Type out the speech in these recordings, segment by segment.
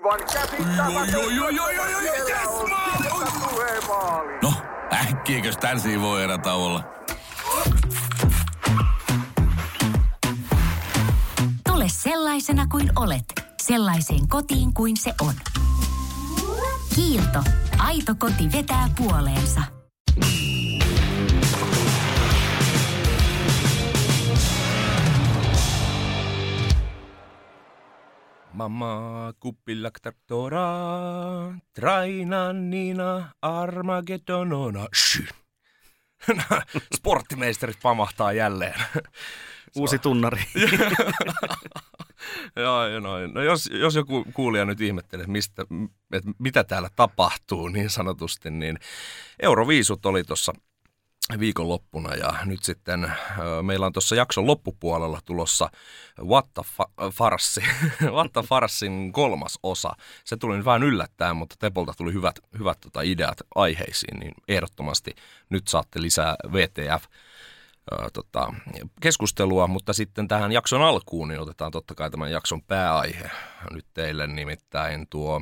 Aivan käsittämätöntä. Tulee maali. No, äkkiäkös tän voi erata olla? Tule sellaisena kuin olet, sellaiseen kotiin kuin se on. Kiilto. Aito koti vetää puoleensa. Mamma kuppilak traktora, trainannina armagedonona. Sporttimeisterit pamahtaa jälleen. Uusi tunnari. Joo, no jos joku kuulija nyt ihmettelee, että mitä täällä tapahtuu niin sanotusti, niin Euroviisut oli tuossa viikonloppuna ja nyt sitten meillä on tuossa jakson loppupuolella tulossa What the Farssin 3. osa. Se tuli nyt vähän yllättäen, mutta Tepolta tuli hyvät ideat aiheisiin, niin ehdottomasti nyt saatte lisää VTF keskustelua, mutta sitten tähän jakson alkuun niin otetaan totta kai tämän jakson pääaihe nyt teille, nimittäin tuo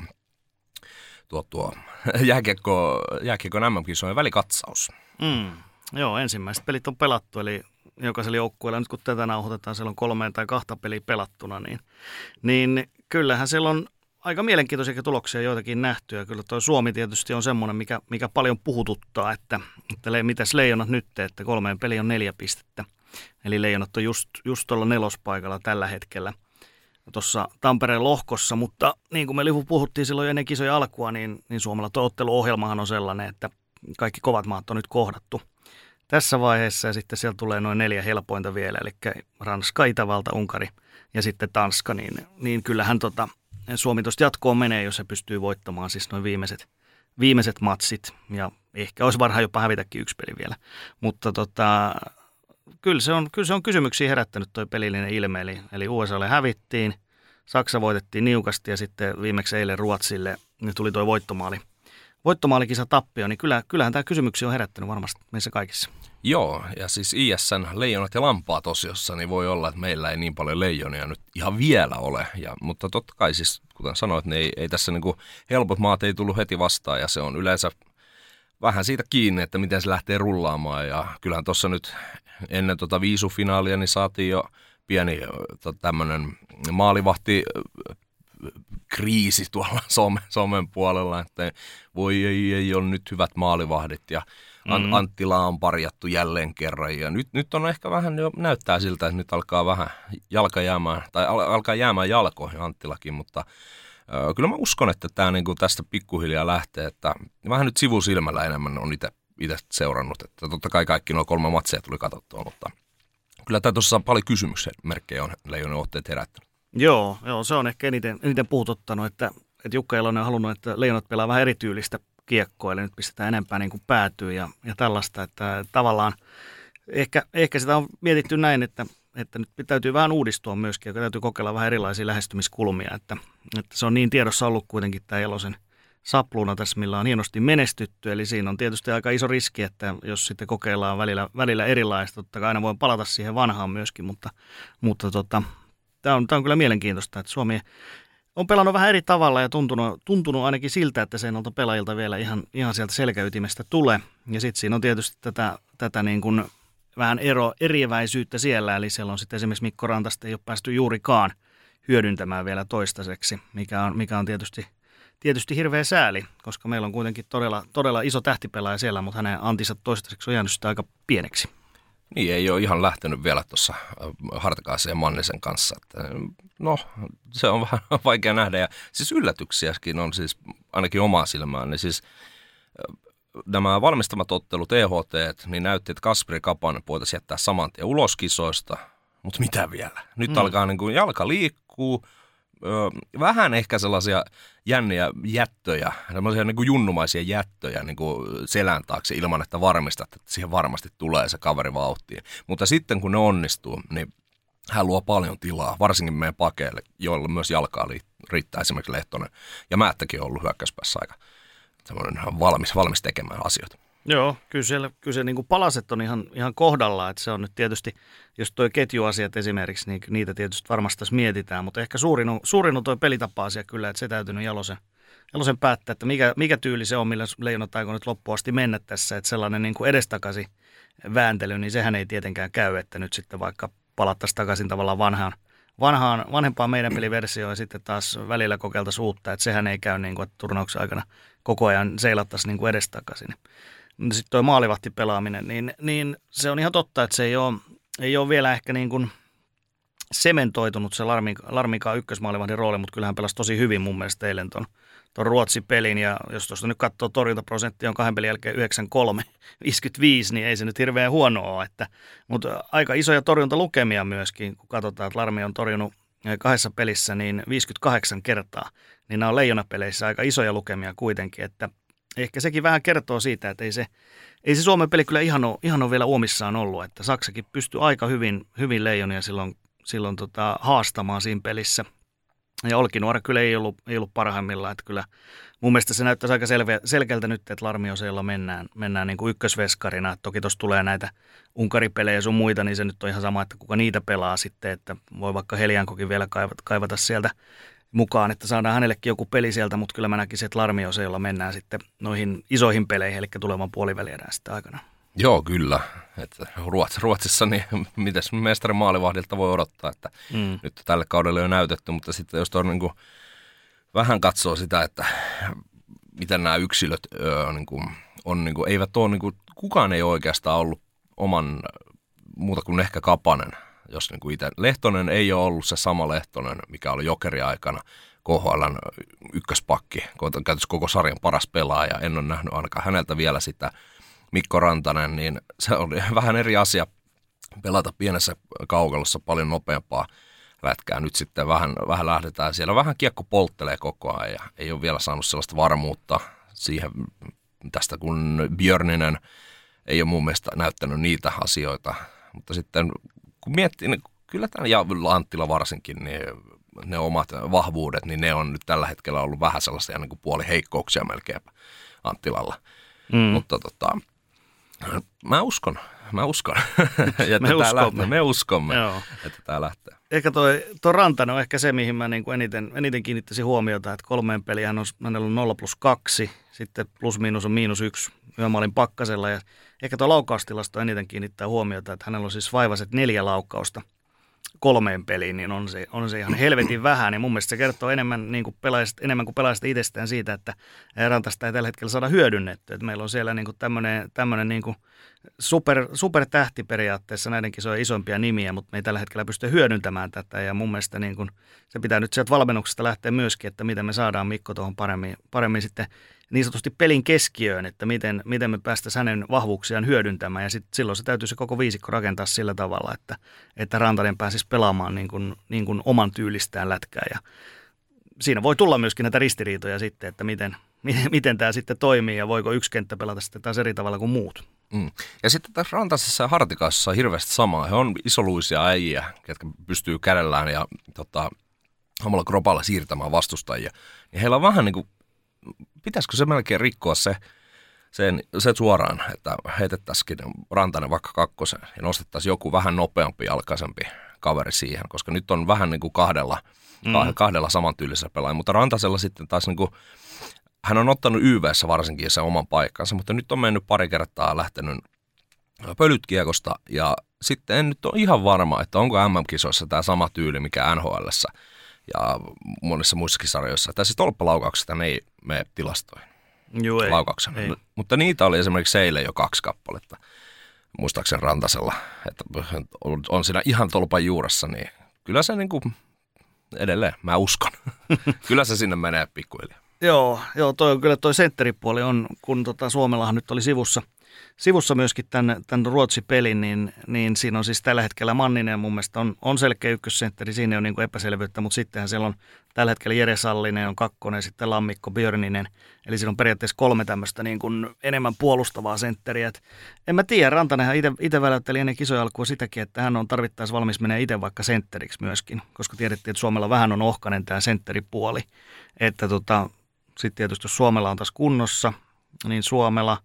jääkiekon MM-kisojen välikatsaus. Joo, ensimmäiset pelit on pelattu, eli jokaisella joukkueella, nyt kun tätä nauhoitetaan, siellä on 3 tai 2 peliä pelattuna, niin kyllähän siellä on aika mielenkiintoisia tuloksia joitakin nähty, ja kyllä tuo Suomi tietysti on semmoinen, mikä paljon puhututtaa, että mitäs Leijonat nyt, että 3 peliä on 4 pistettä, eli Leijonat on just tuolla 4. paikalla tällä hetkellä tuossa Tampereen lohkossa, mutta niin kuin me puhuttiin silloin ennen kisojen alkua, niin Suomella tuo otteluohjelmahan on sellainen, että kaikki kovat maat on nyt kohdattu tässä vaiheessa, ja sitten siellä tulee noin 4 helpointa vielä, eli Ranska, Itävalta, Unkari ja sitten Tanska, niin kyllähän Suomi tuosta jatkoon menee, jos se pystyy voittamaan siis noin viimeiset matsit, ja ehkä olisi varhaan jopa hävitäkin 1 peli vielä, mutta kyllä se on kysymyksiä herättänyt toi pelillinen ilme, eli USAlle hävittiin, Saksa voitettiin niukasti, ja sitten viimeksi eilen Ruotsille niin tuli toi voittomaalikisa tappio, niin kyllähän tämä kysymyksiä on herättänyt varmasti meissä kaikissa. Joo, ja siis ISN Leijonat ja Lampaat osiossa, niin voi olla, että meillä ei niin paljon leijonia nyt ihan vielä ole. Mutta totta kai siis, kuten sanoit, niin ei tässä niinku helpot maat ei tullut heti vastaan, ja se on yleensä vähän siitä kiinni, että miten se lähtee rullaamaan. Ja kyllähän tuossa nyt ennen viisufinaalia niin saatiin jo pieni tämmöinen maalivahti kriisi tuolla somen puolella, että voi ei ole nyt hyvät maalivahdit ja Anttila on parjattu jälleen kerran ja nyt on ehkä vähän jo näyttää siltä, että nyt alkaa vähän alkaa jäämään jalkoihin Anttilakin, mutta kyllä mä uskon, että tämä niinku tästä pikkuhiljaa lähtee, että vähän nyt sivusilmällä enemmän on itse seurannut, että totta kai kaikki nuo 3 matseja tuli katsottua, mutta kyllä tämä tuossa paljon kysymysmerkkejä on Leijonen otteet herättänyt. Joo, se on ehkä eniten puhututtanut, että Jukka Jalonen on halunnut, että Leijonat pelaa vähän erityylistä kiekkoa, eli nyt pistetään enempää niin kuin päätyy ja tällaista, että tavallaan ehkä sitä on mietitty näin, että nyt täytyy vähän uudistua myöskin, ja täytyy kokeilla vähän erilaisia lähestymiskulmia, että se on niin tiedossa ollut kuitenkin tämä Jalosen sapluuna tässä, millä on hienosti menestytty, eli siinä on tietysti aika iso riski, että jos sitten kokeillaan välillä erilaista, totta kai aina voi palata siihen vanhaan myöskin, mutta Tämä on kyllä mielenkiintoista, että Suomi on pelannut vähän eri tavalla ja tuntunut ainakin siltä, että sen alta pelaajilta vielä ihan sieltä selkäytimestä tulee. Ja sitten siinä on tietysti tätä niin kuin vähän eriäväisyyttä siellä, eli siellä on sitten esimerkiksi Mikko Rantasta ei ole päästy juurikaan hyödyntämään vielä toistaiseksi, mikä on tietysti hirveä sääli, koska meillä on kuitenkin todella iso tähtipelaaja siellä, mutta hänen antinsa toistaiseksi on jäänyt sitä aika pieneksi. Niin, ei ole ihan lähtenyt vielä tuossa Hartakaisen ja Mannisen kanssa. Että, no, se on vähän vaikea nähdä. Ja siis yllätyksiäkin on siis ainakin omaa silmään. Niin siis nämä valmistamat ottelut, EHT, niin näytti, että Kasperi Kapanen voitaisiin jättää saman tien ulos kisoista. Mutta mitä vielä? Nyt alkaa niin kuin jalka liikkuu. Vähän ehkä sellaisia jänniä jättöjä, sellaisia niin kuin junnumaisia jättöjä niin kuin selän taakse ilman, että varmistat, että siihen varmasti tulee se kaveri vauhtiin. Mutta sitten kun ne onnistuu, niin hän luo paljon tilaa, varsinkin meidän pakeille, joilla myös jalkaa riittää esimerkiksi Lehtonen. Ja Määttäkin on ollut hyökkäyspäässä aika valmis tekemään asioita. Joo, kyllä se niin kuin palaset on ihan kohdallaan, että se on nyt tietysti, jos tuo ketjuasiat esimerkiksi, niin niitä tietysti varmasti tässä mietitään, mutta ehkä suurin on tuo pelitapa-asia kyllä, että se täytyy nyt Jalosen päättää, että mikä tyyli se on, millä Leijonat aikoo nyt loppuun asti mennä tässä, että sellainen niin kuin edestakaisin vääntely, niin sehän ei tietenkään käy, että nyt sitten vaikka palattaisiin takaisin tavallaan vanhempaan meidän peliversioon ja sitten taas välillä kokeiltaisiin uutta, että sehän ei käy niin kuin, että turnauksen aikana koko ajan seilattaisiin niin kuin edestakaisin. Sitten tuo maalivahtipelaaminen, niin se on ihan totta, että se ei ole vielä ehkä niin kuin sementoitunut se Larmikaa ykkösmaalivahdin rooli, mutta kyllähän pelasi tosi hyvin mun mielestä eilen ton Ruotsin pelin, ja jos tuosta nyt katsoo torjuntaprosenttia on 2 pelin jälkeen 93-55, niin ei se nyt hirveän huono ole, mutta aika isoja torjuntalukemia myöskin, kun katsotaan, että Larmi on torjunut 2 pelissä niin 58 kertaa, niin nämä on Leijona-peleissä aika isoja lukemia kuitenkin, että ehkä sekin vähän kertoo siitä, että ei se Suomen peli kyllä ihan ole vielä uomissaan ollut, että Saksakin pystyi aika hyvin Leijonia silloin haastamaan siinä pelissä. Ja Olkinuora kyllä ei ollut parhaimmillaan, että kyllä mun mielestä se näyttäisi aika selkeältä nyt, että Larmioseilla mennään niin kuin ykkösveskarina. Että toki tuossa tulee näitä unkaripelejä ja sun muita, niin se nyt on ihan sama, että kuka niitä pelaa sitten, että voi vaikka Heliankokin vielä kaivata sieltä mukaan, että saadaan hänellekin joku peli sieltä, mutta kyllä mä näkisin, että Larmioseilla mennään sitten noihin isoihin peleihin, eli tulevan puolivälierään sitten aikana. Joo, kyllä. Että Ruotsissa, niin mitäs mestarin maalivahdilta voi odottaa, että nyt tälle kaudelle on näytetty, mutta sitten jos tuon niin kuin vähän katsoo sitä, että miten nämä yksilöt niin kuin on, niin kuin, eivät ole, niin kuin, kukaan ei oikeastaan ollut oman muuta kuin ehkä Kapanen, jos niin kuin itse. Lehtonen ei ole ollut se sama Lehtonen, mikä oli Jokeri-aikana KHL:n ykköspakki, käytössä koko sarjan paras pelaaja, en ole nähnyt ainakaan häneltä vielä sitä. Mikko Rantanen, niin se oli vähän eri asia pelata pienessä kaukalossa paljon nopeampaa lätkää. Nyt sitten vähän lähdetään siellä. Vähän kiekko polttelee koko ajan ja ei ole vielä saanut sellaista varmuutta siihen tästä, kun Björninen ei ole mun mielestä näyttänyt niitä asioita. Mutta sitten kun miettii, niin kyllä tämän ja Anttila varsinkin, niin ne omat vahvuudet, niin ne on nyt tällä hetkellä ollut vähän sellaisia niin kuin puoliheikkouksia melkeinpä Anttilalla. Mutta Mä uskon. Me uskomme, joo, että tämä lähtee. Ehkä tuo Rantanen on ehkä se, mihin mä niin kuin eniten kiinnittäisin huomiota, että 3 peliä hänellä on 0+2, sitten plus-miinus on -1 yömaalin pakkasella, ja ehkä tuo laukkaustilasto eniten kiinnittää huomiota, että hänellä on siis vaivaiset 4 laukkausta 3 peliin, niin on se ihan helvetin vähän, ja mun mielestä se kertoo enemmän kuin pelaajista itsestään siitä, että Rantasta ei tällä hetkellä saada hyödynnettyä, että meillä on siellä niin kuin tämmöinen niin kuin supertähti periaatteessa, näiden kisojen isompia nimiä, mutta me ei tällä hetkellä pysty hyödyntämään tätä, ja mun mielestä niin kuin, se pitää nyt sieltä valmennuksesta lähteä myöskin, että miten me saadaan Mikko tuohon paremmin sitten niin sanotusti pelin keskiöön, että miten me päästäisiin hänen vahvuuksiaan hyödyntämään, ja silloin se täytyy se koko viisikko rakentaa sillä tavalla, että Rantanen pääsisi pelaamaan niin kuin oman tyylistään lätkää, ja siinä voi tulla myöskin näitä ristiriitoja sitten, että miten tämä sitten toimii, ja voiko yksi kenttä pelata sitten taas eri tavalla kuin muut. Ja sitten tässä Rantasessa ja Hartikaisessa on hirveästi samaa. He on isoluisia äijä, jotka pystyy kädellään ja omalla kropalla siirtämään vastustajia. Ja heillä on vähän niin kuin, pitäisikö se melkein rikkoa se suoraan, että heitettäisikin Rantanen vaikka 2 ja nostettaisiin joku vähän nopeampi, jalkaisempi kaveri siihen, koska nyt on vähän niin kuin kahdella samantyylisellä pelaajalla, mutta Rantasella sitten taas niin kuin, hän on ottanut YV:ssä varsinkin sen oman paikkansa, mutta nyt on mennyt pari kertaa lähtenyt pölytkiekosta ja sitten en nyt ole ihan varma, että onko MM-kisoissa tämä sama tyyli, mikä NHL:ssä ja monissa muissakin sarjoissa. Tässä tolppalaukaukset ei mene tilastoihin. Joo, ei. Mutta niitä oli esimerkiksi eilen jo 2 kappaletta, muistaakseni Rantasella, että on siinä ihan tolpan juuressa, niin kyllä se niin kuin edelleen, mä uskon, kyllä se sinne menee pikkuhiljaa. Joo, toi sentteripuoli on, kun Suomellahan nyt oli sivussa myöskin tämän Ruotsi-pelin, niin siinä on siis tällä hetkellä Manninen mun mielestä on selkeä ykkössentteri, siinä on niin kuin epäselvyyttä, mutta sittenhän siellä on tällä hetkellä Jere Sallinen on 2, sitten Lammikko Björninen, eli siinä on periaatteessa 3 tämmöistä niin kuin enemmän puolustavaa sentteriä. En mä tiedä, Rantanenhan itse väläytteli ennen kisoja alkua sitäkin, että hän on tarvittaessa valmis menee itse vaikka sentteriksi myöskin, koska tiedettiin, että Suomella vähän on ohkainen tämä sentteripuoli, että sitten tietysti jos Suomella on taas kunnossa, niin Suomela,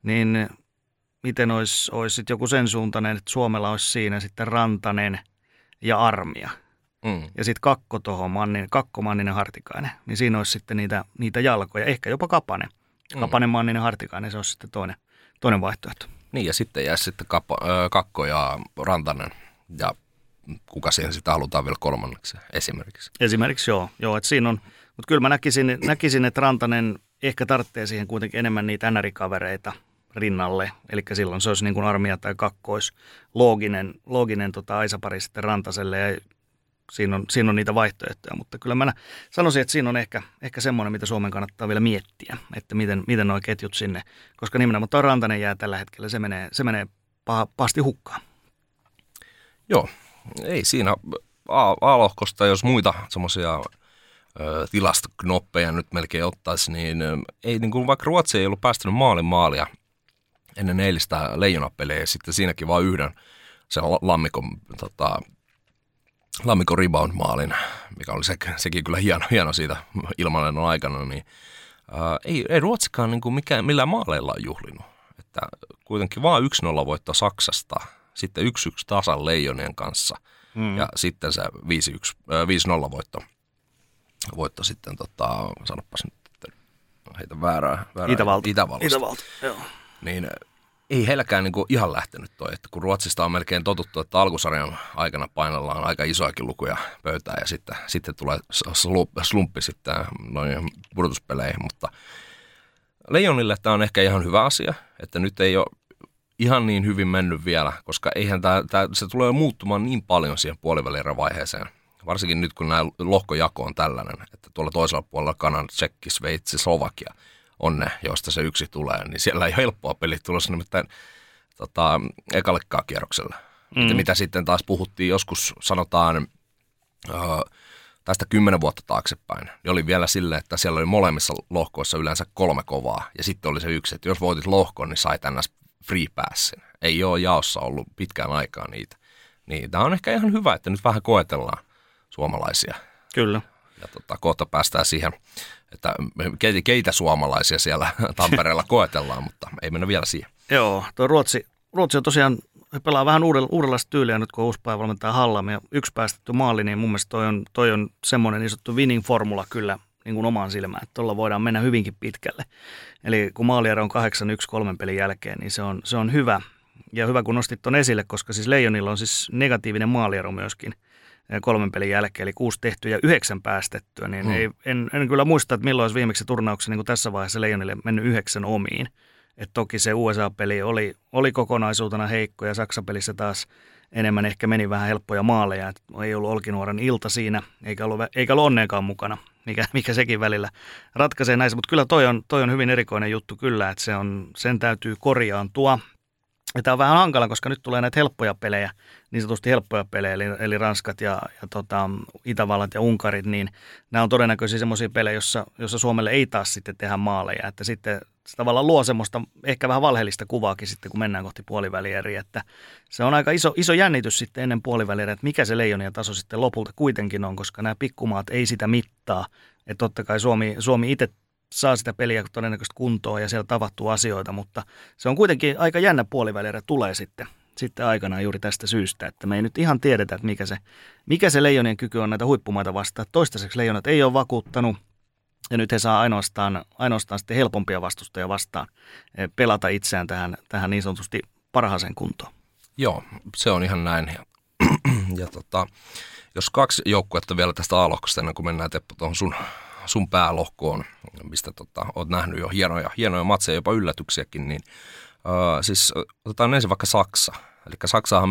niin miten olisi sit joku sen suuntainen, että Suomella olisi siinä sitten Rantanen ja Armia. Ja sitten Kakko Manninen Hartikainen, niin siinä olisi sitten niitä jalkoja, ehkä jopa Kapanen. Kapanen, Manninen, Hartikainen, se olisi sitten toinen vaihtoehto. Niin, ja sitten jäisi sitten Kakko ja Rantanen, ja kuka siihen sitten halutaan vielä kolmanneksi esimerkiksi. Esimerkiksi joo, että siinä on, mutta kyllä mä näkisin, että Rantanen ehkä tarvitsee siihen kuitenkin enemmän niitä NR-kavereita rinnalle, eli silloin se olisi niin kuin Armia tai Kakko olisi looginen aisapari sitten Rantaselle, ja siinä on niitä vaihtoehtoja, mutta kyllä mä sanoisin, että siinä on ehkä semmoinen, mitä Suomen kannattaa vielä miettiä, että miten nuo ketjut sinne, koska nimenomaan, mutta Rantanen jää tällä hetkellä, se menee pahasti hukkaan. Joo, ei siinä A-lohkosta, jos muita semmoisia tilastoknoppeja nyt melkein ottaisi, niin ei niin kuin vaikka Ruotsi ei ollut päästänyt maalia ennen eilistä leijonapelejä, ja sitten siinäkin vain yhden sen Lammikon rebound-maalin, mikä oli sekin kyllä hieno siitä ilmanlennon aikana, niin ei Ruotsikaan niin kuin millään maaleilla on juhlinut. Että kuitenkin vaan 1-0 voitto Saksasta, sitten 1-1 tasan Leijonien kanssa ja sitten se 5-0 voitto sitten, sanopas nyt, heitä väärää Itävallasta. Joo. Niin ei heilläkään niinku ihan lähtenyt toi, että kun Ruotsista on melkein totuttu, että alkusarjan aikana painellaan aika isoakin lukuja pöytään ja sitten tulee slumppi sitten noin pudotuspeleihin, mutta Leijonille tämä on ehkä ihan hyvä asia, että nyt ei ole ihan niin hyvin mennyt vielä, koska eihän se tulee muuttumaan niin paljon siihen puolivälierävaiheeseen. Varsinkin nyt, kun nämä lohkojako on tällainen, että tuolla toisella puolella Kanada, Tsekki, Sveitsi, Slovakia on ne, joista se yksi tulee, niin siellä ei ole helppoa pelit tulossa nimittäin ekallekaan kierroksella. Mitä sitten taas puhuttiin joskus, sanotaan tästä 10 vuotta taaksepäin, niin oli vielä silleen, että siellä oli molemmissa lohkoissa yleensä 3 kovaa, ja sitten oli se yksi, että jos voitit lohkon, niin sai tänne free passin. Ei ole jaossa ollut pitkään aikaa niitä. Niin tämä on ehkä ihan hyvä, että nyt vähän koetellaan suomalaisia. Kyllä. Ja kohta päästään siihen, että keitä suomalaisia siellä Tampereella koetellaan, mutta ei mennä vielä siihen. Joo, tuo Ruotsi on tosiaan, he pelaa vähän uudenlaista tyyliä nyt, kun uusi päävalmentaja Hallam ja 1 päästetty maali, niin mun mielestä toi on semmoinen niin sanottu winning-formula kyllä niin kuin omaan silmään, että tuolla voidaan mennä hyvinkin pitkälle. Eli kun maaliero on 8-1 3 pelin jälkeen, niin se on hyvä. Ja hyvä, kun nostit ton esille, koska siis Leijonilla on siis negatiivinen maaliero myöskin 3 pelin jälkeen, eli 6 tehtyä ja 9 päästettyä, niin en kyllä muista, että milloin olisi viimeksi turnauksen niin kuin tässä vaiheessa Leijonille mennyt 9 omiin. Et toki se USA-peli oli kokonaisuutena heikko ja Saksa-pelissä taas enemmän ehkä meni vähän helppoja maaleja. Et ei ollut Olkinuoren ilta siinä, eikä ollut onneenkaan mukana, mikä sekin välillä ratkaisee näissä. Mutta kyllä toi on hyvin erikoinen juttu kyllä, että sen täytyy korjaantua. Ja tämä on vähän hankala, koska nyt tulee näitä helppoja pelejä, niin sanotusti helppoja pelejä, eli Ranskat ja Itävallat ja Unkarit, niin nämä on todennäköisesti semmoisia pelejä, jossa Suomelle ei taas sitten tehdä maaleja, että sitten se tavallaan luo semmoista ehkä vähän valheellista kuvaakin sitten, kun mennään kohti puolivälieriä, että se on aika iso jännitys sitten ennen puolivälieriä, että mikä se Leijonien taso sitten lopulta kuitenkin on, koska nämä pikkumaat ei sitä mittaa, että totta kai Suomi itse saa sitä peliä todennäköisesti kuntoon ja siellä tapahtuu asioita, mutta se on kuitenkin aika jännä puolivälierä tulee sitten aikanaan juuri tästä syystä, että me ei nyt ihan tiedetä, että mikä se Leijonien kyky on näitä huippumaita vastaan. Toistaiseksi Leijonat ei ole vakuuttanut ja nyt he saa ainoastaan sitten helpompia vastustajia vastaan pelata itseään tähän niin sanotusti parhaaseen kuntoon. Joo, se on ihan näin. Ja jos 2 joukkuetta vielä tästä A-lohkosta ennen kuin mennään Teppo tuohon sun päälohkoon, mistä olet nähnyt jo hienoja matseja, jopa yllätyksiäkin, niin siis otetaan ensin vaikka Saksa. Eli Saksahan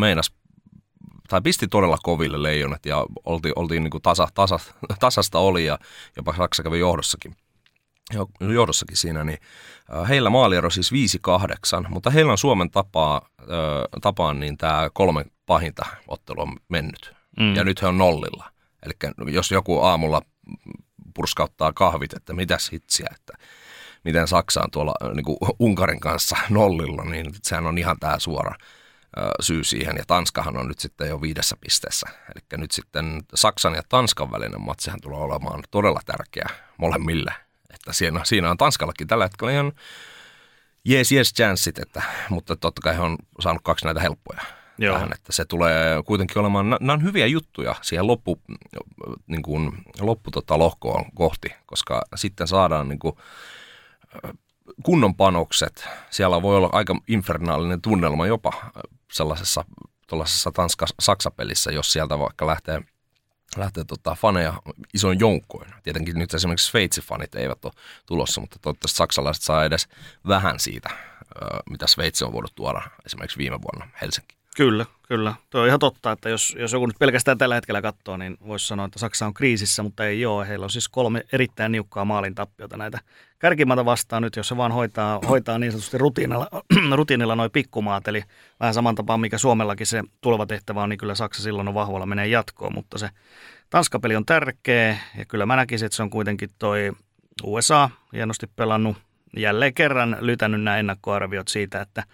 pisti todella koville Leijonat ja oltiin niin kuin tasasta oli ja jopa Saksa kävi johdossakin siinä, niin heillä maaliero siis 5-8, mutta heillä on Suomen tapaan niin tämä 3 pahinta ottelu on mennyt. Ja nyt he on 0. Eli jos joku aamulla purskauttaa kahvit, että mitäs hitsiä, että miten Saksa on tuolla niin kuin Unkarin kanssa 0, niin sehän on ihan tämä suora syy siihen. Ja Tanskahan on nyt sitten jo 5 pisteessä. Eli nyt sitten Saksan ja Tanskan välinen matsihan tulee olemaan todella tärkeä molemmille. Että siinä on Tanskallakin tällä hetkellä yes chanssit, mutta totta kai he on saanut 2 näitä helppoja. Tähän, että se tulee kuitenkin olemaan, nämä on hyviä juttuja siihen lohkoon kohti, koska sitten saadaan niin kuin kunnon panokset. Siellä voi olla aika infernaalinen tunnelma jopa sellaisessa Saksa-pelissä, jos sieltä vaikka lähtee faneja isoin joukkoin. Tietenkin nyt esimerkiksi Sveitsin fanit eivät ole tulossa, mutta toivottavasti saksalaiset saa edes vähän siitä, mitä Sveitsi on voinut tuoda esimerkiksi viime vuonna Helsinkiin. Kyllä. Tuo on ihan totta, että jos joku nyt pelkästään tällä hetkellä katsoo, niin voisi sanoa, että Saksa on kriisissä, mutta ei ole. Heillä on siis 3 erittäin niukkaa maalin tappiota näitä kärkimaata vastaan nyt, jos se vaan hoitaa niin sanotusti rutiinilla noi pikkumaat. Eli vähän saman tapaan, mikä Suomellakin se tuleva tehtävä on, niin kyllä Saksa silloin on vahvalla menee jatkoon. Mutta se Tanska-peli on tärkeä ja kyllä mä näkisin, että se on kuitenkin toi USA hienosti pelannut. Jälleen kerran lytännyt nämä ennakkoarviot siitä, että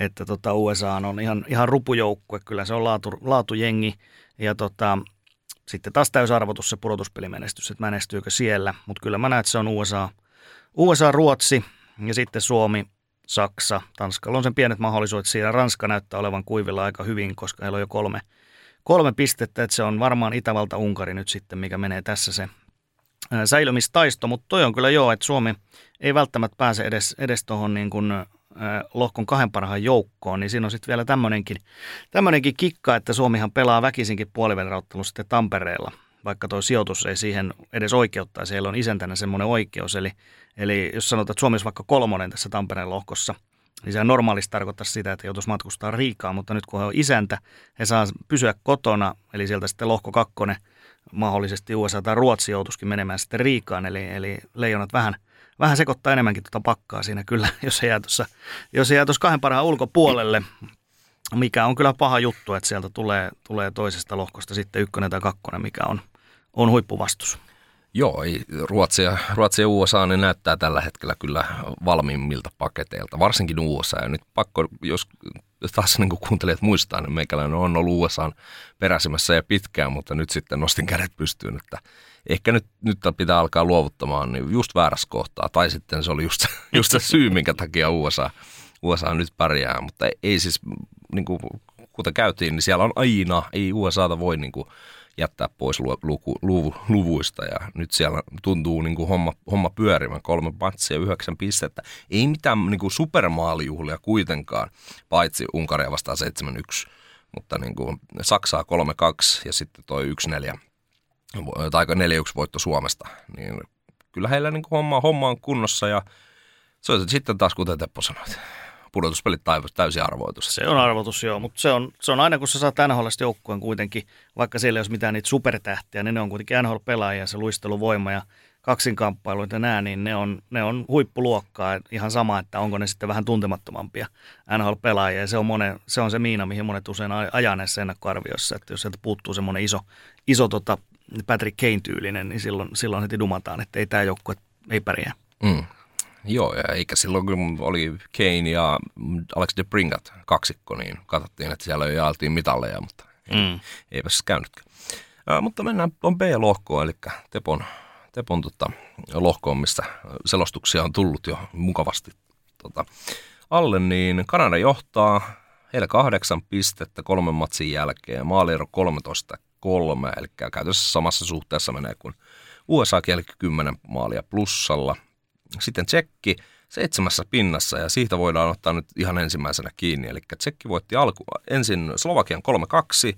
USA on ihan rupujoukkue, kyllä se on laatujengi ja sitten taas täysarvoitus se pudotuspelimenestys, että menestyykö siellä, mutta kyllä mä näen, että se on USA, Ruotsi ja sitten Suomi, Saksa, Tanskalla on sen pienet mahdollisuudet siinä, Ranska näyttää olevan kuivilla aika hyvin, koska heillä on jo 3 pistettä, että se on varmaan Itävalta, Unkari nyt sitten, mikä menee tässä se säilymistaisto, mutta toi on kyllä että Suomi ei välttämättä pääse edes tuohon niin kuin lohkon 2 parhaan joukkoon, niin siinä on sitten vielä tämmöinenkin kikka, että Suomihan pelaa väkisinkin puolivälierauttelu sitten Tampereella, vaikka tuo sijoitus ei siihen edes oikeuttaa, siellä on isäntänä semmoinen oikeus, eli jos sanotaan, että Suomi olisi vaikka 3 tässä Tampereen lohkossa, niin se normaalisti tarkoittaa sitä, että joutuisi matkustaa Riikaa, mutta nyt kun he on isäntä, he saa pysyä kotona, eli sieltä sitten lohko 2, mahdollisesti USA tai Ruotsi joutuisikin menemään sitten Riikaan, eli Leijonat vähän sekoittaa enemmänkin tuota pakkaa siinä kyllä, jos se jää tuossa 2 parhaan ulkopuolelle, mikä on kyllä paha juttu, että sieltä tulee toisesta lohkosta sitten 1 tai 2, mikä on huippuvastus. Joo, Ruotsi ja USA niin näyttää tällä hetkellä kyllä valmiimmilta paketeilta, varsinkin USA. Ja nyt pakko, jos taas niin kuin kuuntelijat muistaa, niin meikäläinen on ollut USAn peräsimässä ja pitkään, mutta nyt sitten nostin kädet pystyyn, että ehkä nyt pitää alkaa luovuttamaan niin just väärässä kohtaa. Tai sitten se oli just se syy, minkä takia USA nyt pärjää, mutta ei siis, niin kuin, kuten käytiin, niin siellä on aina, ei USAta voi niin kuin jättää pois luvuista ja nyt siellä tuntuu niin kuin homma pyörimään 3 matsia 9 pistettä. Ei mitään niin kuin supermaalijuhlia kuitenkaan, paitsi Unkaria vastaan 7-1, mutta niin kuin Saksaa 3-2 ja sitten toi 1-4 tai 4-1 voitto Suomesta. Niin kyllä heillä niin kuin homma on kunnossa ja se on sitten taas kuten Teppo sanoit. Pudotuspelit täysin arvoitus. Se on arvoitus, joo, mutta se on aina, kun sä saat NHL:stä joukkueen kuitenkin, vaikka siellä ei olisi mitään niitä supertähtiä, niin ne on kuitenkin NHL-pelaajia, se luisteluvoima ja kaksinkamppailuit ja nää, niin ne on huippuluokkaa. Ihan sama, että onko ne sitten vähän tuntemattomampia NHL-pelaajia. Ja se on se miina, mihin monet usein ajaa näissä ennakkoarvioissa, että jos sieltä puuttuu semmoinen iso Patrick Kane-tyylinen, niin silloin heti dumataan, että ei tämä joukkue ei pärjää. Joo, ja eikä silloin, kun oli Kane ja Alex DeBrincat kaksikko, niin katsottiin, että siellä jo jaeltiin mitalleja, mutta eipä se käynytkään. Mutta mennään B-lohkoon, eli Tepon lohkoon, mistä selostuksia on tullut jo mukavasti alle, niin Kanada johtaa, heillä 8 pistettä 3 matsin jälkeen, maaliero 13-3, eli käytössä samassa suhteessa menee kuin USA, eli 10 maalia plussalla. Sitten Tsekki 7 pinnassa ja siitä voidaan ottaa nyt ihan ensimmäisenä kiinni. Eli Tsekki voitti ensin Slovakian 3-2,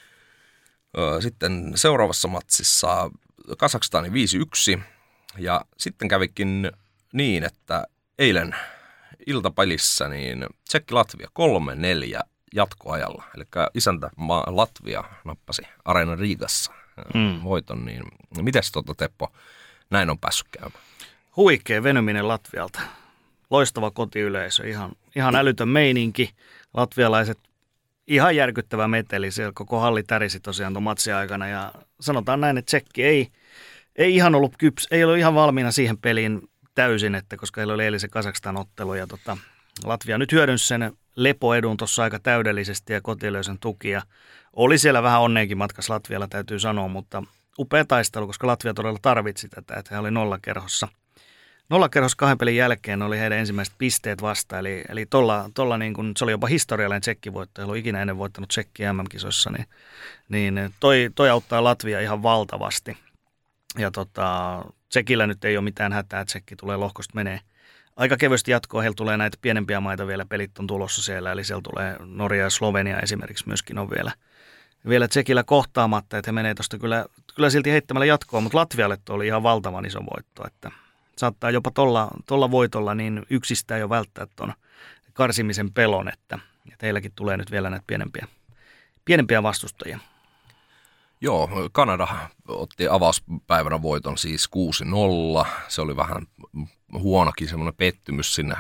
sitten seuraavassa matsissa Kazakstanin 5-1 ja sitten kävikin niin, että eilen iltapelissä niin Tsekki-Latvia 3-4 jatkoajalla. Eli isäntämaa Latvia nappasi Areena Riigassa voiton. Niin mites Teppo näin on päässyt käymään? Huikea venyminen Latvialta. Loistava kotiyleisö, ihan älytön meininki. Latvialaiset, ihan järkyttävä meteli. Siellä koko halli tärisi tosiaan tuon matsin aikana. Ja sanotaan näin, että Tsekki ei ihan ollut ei ollut ihan valmiina siihen peliin täysin, että koska heillä oli eilisen Kazakstan ottelu. Ja Latvia nyt hyödynsi sen lepoedun tuossa aika täydellisesti ja kotiyleisön tukia. Oli siellä vähän onneenkin matkassa Latvialla, täytyy sanoa, mutta upea taistelu, koska Latvia todella tarvitsi tätä, että he oli 0 kerhossa Nollakerhos 2 pelin jälkeen oli heidän ensimmäiset pisteet vasta, eli tolla niin kuin, se oli jopa historiallinen tsekkivoitto, ei ollut ikinä ennen voittanut Tsekkiä MM-kisoissa, niin toi auttaa Latvia ihan valtavasti. Ja Tsekillä nyt ei ole mitään hätää, Tsekki tulee lohkosta menee. Aika kevyesti jatkoa, heillä tulee näitä pienempiä maita vielä, pelit on tulossa siellä, eli siellä tulee Norja ja Slovenia esimerkiksi myöskin on vielä Tsekillä kohtaamatta, että he menee tuosta kyllä silti heittämällä jatkoa, mutta Latvialle tuo oli ihan valtavan iso voitto, että saattaa jopa tolla voitolla niin yksistään jo välttää tuon karsimisen pelon, että heilläkin tulee nyt vielä näitä pienempiä vastustajia. Joo, Kanada otti avauspäivänä voiton siis 6-0. Se oli vähän huonokin semmoinen pettymys sinne.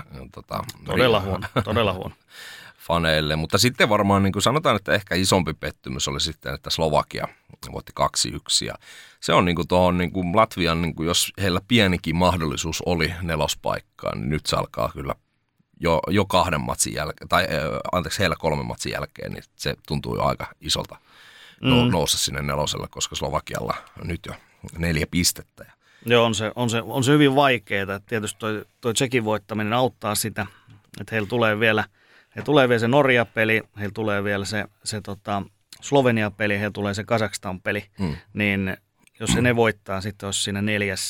Todella huono. Faneille, mutta sitten varmaan niin kuin sanotaan, että ehkä isompi pettymys oli sitten, että Slovakia voitti 2-1. Ja se on niin kuin tuohon niin kuin Latvian, niin kuin jos heillä pienikin mahdollisuus oli nelospaikkaan, niin nyt se alkaa kyllä jo 2 matsin jälkeen, heillä 3 matsin jälkeen, niin se tuntuu jo aika isolta nousta sinne 4, koska Slovakialla on nyt jo 4 pistettä. Joo, on se hyvin vaikeaa. Tietysti toi Tsekin voittaminen auttaa sitä, että heillä tulee vielä se Norja-peli, heillä tulee vielä se Slovenia-peli, heillä tulee se Kazakstan-peli, niin jos ne voittaa, sitten olisi siinä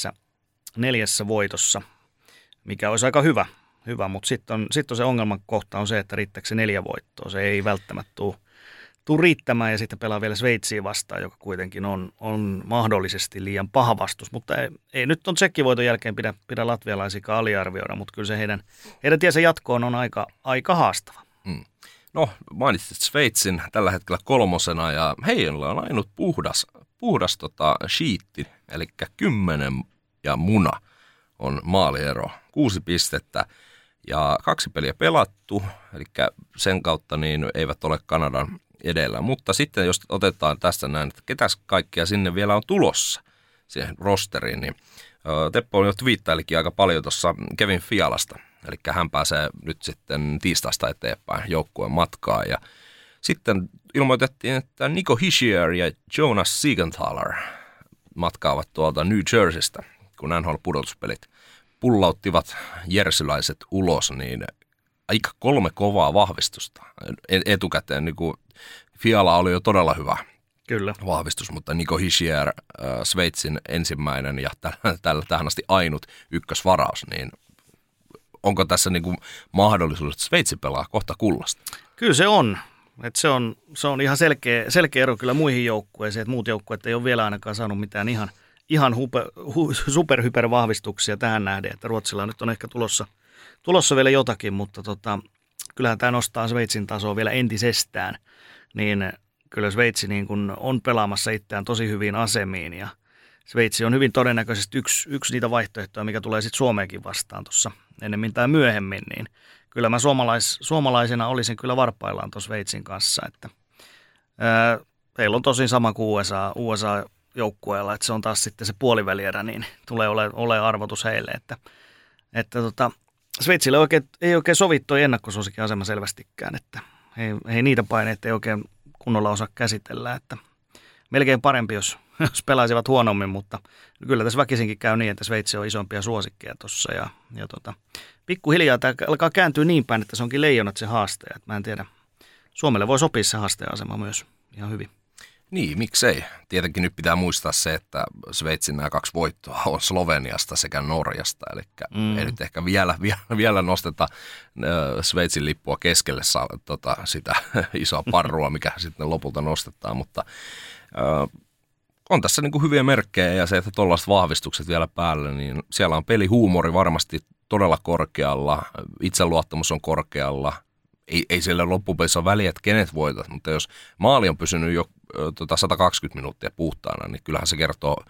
4 voitossa, mikä olisi aika hyvä, mutta sitten on se ongelman kohta on se, että riittääkö se 4 voittoa, se ei välttämättä tule riittämään ja sitten pelaa vielä Sveitsiä vastaan, joka kuitenkin on mahdollisesti liian paha vastus, mutta ei nyt on Tsekkivoiton jälkeen pidä latvialaisikaan aliarvioida, mutta kyllä se heidän tiensä jatkoon on aika haastava. No, mainitsit Sveitsin tällä hetkellä 3. ja heillä on ainut puhdas sheetti, eli 10 ja muna on maaliero, 6 pistettä ja 2 peliä pelattu, eli sen kautta niin eivät ole Kanadan edellä. Mutta sitten jos otetaan tästä näin, että ketäs kaikkia sinne vielä on tulossa siihen rosteriin, niin Teppo jo twiittailikin aika paljon tuossa Kevin Fialasta. Eli hän pääsee nyt sitten tiistaista eteenpäin joukkueen matkaan. Ja sitten ilmoitettiin, että Nico Hischier ja Jonas Siegenthaler matkaavat tuolta New Jerseystä, kun NHL-pudotuspelit pullauttivat jersyläiset ulos, niin aika 3 kovaa vahvistusta. Etukäteen niin kuin Fiala oli jo todella hyvä Kyllä. Vahvistus, mutta Nico Hischier, Sveitsin ensimmäinen ja tähän asti ainut ykkösvaraus, niin onko tässä niin kuin mahdollisuus, että Sveitsi pelaa kohta kullasta? Kyllä se on. Että se on ihan selkeä ero kyllä muihin joukkueisiin, että muut joukkueet ei ole vielä ainakaan saanut mitään ihan superhypervahvistuksia tähän nähden, että Ruotsilla nyt on ehkä tulossa vielä jotakin, mutta kyllähän tämä nostaa Sveitsin tasoa vielä entisestään, niin kyllä Sveitsi niin kun on pelaamassa itseään tosi hyvin asemiin ja Sveitsi on hyvin todennäköisesti yksi niitä vaihtoehtoja, mikä tulee sitten Suomeenkin vastaan tuossa ennemmin tai myöhemmin, niin kyllä mä suomalaisena olisin kyllä varpaillaan tuossa Sveitsin kanssa, että heillä on tosin sama kuin USA-joukkueella, että se on taas sitten se puolivälierä, niin tulee ole arvotus heille, että Sveitsille ei oikein sovi toi ennakkosuosikkiasema selvästikään, että he niitä paineita ei oikein kunnolla osaa käsitellä, että melkein parempi, jos pelaisivat huonommin, mutta kyllä tässä väkisinkin käy niin, että Sveitsi on isompia suosikkeja tuossa ja pikkuhiljaa tämä alkaa kääntyä niin päin, että se onkin leijonat se haastaja, että mä en tiedä, Suomelle voi sopia se haastaja-asema myös ihan hyvin. Niin, miksei. Tietenkin nyt pitää muistaa se, että Sveitsin nämä 2 voittoa on Sloveniasta sekä Norjasta, eli ei nyt ehkä vielä nosteta Sveitsin lippua keskelle sitä isoa parrua, mikä sitten lopulta nostetaan, mutta on tässä niin kuin hyviä merkkejä ja se, että tuollaiset vahvistukset vielä päällä, niin siellä on pelihuumori varmasti todella korkealla, itseluottamus on korkealla, ei siellä loppupelissä ole väliä, että kenet voitat, mutta jos maali on pysynyt jo 120 minuuttia puhtaana, niin kyllähän se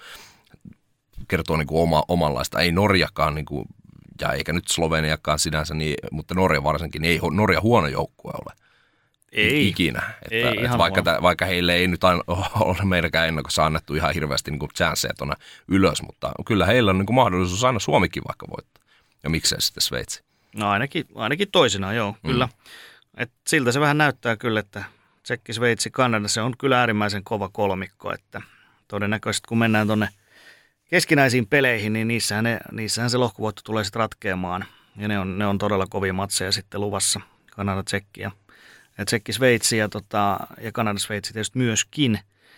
kertoo niin kuin omanlaista. Ei Norjakaan, niin kuin, ja eikä nyt Sloveniakaan sinänsä, niin, mutta Norja varsinkin, niin ei Norja huono joukkue ole. Ei ikinä. Vaikka heille ei nyt ole meidänkään ennakossa annettu ihan hirveästi niin chanceja tuonne ylös, mutta kyllä heillä on niin kuin mahdollisuus aina Suomikin vaikka voittaa. Ja miksei sitten Sveitsi? No ainakin toisinaan, joo, kyllä. Et siltä se vähän näyttää kyllä, että Tsekki, Sveitsi, Kanada, se on kyllä äärimmäisen kova kolmikko, että todennäköisesti kun mennään tuonne keskinäisiin peleihin, niin niissähän se lohkovoitto tulee sitten ratkeamaan. Ja ne on todella kovia matseja sitten luvassa. Kanada, Tsekki ja Tsekki, Sveitsi ja Kanada, Sveitsi tietysti myöskin.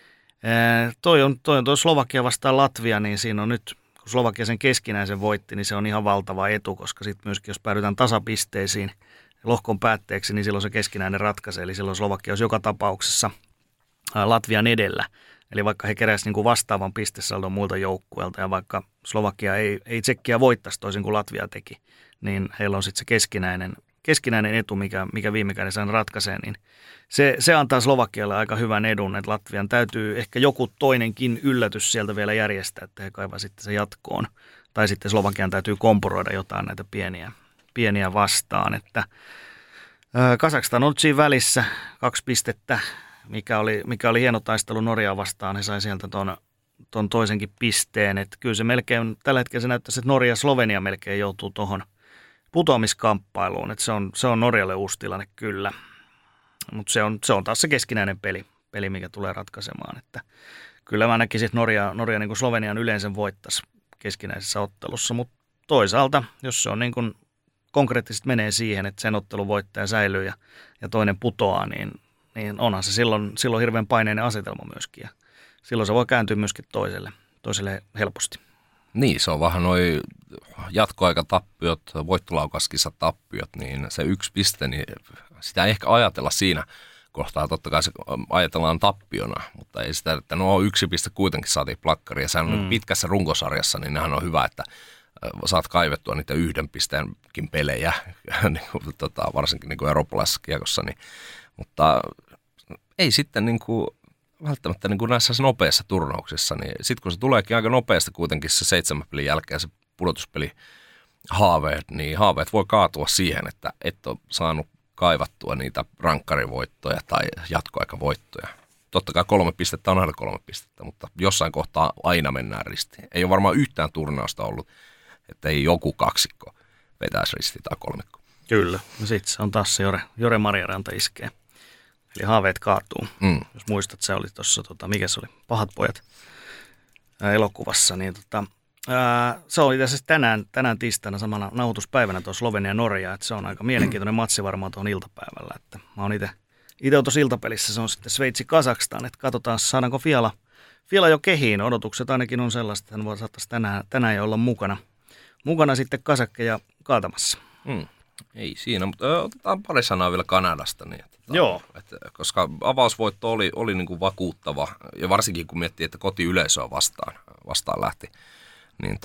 Toi on Slovakia vastaan Latvia, niin siinä on nyt, kun Slovakia sen keskinäisen voitti, niin se on ihan valtava etu, koska sitten myöskin jos päädytään tasapisteisiin lohkon päätteeksi, niin silloin se keskinäinen ratkaisee. Eli silloin Slovakia olisi joka tapauksessa Latvian edellä. Eli vaikka he keräisivät niin kuin vastaavan pistesaldon muilta joukkueilta ja vaikka Slovakia ei Tsekkiä voittaisi toisin kuin Latvia teki, niin heillä on sitten se keskinäinen etu, mikä viime kädessä ratkaisee, niin se antaa Slovakialle aika hyvän edun, että Latvian täytyy ehkä joku toinenkin yllätys sieltä vielä järjestää, että he kaivaa sitten se jatkoon. Tai sitten Slovakian täytyy kompuroida jotain näitä pieniä vastaan, että Kazakstan on siinä välissä 2 pistettä, mikä oli hieno taistelu Norjaa vastaan. He sai sieltä ton toisenkin pisteen. Että kyllä se melkein, tällä hetkellä se näyttäisi, että Norja ja Slovenia melkein joutuu tuohon putoamiskamppailuun. Että se on Norjalle uusi tilanne kyllä. Mutta se on taas se keskinäinen peli, mikä tulee ratkaisemaan. Että kyllä mä näkisin, että Norja niin kuin Slovenian yleensä voittaisi keskinäisessä ottelussa. Mutta toisaalta, jos se on niin kuin konkreettisesti menee siihen, että sen ottelun voittaja säilyy ja toinen putoaa, niin onhan se silloin hirveän paineinen asetelma myöskin. Ja silloin se voi kääntyä myöskin toiselle helposti. Niin, se on vähän noi jatkoaikatappiot, voittolaukaskisatappiot, niin se 1 piste, niin sitä ei ehkä ajatella siinä kohtaa. Totta kai se ajatellaan tappiona, mutta ei sitä, että 1 piste kuitenkin saatiin plakkari. Ja sehän on pitkässä runkosarjassa, niin nehän on hyvä, että saat kaivettua niitä 1 pisteenkin pelejä, varsinkin niin kuin eurooppalaisessa kiekossa. Niin, mutta ei sitten niin kuin välttämättä niin kuin näissä nopeissa turnauksissa, niin sitten kun se tuleekin aika nopeasti kuitenkin se 7 pelin jälkeen se pudotuspeli haaveet, niin haaveet voi kaatua siihen, että et ole saanut kaivattua niitä rankkarivoittoja tai jatkoaikavoittoja. Totta kai 3 pistettä on aina 3 pistettä, mutta jossain kohtaa aina mennään ristiin. Ei ole varmaan yhtään turnausta ollut, että ei joku kaksikko vetäisi ristiin tai kolmikko. Kyllä, ja sitten se on taas se Jore Marjaranta iskee. Eli haaveet kaatuu. Jos muistat, se oli tuossa, mikä se oli, Pahat pojat elokuvassa, niin se oli itse asiassa tänään tiistaina samana nauhoituspäivänä tuossa Slovenia ja Norja, että se on aika mielenkiintoinen matsi varmaan tuohon iltapäivällä, että mä oon itse on tuossa iltapelissä, se on sitten Sveitsi-Kazakstan, että katsotaan saadaanko Fiala jo kehiin, odotukset ainakin on sellaiset, että hän saattaisi tänään jo olla mukana sitten kasakkeja kaatamassa. Ei siinä, mutta otetaan pari sanaa vielä Kanadasta. Niin, joo. Koska avausvoitto oli niin kuin vakuuttava, ja varsinkin kun miettii, että kotiyleisöä vastaan lähti, niin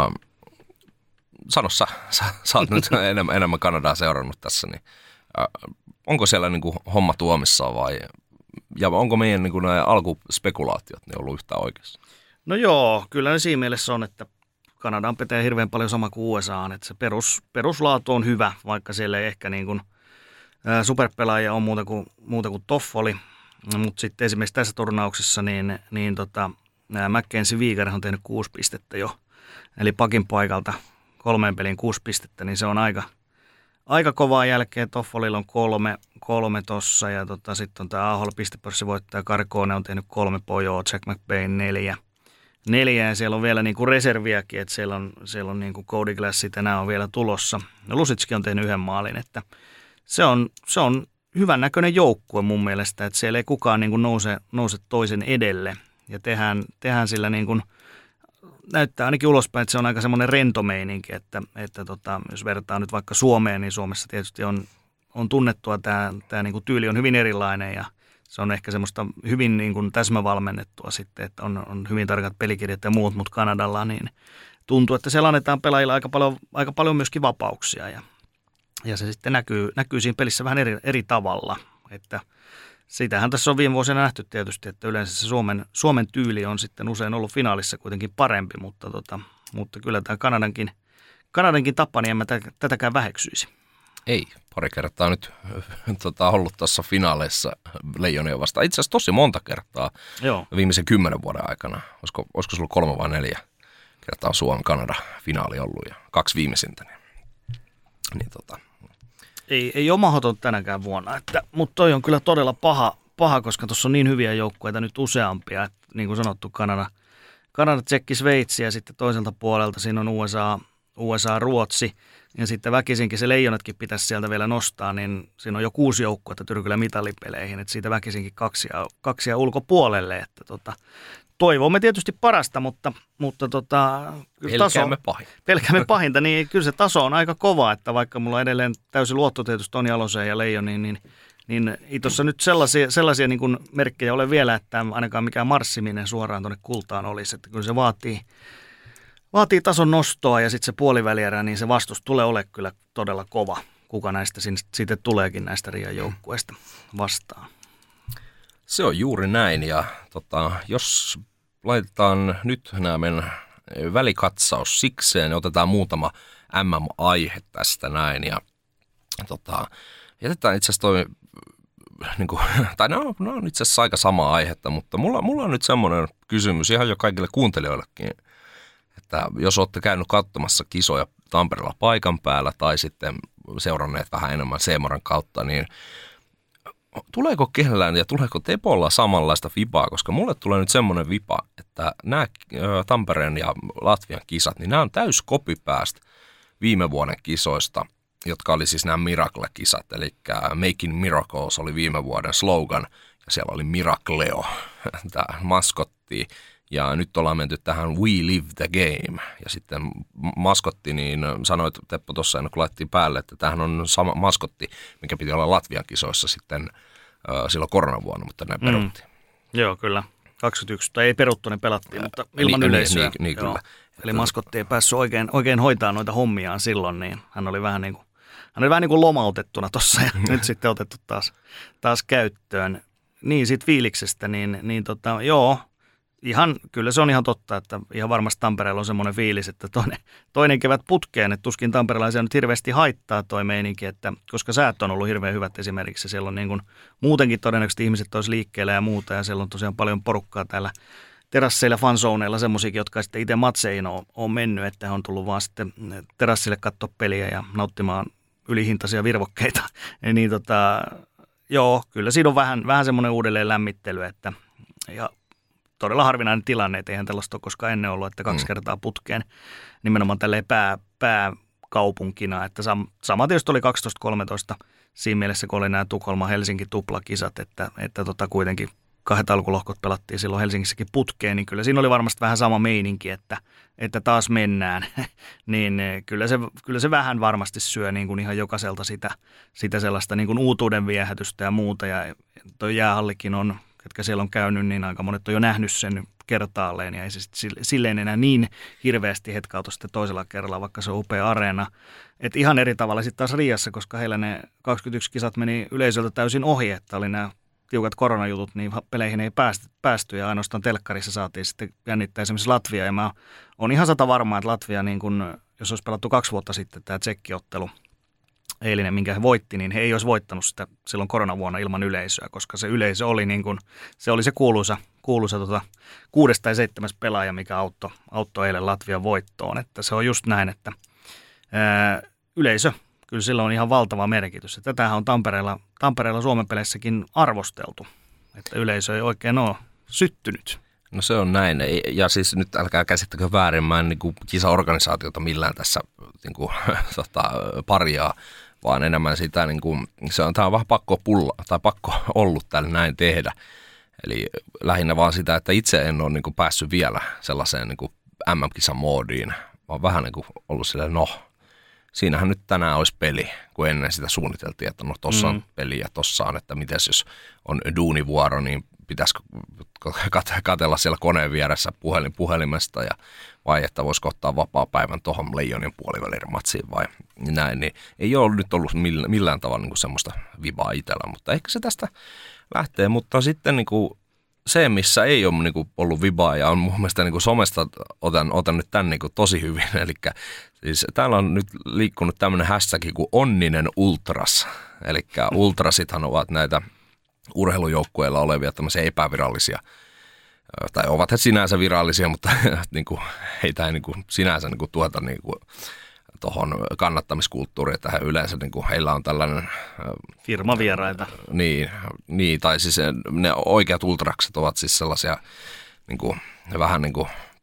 sano sä oot nyt enemmän Kanadaa seurannut tässä, niin onko siellä niin kuin homma tuomissa ja onko meidän niin kuin nämä alkuspekulaatiot niin ollut yhtään oikeassa? No joo, kyllä ne siinä mielessä on, että Kanadaan petee hirveän paljon sama kuin USAan, että se peruslaatu on hyvä, vaikka siellä ei ehkä niin kuin superpelaajia on muuta kuin Toffoli, mutta sitten esimerkiksi tässä turnauksessa niin Mackenzie Weegar on tehnyt 6 pistettä jo, eli pakin paikalta 3 peliin 6 pistettä, niin se on aika kovaa jälkeen. Toffolilla on 3 tossa ja sitten on tämä AHL-pistepörssivoittaja Karkone on tehnyt 3 pojoa, Jack McBain 4 ja siellä on vielä niinku reserviäkin, että siellä on niinku Cody Glassit enää on vielä tulossa. No Lusitskin on tehnyt 1 maalin, että se on hyvän näköinen joukkue mun mielestä, että siellä ei kukaan niinku nouse toisen edelle ja tehdään sillä niinku, näyttää ainakin ulospäin, että se on aika semmoinen rento meininki, että jos vertaa nyt vaikka Suomeen, niin Suomessa tietysti on tunnettua tämä niinku tyyli on hyvin erilainen ja se on ehkä semmoista hyvin niin kuin täsmävalmennettua sitten, että on hyvin tarkat pelikirjat ja muut, mutta Kanadalla niin tuntuu, että siellä annetaan pelaajille aika paljon myöskin vapauksia ja se sitten näkyy siinä pelissä vähän eri tavalla, että sitähän tässä on viime vuosina nähty tietysti, että yleensä se Suomen tyyli on sitten usein ollut finaalissa kuitenkin parempi, mutta kyllä tämä Kanadankin tapa, niin en mä tätäkään väheksyisi. Ei, pari kertaa nyt ollut tuossa finaaleissa Leijonia vastaan. Itse asiassa tosi monta kertaa. Joo. Viimeisen 10 vuoden aikana. Olisiko sulla 3 vai 4 kertaa Suomi-Kanada finaali ollut ja 2 viimeisintä. Ei ole mahdoton tänäkään vuonna, mutta toi on kyllä todella paha, koska tuossa on niin hyviä joukkueita nyt useampia. Että, niin kuin sanottu, Kanada, Tsekki, Sveitsi ja sitten toiselta puolelta siinä on USA, Ruotsi. Ja sitten väkisinkin se Leijonatkin pitäisi sieltä vielä nostaa, niin siinä on jo 6 joukkuetta Tyrkylän mitalipeleihin, että siitä väkisinkin kaksia ulkopuolelle. Että toivomme tietysti parasta, mutta pelkäämme pahinta, niin kyllä se taso on aika kova, että vaikka mulla on edelleen täysin luotto tietysti Toni Jaloseen ja Leijoniin, niin ei tuossa nyt sellaisia niin kuin merkkejä ole vielä, että ainakaan mikään marssiminen suoraan tuonne kultaan olisi, että kyllä se vaatii tason nostoa ja sitten se puolivälierä, niin se vastus tulee ole kyllä todella kova, kuka näistä sitten tuleekin näistä Rian joukkueista vastaan. Se on juuri näin ja jos laitetaan nyt nämä meidän välikatsaus sikseen ja otetaan muutama MM-aihe tästä näin ja jätetään itse asiassa toi, niin kuin, tai ne on itse asiassa aika sama aihetta, mutta mulla on nyt semmoinen kysymys ihan jo kaikille kuuntelijoillekin, että jos olette käynyt katsomassa kisoja Tampereella paikan päällä tai sitten seuranneet vähän enemmän Seemoran kautta, niin tuleeko kellään ja tuleeko Tepolla samanlaista vipaa, koska mulle tulee nyt semmoinen vipa, että nämä Tampereen ja Latvian kisat, niin nämä on täys copy-paste viime vuoden kisoista, jotka oli siis nämä Miracle-kisat, eli Making Miracles oli viime vuoden slogan, ja siellä oli Miracleo, tämä maskotti, ja nyt ollaan menty tähän We Live the Game, ja sitten maskotti, niin sanoit Teppo tuossa, kun laitettiin päälle, että tämähän on sama maskotti, mikä piti olla Latvian kisoissa sitten silloin koronavuonna, mutta ne peruttiin. Joo, kyllä. 21, tai ei peruttu, ne pelattiin, mutta ilman yleisöä. Niin, kyllä. Eli maskotti ei päässyt oikein hoitaa noita hommiaan silloin, niin hän oli vähän niin kuin lomautettuna tuossa ja nyt sitten otettu taas käyttöön. Niin, siitä fiiliksestä, joo, kyllä se on ihan totta, että ihan varmasti Tampereella on semmoinen fiilis, että toinen kevät putkeen, että tuskin tamperelaisia nyt hirveästi haittaa toi meininki, että koska säät on ollut hirveän hyvät esimerkiksi, siellä on niin kuin muutenkin todennäköisesti ihmiset olisi liikkeellä ja muuta, ja siellä on tosiaan paljon porukkaa täällä terasseilla, fanzoneilla, semmoisiakin, jotka sitten itse matseihin on mennyt, että on tullut vaan sitten terassille katsoa peliä ja nauttimaan ylihintaisia virvokkeita. Niin joo, kyllä siinä on vähän semmoinen uudelleen lämmittely, että ja todella harvinainen tilanne, että eihän tällaista ole koskaan ennen ollut, että 2 kertaa putkeen nimenomaan tälleen pääkaupunkina, että sama tietysti oli 12-13 siinä mielessä, kun oli nämä Tukholma-Helsinki tuplakisat, että kuitenkin 2 alkulohkot pelattiin silloin Helsingissäkin putkeen, niin kyllä siinä oli varmasti vähän sama meininki, että taas mennään, niin kyllä se vähän varmasti syö niin kuin ihan jokaiselta sitä sellaista niin kuin uutuuden viehätystä ja muuta, ja tuo jäähallikin on, ketkä siellä on käynyt, niin aika monet on jo nähnyt sen kertaalleen, ja ei se silleen enää niin hirveästi hetkautu sitten toisella kerralla, vaikka se on upea areena. Et ihan eri tavalla sitten taas Riassa, koska heillä ne 21 kisat meni yleisöltä täysin ohi, että oli nämä tiukat koronajutut, niin peleihin ei päästy, ja ainoastaan telkkarissa saatiin sitten jännittää esimerkiksi Latvia, ja mä oon ihan 100% varma, että Latvia, niin kun, jos olisi pelattu 2 vuotta sitten tämä Tsekkiottelu, eilinen, minkä he voitti, niin he ei olisi voittanut sitä silloin koronavuonna ilman yleisöä, koska se yleisö oli niin kuin, se oli se kuuluisa 6. tai 7. pelaaja, mikä auttoi eilen Latvian voittoon. Että se on just näin, että yleisö, kyllä sillä on ihan valtava merkitys. Tätähän on Tampereella Suomen peleissäkin arvosteltu, että yleisö ei oikein ole syttynyt. No se on näin, ja siis nyt älkää käsittäkö väärin, mä en niin kuin kisaorganisaatiota millään tässä niin kuin, parjaa, vaan enemmän sitä, niin kuin, tämä on vähän pakko ollut tälle näin tehdä. Eli lähinnä vaan sitä, että itse en ole niin kuin päässyt vielä sellaiseen niin kuin MM-kisamoodiin, vaan vähän niin kuin ollut silleen, siinähän nyt tänään olisi peli, kun ennen sitä suunniteltiin, että tossa on peli ja tossa on, että mites jos on duunivuoro, niin pitäisikö katsella siellä koneen vieressä puhelimesta vai että voisiko ottaa vapaa-päivän tuohon Leijonien puolivälierä-matsiin vai näin, niin ei ole nyt ollut millään tavalla niin kuin semmoista vibaa itsellä, mutta ehkä se tästä lähtee, mutta sitten niin kuin se, missä ei ole niin kuin ollut vibaa ja on mun mielestä niin kuin somesta otan nyt tämän niin kuin tosi hyvin, eli siis täällä on nyt liikkunut tämmöinen hashtag kuin onninen ultras, eli ultrasithan ovat näitä urheilujoukkueilla olevia tämmöisiä epävirallisia, tai ovat he sinänsä virallisia, mutta niin kuin, heitä ei niin kuin, sinänsä niin kuin, tuota niin kuin, tuohon kannattamiskulttuuriin, että he yleensä niin kuin, heillä on tällainen firmavieraita. Niin, tai siis ne oikeat ultrakset ovat siis sellaisia niin kuin, vähän niin kuin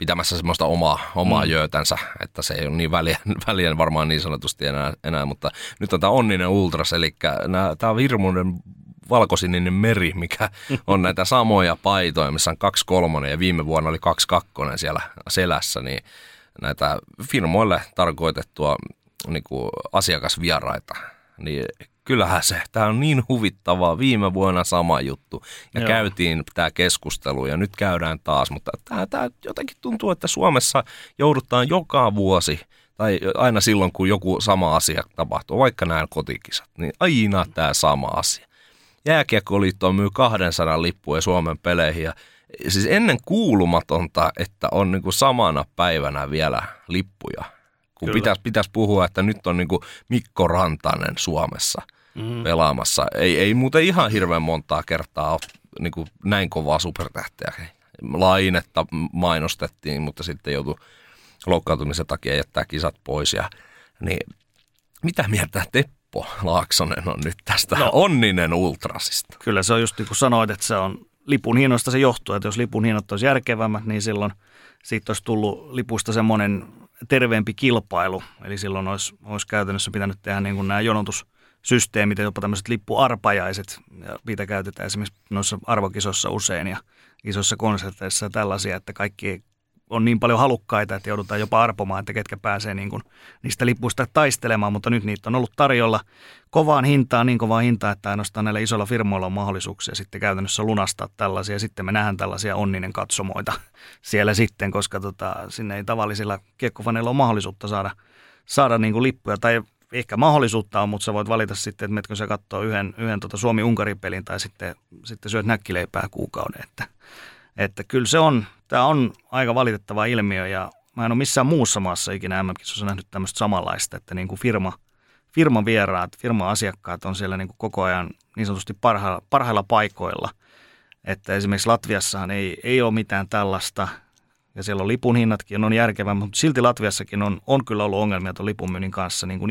pitämässä semmoista omaa jöötänsä, että se ei ole niin väliä varmaan niin sanotusti enää, mutta nyt on tämä Onninen Ultras, eli tämä hirmuinen valkosininen meri, mikä on näitä samoja paitoja, missä on 2-3 ja viime vuonna oli 2-2 siellä selässä, niin näitä firmoille tarkoitettua niin kuin asiakasvieraita, niin kyllähän tämä on niin huvittavaa. Viime vuonna sama juttu ja käytiin tämä keskustelu ja nyt käydään taas, mutta tämä jotenkin tuntuu, että Suomessa joudutaan joka vuosi tai aina silloin, kun joku sama asia tapahtuu, vaikka nämä kotikisat, niin aina tämä sama asia. Jääkiekkoliitto myy 200 lippua Suomen peleihin ja siis ennen kuulumatonta, että on niin kuin samana päivänä vielä lippuja. Kun pitäisi puhua, että nyt on niin kuin Mikko Rantanen Suomessa pelaamassa. Ei muuten ihan hirveän montaa kertaa ole niin kuin näin kovaa supertähteä. Lainetta mainostettiin, mutta sitten joutui loukkaantumisen takia jättää kisat pois. Niin, mitä mieltä Teppo Laaksonen on nyt tästä Onninen Ultrasista? Kyllä se on just niin kuin sanoit, että se on lipun hinnoista se johtuu, että jos lipun hinnat olisi järkevämmät, niin silloin siitä olisi tullut lipuista semmoinen terveempi kilpailu. Eli silloin olisi käytännössä pitänyt tehdä niin kuin nämä jonotussysteemit ja jopa tämmöiset lippuarpajaiset. Ja mitä käytetään esimerkiksi noissa arvokisoissa usein ja isoissa konserteissa ja tällaisia, että kaikki on niin paljon halukkaita, että joudutaan jopa arpomaan, että ketkä pääsee niin kuin niistä lipuista taistelemaan, mutta nyt niitä on ollut tarjolla kovaan hintaan, niin kovaa hintaa, että ainoastaan näillä isoilla firmoilla on mahdollisuuksia sitten käytännössä lunastaa tällaisia. Sitten me nähdään tällaisia Onninen katsomoita siellä sitten, koska sinne ei tavallisilla kiekkofaneilla ole mahdollisuutta saada niin kuin lippuja, tai ehkä mahdollisuutta on, mutta sä voit valita sitten, että metkö sä katsoo yhden Suomi-Unkari-pelin tai sitten syöt näkkileipää kuukauden, että kyllä tämä on aika valitettava ilmiö ja mä en ole missään muussa maassa ikinä MM-kisossa nähnyt tämmöistä samanlaista, että niin kuin firman vieraat, firman asiakkaat on siellä niin kuin koko ajan niin sanotusti parhailla paikoilla. Että esimerkiksi Latviassahan ei ole mitään tällaista ja siellä on lipun hinnatkin, on järkevää, mutta silti Latviassakin on kyllä ollut ongelmia tuon lipunmyynnin kanssa niin kuin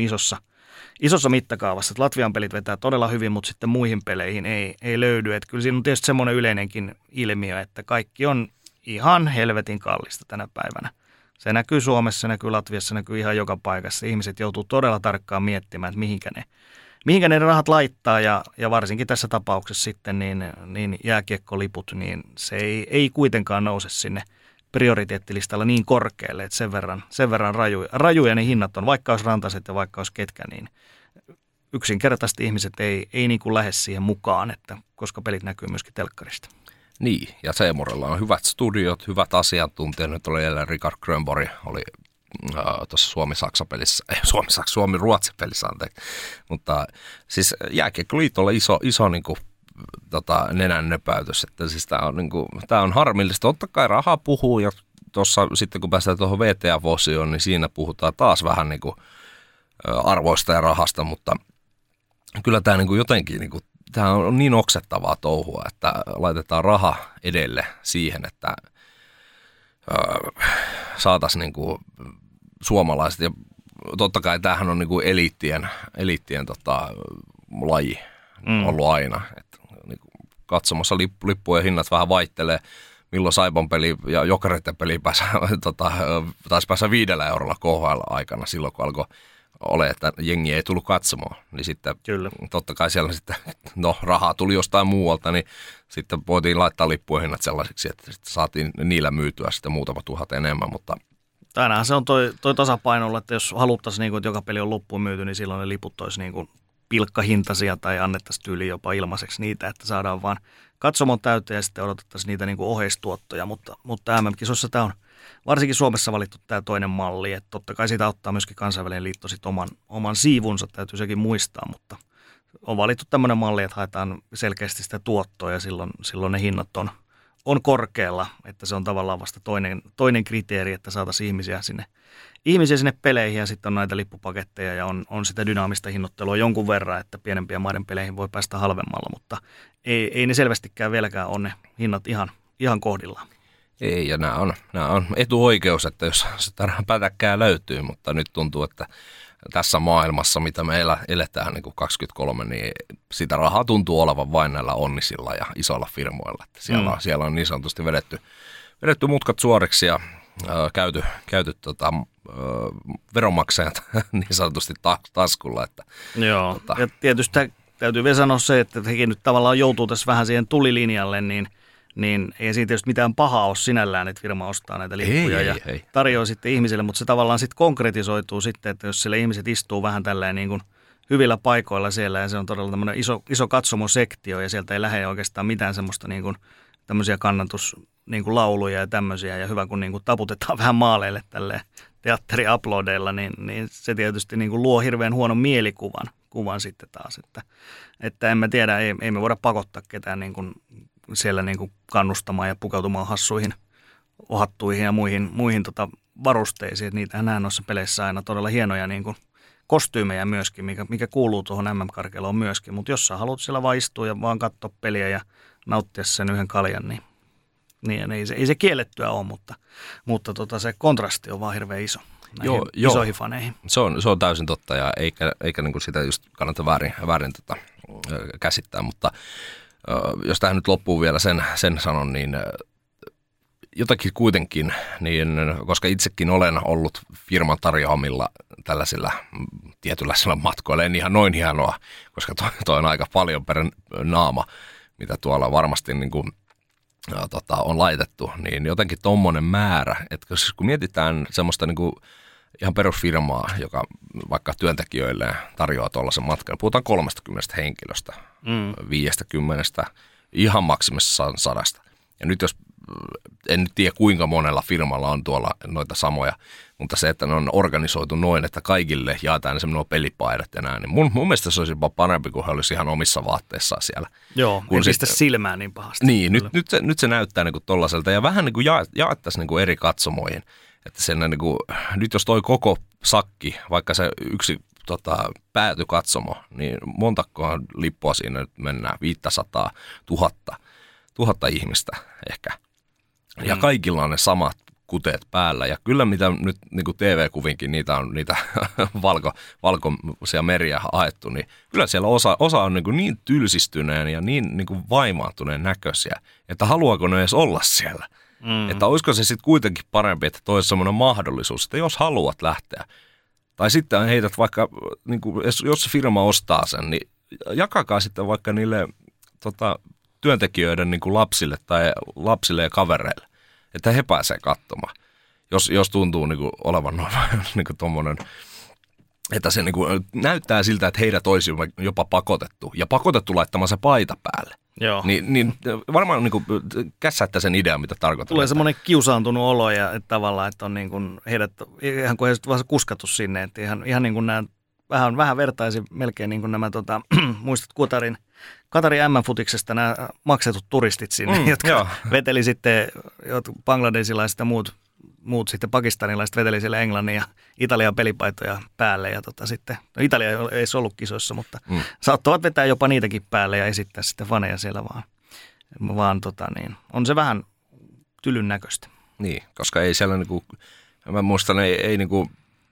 isossa mittakaavassa. Että Latvian pelit vetää todella hyvin, mutta sitten muihin peleihin ei löydy. Että kyllä siinä on tietysti semmoinen yleinenkin ilmiö, että kaikki on ihan helvetin kallista tänä päivänä. Se näkyy Suomessa, se näkyy Latviassa, se näkyy ihan joka paikassa. Ihmiset joutuu todella tarkkaan miettimään, että mihinkä ne rahat laittaa ja varsinkin tässä tapauksessa sitten niin jääkiekkoliput, niin se ei kuitenkaan nouse sinne prioriteettilistalla niin korkealle, että sen verran rajuja ne hinnat on, vaikka olisi Rantaset ja vaikka olisi ketkä, niin yksinkertaisesti ihmiset ei niin kuin lähde siihen mukaan, että koska pelit näkyy myöskin telkkarista. Niin, ja Seemorella on hyvät studiot, hyvät asiantuntijat. Nyt oli jälleen Richard Grönborg, oli tuossa Suomi-Saksa-pelissä, ei Suomi-Ruotsi-pelissä, anteeksi. Mutta siis Jääkiekkoliitolla iso niin kuin, nenän nöpäytys, että siis tämä on harmillista. Totta kai raha puhuu, ja tuossa sitten kun päästään tuohon VTF-osioon, niin siinä puhutaan taas vähän niin kuin arvoista ja rahasta, mutta kyllä tämä niin kuin jotenkin niin kuin, tämä on niin oksettavaa touhua, että laitetaan raha edelle siihen, että saataisiin niin kuin suomalaiset, ja totta kai tämähän on niin kuin eliittien laji ollut aina, että niin kuin katsomassa lippujen hinnat vähän vaihtelee, milloin Saipan peli ja Jokereiden peli taisi päästä 5 eurolla KHL-aikana silloin, kun alkoi ole, että jengi ei tullut katsomaan, niin sitten totta kai siellä sitten, rahaa tuli jostain muualta, niin sitten voitiin laittaa lippujen hinnat sellaisiksi, että sitten saatiin niillä myytyä sitten muutama tuhat enemmän, mutta ainahan se on toi tasapainolla, että jos haluttaisiin, niin kuin, että joka peli on loppuun myyty, niin silloin ne liput olisi niin kuin pilkkahintaisia tai annettaisiin tyyliin jopa ilmaiseksi niitä, että saadaan vaan katsomon täyteen ja sitten odotettaisiin niitä niin kuin oheistuottoja, mutta MM-kisossa tämä on varsinkin Suomessa valittu tämä toinen malli, että totta kai siitä ottaa myöskin kansainvälinen liitto sitten oman siivunsa, täytyy sekin muistaa, mutta on valittu tämmöinen malli, että haetaan selkeästi sitä tuottoa ja silloin ne hinnat on korkealla, että se on tavallaan vasta toinen kriteeri, että saataisiin ihmisiä sinne peleihin ja sitten on näitä lippupaketteja ja on sitä dynaamista hinnoittelua jonkun verran, että pienempien maiden peleihin voi päästä halvemmalla, mutta ei ne selvästikään vieläkään ole ne hinnat ihan kohdillaan. Ei, ja nämä on etuoikeus, että jos sitä pätäkkää löytyy, mutta nyt tuntuu, että tässä maailmassa, mitä me eletään niin kuin 23, niin sitä rahaa tuntuu olevan vain näillä onnisilla ja isoilla firmoilla. Että siellä on niin sanotusti vedetty mutkat suoriksi ja käyty veronmaksajat niin sanotusti taskulla. Että, joo, ja tietysti täytyy vielä sanoa se, että hekin nyt tavallaan joutuu tässä vähän siihen tulilinjalle, niin ei siinä tietysti mitään pahaa ole sinällään, että firma ostaa näitä lippuja ei. Tarjoaa sitten ihmisille, mutta se tavallaan sitten konkretisoituu sitten, että jos siellä ihmiset istuu vähän tälleen niin kuin hyvillä paikoilla siellä ja se on todella tämmöinen iso katsomosektio ja sieltä ei lähde oikeastaan mitään semmoista niin kuin tämmöisiä niin kuin lauluja ja tämmöisiä ja hyvä kun niin kuin taputetaan vähän maaleille tälleen teatteriaplodeilla, niin se tietysti niin kuin luo hirveän huonon mielikuvan sitten taas, että en mä tiedä, ei me voida pakottaa ketään niin kuin siellä niin kuin kannustamaan ja pukeutumaan hassuihin, ohattuihin ja muihin varusteisiin, että niitähän nämä noissa peleissä aina todella hienoja niin kuin kostyymejä myöskin, mikä kuuluu tuohon MM-karkeloon myöskin, mutta jos sä haluat siellä vaan istua ja vaan katsoa peliä ja nauttia sen yhden kaljan, niin ei se kiellettyä ole, mutta se kontrasti on vaan hirveän iso näihin isoihin faneihin. Se on täysin totta ja eikä niin kuin sitä just kannata väärin käsittää, mutta jos tähän nyt loppuu vielä sen sanon, niin jotakin kuitenkin, niin koska itsekin olen ollut firman tarjoamilla tällaisilla tietynlaisilla matkoilla, en ihan noin hienoa, koska toi on aika paljon per naama, mitä tuolla varmasti niin kuin, on laitettu, niin jotenkin tommonen määrä, että kun mietitään semmoista niin kuin ihan perusfirmaa, joka vaikka työntekijöille tarjoaa tuollaisen matkan, puhutaan 30 henkilöstä, 50, ihan maksimissaan 100. Ja nyt jos, en nyt tiedä kuinka monella firmalla on tuolla noita samoja, mutta se, että ne on organisoitu noin, että kaikille jaetaan semmoinen pelipaidat ja näin, niin mun mielestä se olisi jopa parempi, kun he olisi ihan omissa vaatteissaan siellä. Joo, ei pistä silmään niin pahasti. Niin, nyt se näyttää niin kuin tollaiselta ja vähän niin kuin jaettaisiin niin kuin eri katsomoihin. Että sen niin kuin, nyt jos toi koko sakki, vaikka se yksi päätykatsomo, niin montakohan lippua siinä nyt mennään, 500, 1000 ihmista ehkä. Ja kaikilla on ne samat kuteet päällä. Ja kyllä mitä nyt niin kuin TV-kuvinkin, niitä on niitä valkoisia meriä haettu, niin kyllä siellä osa on niin tylsistyneen ja niin kuin vaimaantuneen näköisiä, että haluaako ne edes olla siellä. Että olisiko se sitten kuitenkin parempi, että toi olisi semmoinen mahdollisuus, että jos haluat lähteä, tai sitten heität vaikka, niin kuin, jos se firma ostaa sen, niin jakakaa sitten vaikka niille työntekijöiden niin kuin lapsille ja kavereille, että he pääsee katsomaan, jos tuntuu niin kuin olevan niin kuin tommoinen, että se niin kuin näyttää siltä, että heidät olisi jopa pakotettu laittamaan se paita päälle. Joo. Niin varmaan niin kuin kässäyttää sen idean, mitä tarkoittaa. Tulee semmoinen kiusaantunut olo ja että tavallaan, että on niin kuin heidät, ihan kuin heidät vaan kuskattu sinne, että ihan niin kuin nämä, vähän vertaisin melkein niin kuin nämä, muistat Katarin M-futiksesta nämä maksetut turistit sinne, jotka veteli sitten bangladesilaiset ja muut sitten pakistanilaiset veteli siellä Englannin ja Italian pelipaitoja päälle ja sitten, no Italia ei ollut kisoissa, mutta saattavat vetää jopa niitäkin päälle ja esittää sitten faneja siellä vaan niin, on se vähän tylyn näköistä. Niin, koska ei siellä niinku, mä muistan, ei niinku,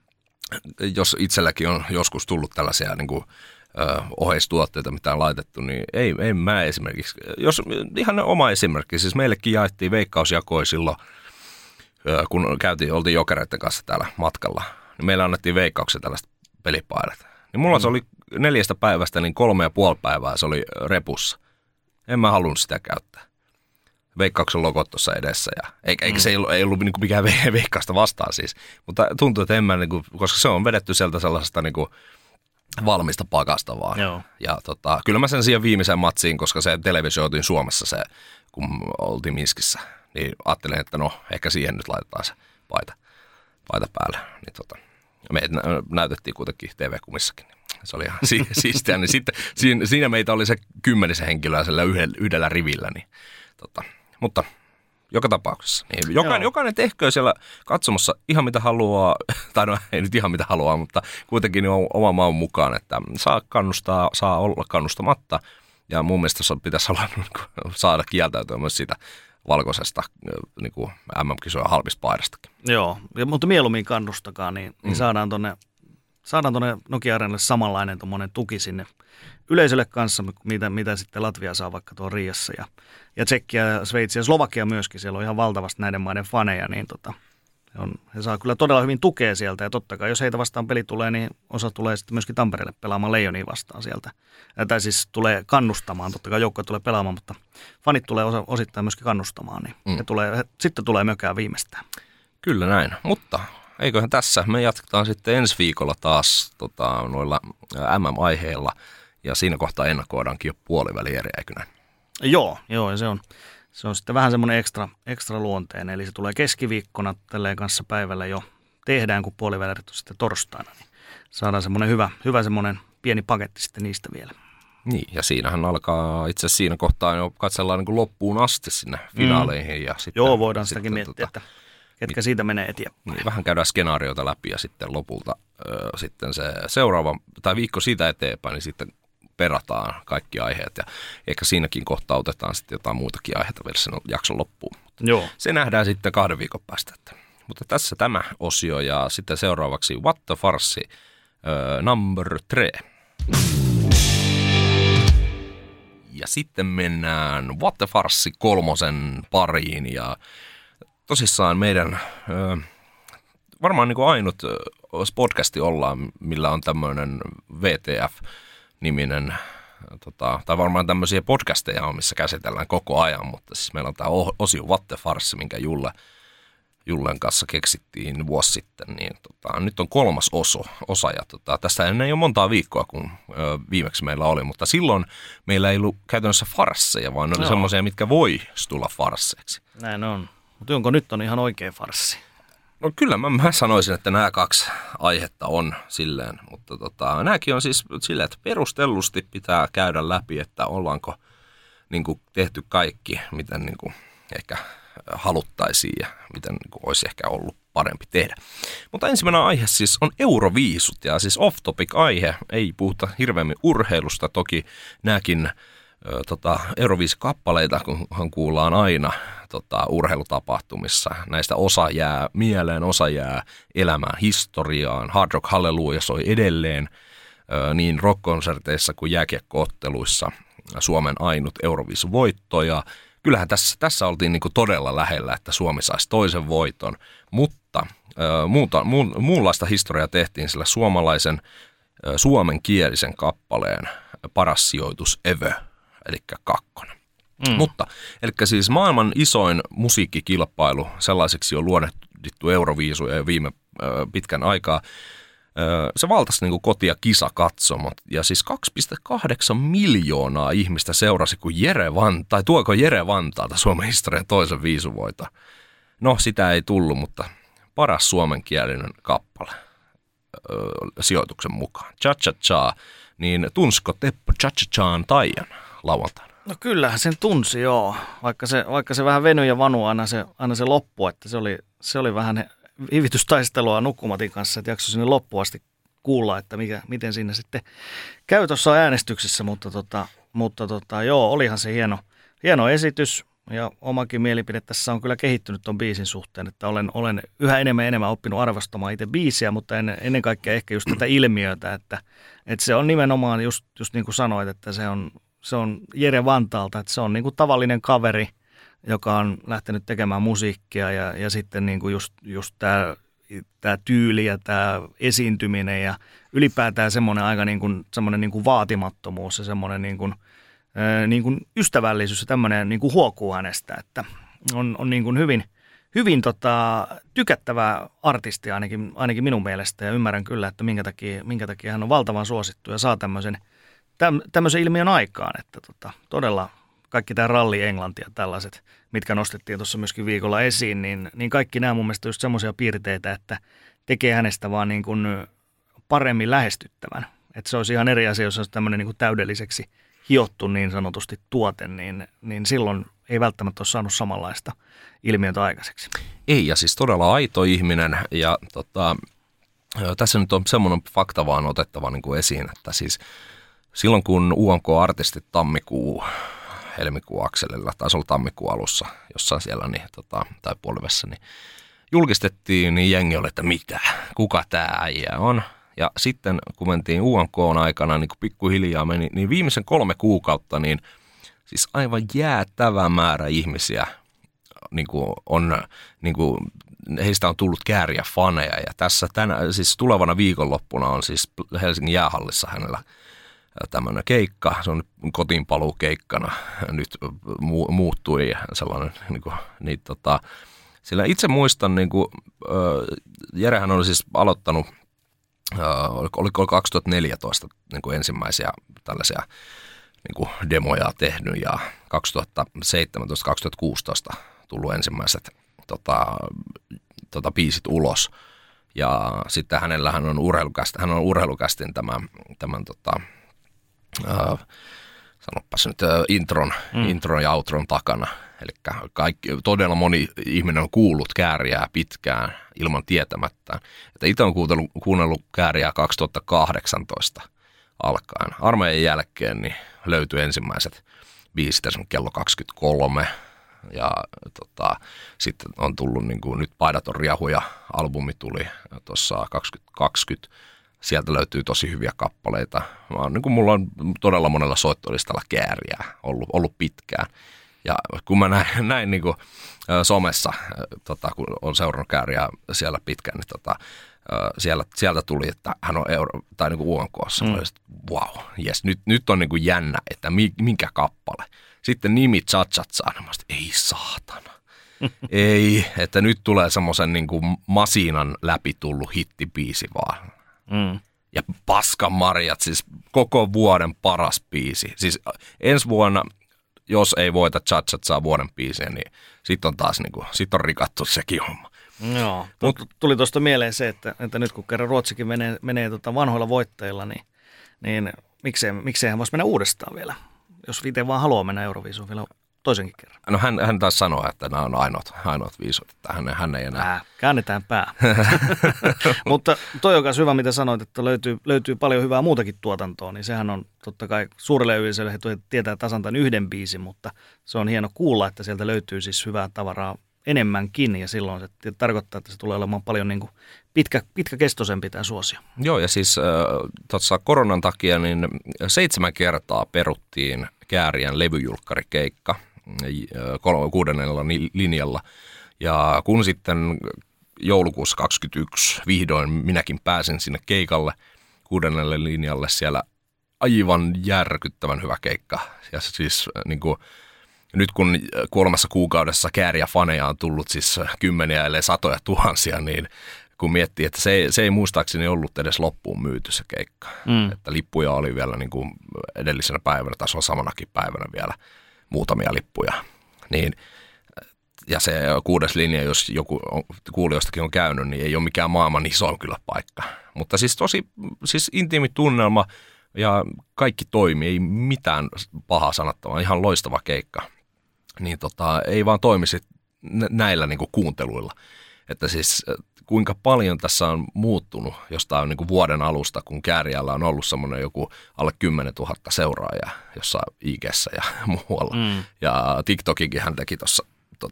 jos itselläkin on joskus tullut tällaisia niinku oheistuotteita, mitä on laitettu, niin ei mä esimerkiksi, jos ihan oma esimerkki, siis meillekin jaettiin Veikkausjakoi silloin, kun oltiin Jokereiden kanssa täällä matkalla, niin meillä annettiin Veikkauksen tällaiset pelipaidat. Niin mulla se oli 4 päivästä, niin 3,5 päivää se oli repussa. En mä halunnut sitä käyttää. Veikkauksen logot tuossa edessä. Eikä se ei ollut niin kuin mikään Veikkausta vastaan siis. Mutta tuntuu, että en mä, niin kuin, koska se on vedetty sieltä sellaisesta niin kuin valmista pakasta vaan. Joo. Ja kyllä mä sen siihen viimeiseen matsiin, koska se televisioitiin Suomessa se, kun oltiin Minskissä. Niin ajattelin, että no, ehkä siihen nyt laitetaan se paita päälle. Niin me näytettiin kuitenkin TV-kumissakin. Se oli ihan siistiä. Niin sitten siinä meitä oli se 10 henkilöä sillä yhdellä rivillä. Niin, mutta joka tapauksessa. Niin jokainen tehköön siellä katsomassa ihan mitä haluaa, tai no ei nyt ihan mitä haluaa, mutta kuitenkin on oma maun mukaan, että saa kannustaa, saa olla kannustamatta. Ja mun mielestä pitäisi olla, saada kieltäytyä myös siitä valkoisesta niin kuin MM-kisojen halvista paidastakin. Joo, mutta mieluummin kannustakaa, niin saadaan tuonne Nokia-areenalle samanlainen tuki sinne yleisölle kanssa, mitä sitten Latvia saa vaikka tuon Riassa ja Tsekkiä, Sveitsi ja Slovakia myöskin. Siellä on ihan valtavasti näiden maiden faneja, niin He saa kyllä todella hyvin tukea sieltä ja totta kai jos heitä vastaan peli tulee, niin osa tulee sitten myöskin Tampereelle pelaamaan Leijonia vastaan sieltä. Tai siis tulee kannustamaan, totta kai joukkoja tulee pelaamaan, mutta fanit tulee osittain myöskin kannustamaan, niin sitten tulee mökää viimeistään. Kyllä näin, mutta eiköhän tässä. Me jatketaan sitten ensi viikolla taas noilla MM-aiheilla ja siinä kohtaa ennakoidaankin jo puolivälieriä, eikö näin? Joo, ja se on sitten vähän semmoinen ekstra luonteinen, eli se tulee keskiviikkona tälleen kanssa päivällä jo tehdään, kun puolivälierit on sitten torstaina, niin saadaan semmoinen hyvä semmoinen pieni paketti sitten niistä vielä. Niin, ja siinähän alkaa itse asiassa siinä kohtaa jo katsellaan niin kuin loppuun asti sinne finaaleihin. Ja sitten, joo, voidaan sitäkin miettiä, että ketkä siitä menee eteenpäin. Niin, vähän käydään skenaarioita läpi ja sitten lopulta sitten se seuraava, tai viikko siitä eteenpäin, niin sitten perataan kaikki aiheet ja ehkä siinäkin kohtaa otetaan sitten jotain muutakin aiheita vielä sen jakson loppuun. Joo. Se nähdään sitten 2 viikon päästä. Mutta tässä tämä osio ja sitten seuraavaksi What the Farsi number 3. Ja sitten mennään What the Farsi 3 pariin ja tosissaan meidän varmaan niin kuin ainut podcasti ollaan, millä on tämmöinen VTF-niminen, tai varmaan tämmöisiä podcasteja on, missä käsitellään koko ajan, mutta siis meillä on tämä osio What the Farsi, minkä Jullen kanssa keksittiin vuosi sitten, niin nyt on 3. osa ja tästä ei ole montaa viikkoa, kun viimeksi meillä oli, mutta silloin meillä ei ollut käytännössä farsseja, vaan ne oli semmoisia, mitkä voi tulla farsseiksi. Näin on, mutta onko nyt on ihan oikea farssi? No kyllä mä sanoisin, että nämä 2 aihetta on silleen, mutta nämäkin on siis silleen, että perustellusti pitää käydä läpi, että ollaanko niin kuin tehty kaikki, miten niin kuin ehkä haluttaisiin ja miten niin kuin olisi ehkä ollut parempi tehdä. Mutta ensimmäinen aihe siis on Euroviisut ja siis off-topic aihe, ei puhuta hirveämmin urheilusta, toki nämäkin Euroviisikappaleita, kunhan kuullaan aina urheilutapahtumissa. Näistä osa jää mieleen, osa jää elämään historiaan. Hard Rock Hallelujah soi edelleen niin rock-konserteissa kuin jääkiekko-otteluissa Suomen ainut Euroviisuvoitto. Ja kyllähän tässä oltiin niin kuin todella lähellä, että Suomi saisi toisen voiton, mutta muunlaista historiaa tehtiin sillä suomenkielisen kappaleen paras sijoitus ever, eli 2. Mutta, eli siis maailman isoin musiikkikilpailu, sellaiseksi on luonnehdittu Euroviisuja jo viime pitkän aikaa. Se valtasi niin kuin koti- ja kisakatsomot, ja siis 2,8 miljoonaa ihmistä seurasi, kun tuoko Jere Vantaalta Suomen historian toisen viisuvoita. No, sitä ei tullut, mutta paras suomenkielinen kappale sijoituksen mukaan. Cha-cha-cha, niin tunsko Teppo cha-cha-chaan Taian lauantaina? No kyllähän sen tunsi, joo. Vaikka se vähän venyi ja vanui aina se loppu, että se oli vähän hivitystaistelua Nukkumatin kanssa, että jaksoi sinne loppuun asti kuulla, että miten siinä sitten käy tuossa äänestyksessä, mutta joo, olihan se hieno esitys ja omakin mielipide tässä on kyllä kehittynyt ton biisin suhteen, että olen yhä enemmän oppinut arvostamaan itse biisiä, mutta ennen kaikkea ehkä just tätä ilmiötä, että se on nimenomaan just niin kuin sanoit, että se on Jere Vantaalta, että se on niin kuin tavallinen kaveri, joka on lähtenyt tekemään musiikkia ja sitten niin kuin just tämä tyyli ja tämä esiintyminen ja ylipäätään semmoinen aika niin kuin vaatimattomuus ja semmoinen niin kuin ystävällisyys ja tämmöinen niin kuin huokuu hänestä, että on niin kuin hyvin tykättävä artisti ainakin minun mielestä ja ymmärrän kyllä, että minkä takia hän on valtavan suosittu ja saa tämmöisen ilmiön aikaan, että todella kaikki tämä ralli Englanti ja tällaiset, mitkä nostettiin tuossa myöskin viikolla esiin, niin kaikki nämä mun mielestä just semmoisia piirteitä, että tekee hänestä vaan niin kuin paremmin lähestyttävän. Että se olisi ihan eri asia, jos olisi tämmöinen niin kuin täydelliseksi hiottu niin sanotusti tuote, niin silloin ei välttämättä ole saanut samanlaista ilmiötä aikaiseksi. Ei, ja siis todella aito ihminen, ja tässä nyt on semmoinen fakta vaan otettava niin kuin esiin, että siis silloin kun UMK-artistit helmikuun akselilla, taisi olla tammikuun alussa jossain siellä niin, tai polvessa, niin julkistettiin, niin jengi oli, että kuka tämä äijä on. Ja sitten kun mentiin UMK:n aikana, niin kun pikkuhiljaa meni, niin viimeisen 3 kuukautta, niin siis aivan jäätävä määrä ihmisiä niin kuin on niin kuin heistä on tullut Kääriä faneja ja tässä siis tulevana viikonloppuna on siis Helsingin jäähallissa hänellä tämmöinen keikka, se on kotiinpaluukeikkana nyt muuttui sellainen, sillä itse muistan, Jerehän on siis aloittanut, oliko 2014 ensimmäisiä tällaisia demoja tehnyt ja 2017-2016 tullut ensimmäiset biisit ulos. Ja sitten hän on urheilukästin tämän sanopas nyt intron ja outron takana. Eli todella moni ihminen on kuullut Kääriää pitkään ilman tietämättään. Että itse on kuunnellut Kääriää 2018 alkaen. Armeijan jälkeen niin löytyi ensimmäiset biisit kello 23. Ja sitten on tullut nyt Paidaton riehuja, albumi tuli tuossa 2020. Sieltä löytyy tosi hyviä kappaleita. Mulla on todella monella soittolistalla Kääriää ollut pitkään. Ja kun mä näin somessa, kun on seurannut Kääriää siellä pitkään, niin sieltä tuli, että hän on UMK:ssa. Wow, yes, nyt on jännä, että minkä kappale. Sitten nimi Cha-Cha-Cha, ei saatana. Ei, että nyt tulee semmoisen masiinan läpi tullut hittibiisi vaan. Ja Paskan Marjat, siis koko vuoden paras biisi. Siis ensi vuonna, jos ei voita Cha-Cha-Cha vuoden biisiä, niin sitten on taas sit on rikattu sekin homma. Joo, tuli tuosta mieleen se, että nyt kun kerran Ruotsikin menee vanhoilla voittajilla, niin miksei hän voisi mennä uudestaan vielä, jos itse vaan haluaa mennä Euroviisuun vielä toisenkin kerran. No hän taas sanoo, että nämä on ainoat viisut, että hän ei enää. Käännetään pää. Mutta toi on myös hyvä, mitä sanoit, että löytyy paljon hyvää muutakin tuotantoa, niin sehän on totta kai suurelle yleisölle, he tietää tasan tämän yhden biisin, mutta se on hieno kuulla, että sieltä löytyy siis hyvää tavaraa enemmänkin, ja silloin se tarkoittaa, että se tulee olemaan paljon pitkäkestoisempi tämä suosio. Joo, ja siis tuossa koronan takia niin 7 kertaa peruttiin Käärien levyjulkkarikeikka 6. linjalla, ja kun sitten joulukuussa 2021 vihdoin minäkin pääsin sinne keikalle 6. linjalle, siellä aivan järkyttävän hyvä keikka, ja siis nyt kun 3 kuukaudessa Kääriä faneja on tullut siis kymmeniä ellei satoja tuhansia, niin kun miettii, että se ei muistaakseni ollut edes loppuun myyty se keikka. Että lippuja oli vielä edellisenä päivänä, tai samanakin päivänä vielä muutamia lippuja. Niin, ja se 6. linja, jos joku kuulijoistakin on käynyt, niin ei ole mikään maailman isoin kyllä paikka. Mutta siis siis intiimi tunnelma ja kaikki toimi, ei mitään pahaa sanottavaa, ihan loistava keikka. Niin ei vaan toimisi näillä kuunteluilla. Että siis kuinka paljon tässä on muuttunut jostain vuoden alusta, kun Kääriällä on ollut semmoinen joku alle 10 000 seuraajaa jossain IG:ssä ja muualla. Ja TikTokikin hän teki tuossa,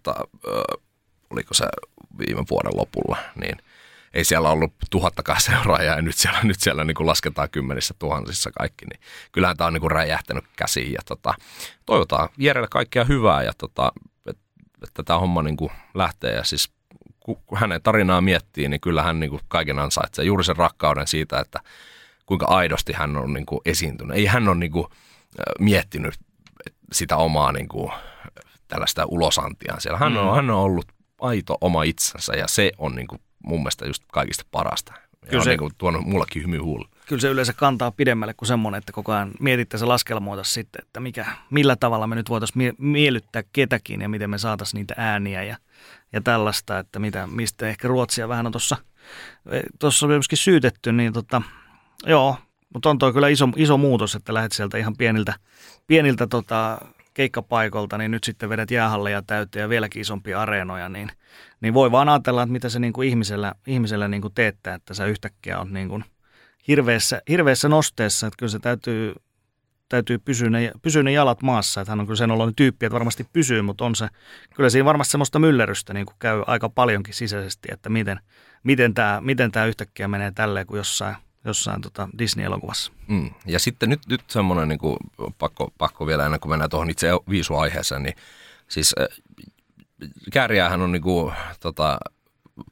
oliko se viime vuoden lopulla, niin ei siellä ollut 1000 seuraajaa ja nyt siellä lasketaan 10 000 kaikki. Niin kyllähän tämä on räjähtänyt käsiin ja toivotaan Jerelle kaikkea hyvää ja että tämä homma lähtee ja siis kun hänen tarinaa miettii, niin kyllä hän kaiken ansaitsee. Juuri sen rakkauden siitä, että kuinka aidosti hän on esiintynyt. Ei hän ole miettinyt sitä omaa tällaista ulosantiaan siellä. Hän on ollut aito oma itsensä ja se on mun mielestä just kaikista parasta. Ja kyllä on se, tuonut mullakin hymy huulle. Kyllä se yleensä kantaa pidemmälle kuin semmoinen, että koko ajan mietittäisiin laskelmoita sitten, että millä tavalla me nyt voitaisiin miellyttää ketäkin ja miten me saataisiin niitä ääniä ja tällaista, että mistä ehkä Ruotsia vähän on tuossa myöskin syytetty, niin joo, mutta on toi kyllä iso muutos, että lähdet sieltä ihan pieniltä keikkapaikolta, niin nyt sitten vedät jäähalleja täyteen ja vieläkin isompia areenoja, niin voi vaan ajatella, että mitä se ihmisellä teettää, että sä yhtäkkiä on hirveässä nosteessa, että kyllä se täytyy pysyä ne jalat maassa, että hän on kyllä sen oloinen tyyppi, että varmasti pysyy, mutta on se, kyllä siinä varmasti semmoista myllerrystä käy aika paljonkin sisäisesti, että miten tämä yhtäkkiä menee tälleen kuin jossain Disney-elokuvassa. Ja sitten nyt semmoinen pakko vielä ennen kuin mennään tuohon itse viisuaiheeseen, niin siis Kääriähän on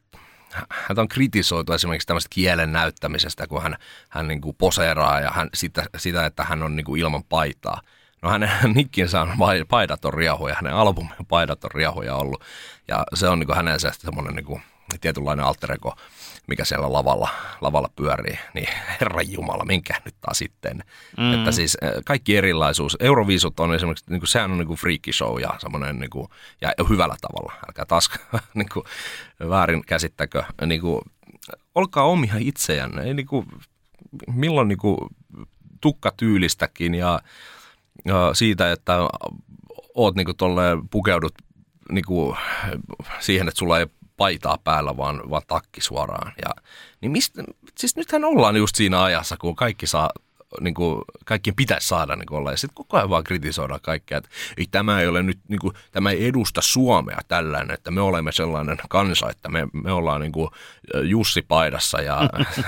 häntä on kritisoitu esimerkiksi tämmöistä kielen näyttämisestä, kun hän niin kuin poseeraa ja sitä, että hän on niin kuin ilman paitaa. No hänen nikkinsä on paidaton riehuja, hänen albumin paidaton riehuja ollut. Ja se on niin kuin hänen semmoinen niin kuin tietynlainen alter ego, mikä siellä lavalla pyörii. Niin herranjumala, minkä nyt taas sitten. Että siis kaikki erilaisuus. Euroviisut on esimerkiksi, niin kuin, sehän on niin kuin freaky show ja semmoinen niin kuin, ja hyvällä tavalla. Älkää taas niin kuin, väärin käsittäkö. Niin kuin, olkaa omia itseänne. Ei, niin kuin, milloin niin kuin, tukkatyylistäkin ja siitä, että oot niin kuin, tolleen pukeudut niin kuin, siihen, että sulla ei paitaa päällä, vaan takki suoraan. Niin siis nythän ollaan just siinä ajassa, kun kaikki saa, niin kuin, kaikkien pitäisi saada niin kuin olla. Ja sitten koko ajan vaan kritisoidaan kaikkea, että tämä ei ole nyt, niin kuin, tämä ei edusta Suomea tällainen, että me olemme sellainen kansa, että me ollaan niin kuin Jussi paidassa ja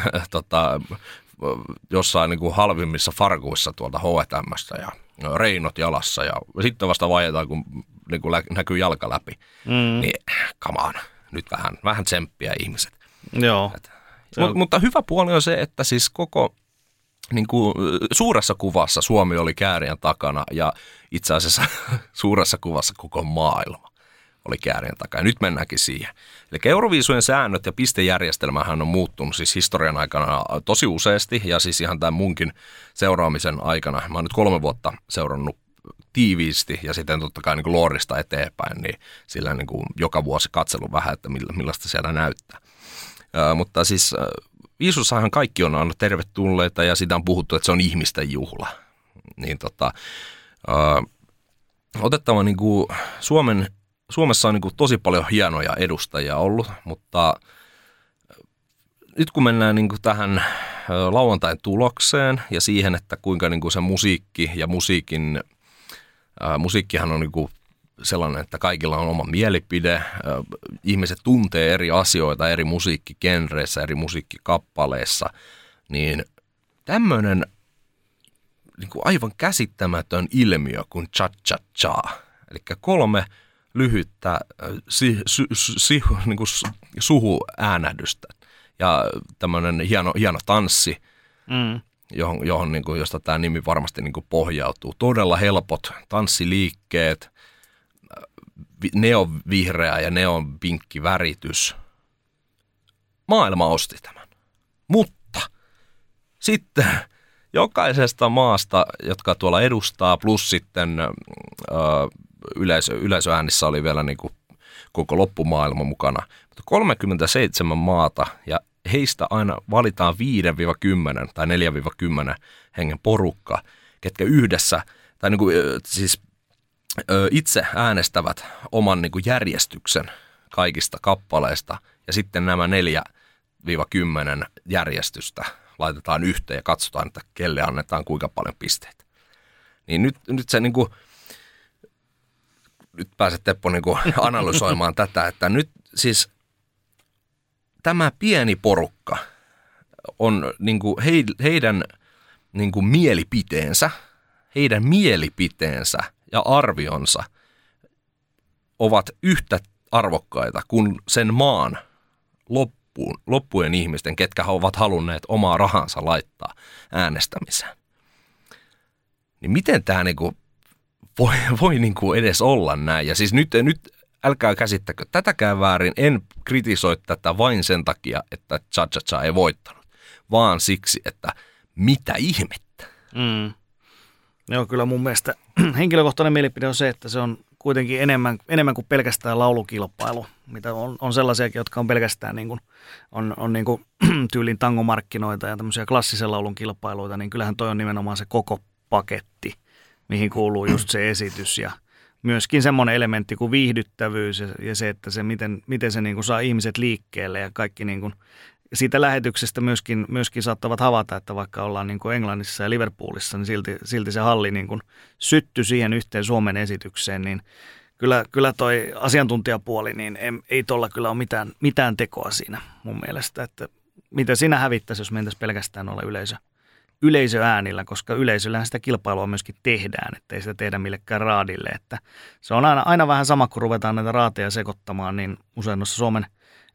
jossain niin kuin halvimmissa farkuissa tuolta H&M:stä ja reinot jalassa ja sitten vasta vaietaan, kun niin kuin näkyy jalka läpi. Niin, come on. Nyt vähän tsemppiä ihmiset. Joo. Mutta hyvä puoli on se, että siis koko niin kuin, suuressa kuvassa Suomi oli kääriän takana ja itse asiassa suuressa kuvassa koko maailma oli kääriän takana. Ja nyt mennäänkin siihen. Eli Euroviisujen säännöt ja pistejärjestelmähän on muuttunut siis historian aikana tosi useasti ja siis ihan tämän munkin seuraamisen aikana. Mä oon nyt 3 vuotta seurannut tiiviisti ja sitten totta kai niin kuin Loorista eteenpäin, niin sillä niin kuin joka vuosi katsellut vähän, että millaista siellä näyttää. Mutta siis viisussahan kaikki on aina tervetulleita ja siitä on puhuttu, että se on ihmisten juhla. Niin otettava niin kuin Suomessa on niin kuin tosi paljon hienoja edustajia ollut, mutta nyt kun mennään niin kuin tähän lauantain tulokseen ja siihen, että kuinka niin kuin se musiikki ja musiikkihan on niin kuin sellainen, että kaikilla on oma mielipide. Ihmiset tuntee eri asioita eri musiikkigenreissä, eri musiikkikappaleissa. Niin tämmöinen niin kuin aivan käsittämätön ilmiö kuin cha-cha-cha. Eli 3 lyhyttä niin kuin suhuäänähdystä ja tämmöinen hieno tanssi. Johon niin kuin, josta tämä nimi varmasti niin kuin pohjautuu. Todella helpot tanssiliikkeet, neonvihreä ja neonpinkki väritys. Maailma osti tämän. Mutta sitten jokaisesta maasta, jotka tuolla edustaa, plus sitten yleisöäänissä oli vielä niin kuin koko loppumaailma mukana. Mutta 37 maata ja heistä aina valitaan 5-10 tai 4-10 hengen porukka, ketkä yhdessä tai niin kuin, siis itse äänestävät oman niin kuin järjestyksen kaikista kappaleista ja sitten nämä 4-10 järjestystä laitetaan yhteen ja katsotaan, että kelle annetaan kuinka paljon pisteitä. Niin nyt se niin kuin, nyt pääset Teppo niin kuin analysoimaan tätä, että nyt siis tämä pieni porukka on niin kuin heidän niin kuin mielipiteensä ja arvionsa ovat yhtä arvokkaita kuin sen maan loppujen ihmisten, ketkä ovat halunneet omaa rahansa laittaa äänestämiseen. Niin miten tämä niin kuin voi niin kuin edes olla näin? Ja siis nyt älkää käsittäkö tätäkään väärin, en kritisoi tätä vain sen takia, että cha-cha-cha ei voittanut, vaan siksi, että mitä ihmettä. Joo, kyllä mun mielestä henkilökohtainen mielipide on se, että se on kuitenkin enemmän kuin pelkästään laulukilpailu, mitä on sellaisiakin, jotka on pelkästään niin kuin, on niin kuin tyylin tangomarkkinoita ja tämmöisiä klassisen laulun kilpailuita, niin kyllähän toi on nimenomaan se koko paketti, mihin kuuluu just se esitys ja myöskin semmoinen elementti kuin viihdyttävyys ja se, että se miten se niin kuin saa ihmiset liikkeelle ja kaikki niin kuin, siitä lähetyksestä myöskin saattavat havaita, että vaikka ollaan niin kuin Englannissa ja Liverpoolissa, niin silti se halli niin kuin syttyi siihen yhteen Suomen esitykseen, niin kyllä toi asiantuntijapuoli, niin ei tuolla kyllä ole mitään tekoa siinä mun mielestä, että mitä siinä hävittäisi, jos mentäisiin pelkästään olla yleisöäänillä, koska yleisöllähän sitä kilpailua myöskin tehdään, että ei sitä tehdä millekään raadille, että se on aina vähän sama, kun ruvetaan näitä raateja sekoittamaan, niin usein noissa Suomen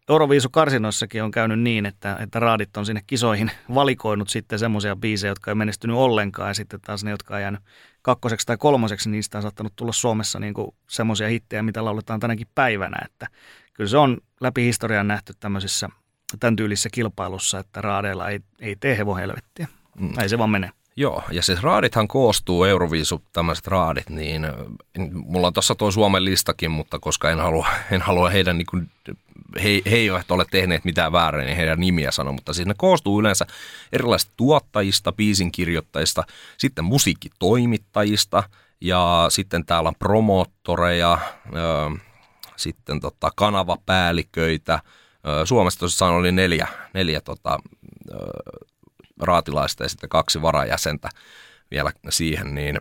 Euroviisukarsinoissakin on käynyt niin, että raadit on sinne kisoihin valikoinut sitten semmoisia biisejä, jotka ei menestynyt ollenkaan, ja sitten taas ne, jotka on jäänyt 2. tai 3, niistä on saattanut tulla Suomessa niin kuin semmoisia hittejä, mitä lauletaan tänäkin päivänä, että kyllä se on läpi historian nähty tämmöisissä tämän tyylissä kilpailussa, että raadeilla ei tee hevonhelvettiä. Ei se vaan mene. Joo, ja siis raadithan koostuu, Euroviisu, tämmöiset raadit, niin mulla on tuossa tuo Suomen listakin, mutta koska en halua heidän, niin kuin, he eivät ole tehneet mitään väärin, niin heidän nimiä sanoa, mutta siis ne koostuu yleensä erilaisista tuottajista, biisinkirjoittajista, sitten musiikkitoimittajista, ja sitten täällä on promoottoreja, sitten kanavapäälliköitä. Suomessa tosiaan oli neljä raatilaista ja sitten 2 varajäsentä vielä siihen, niin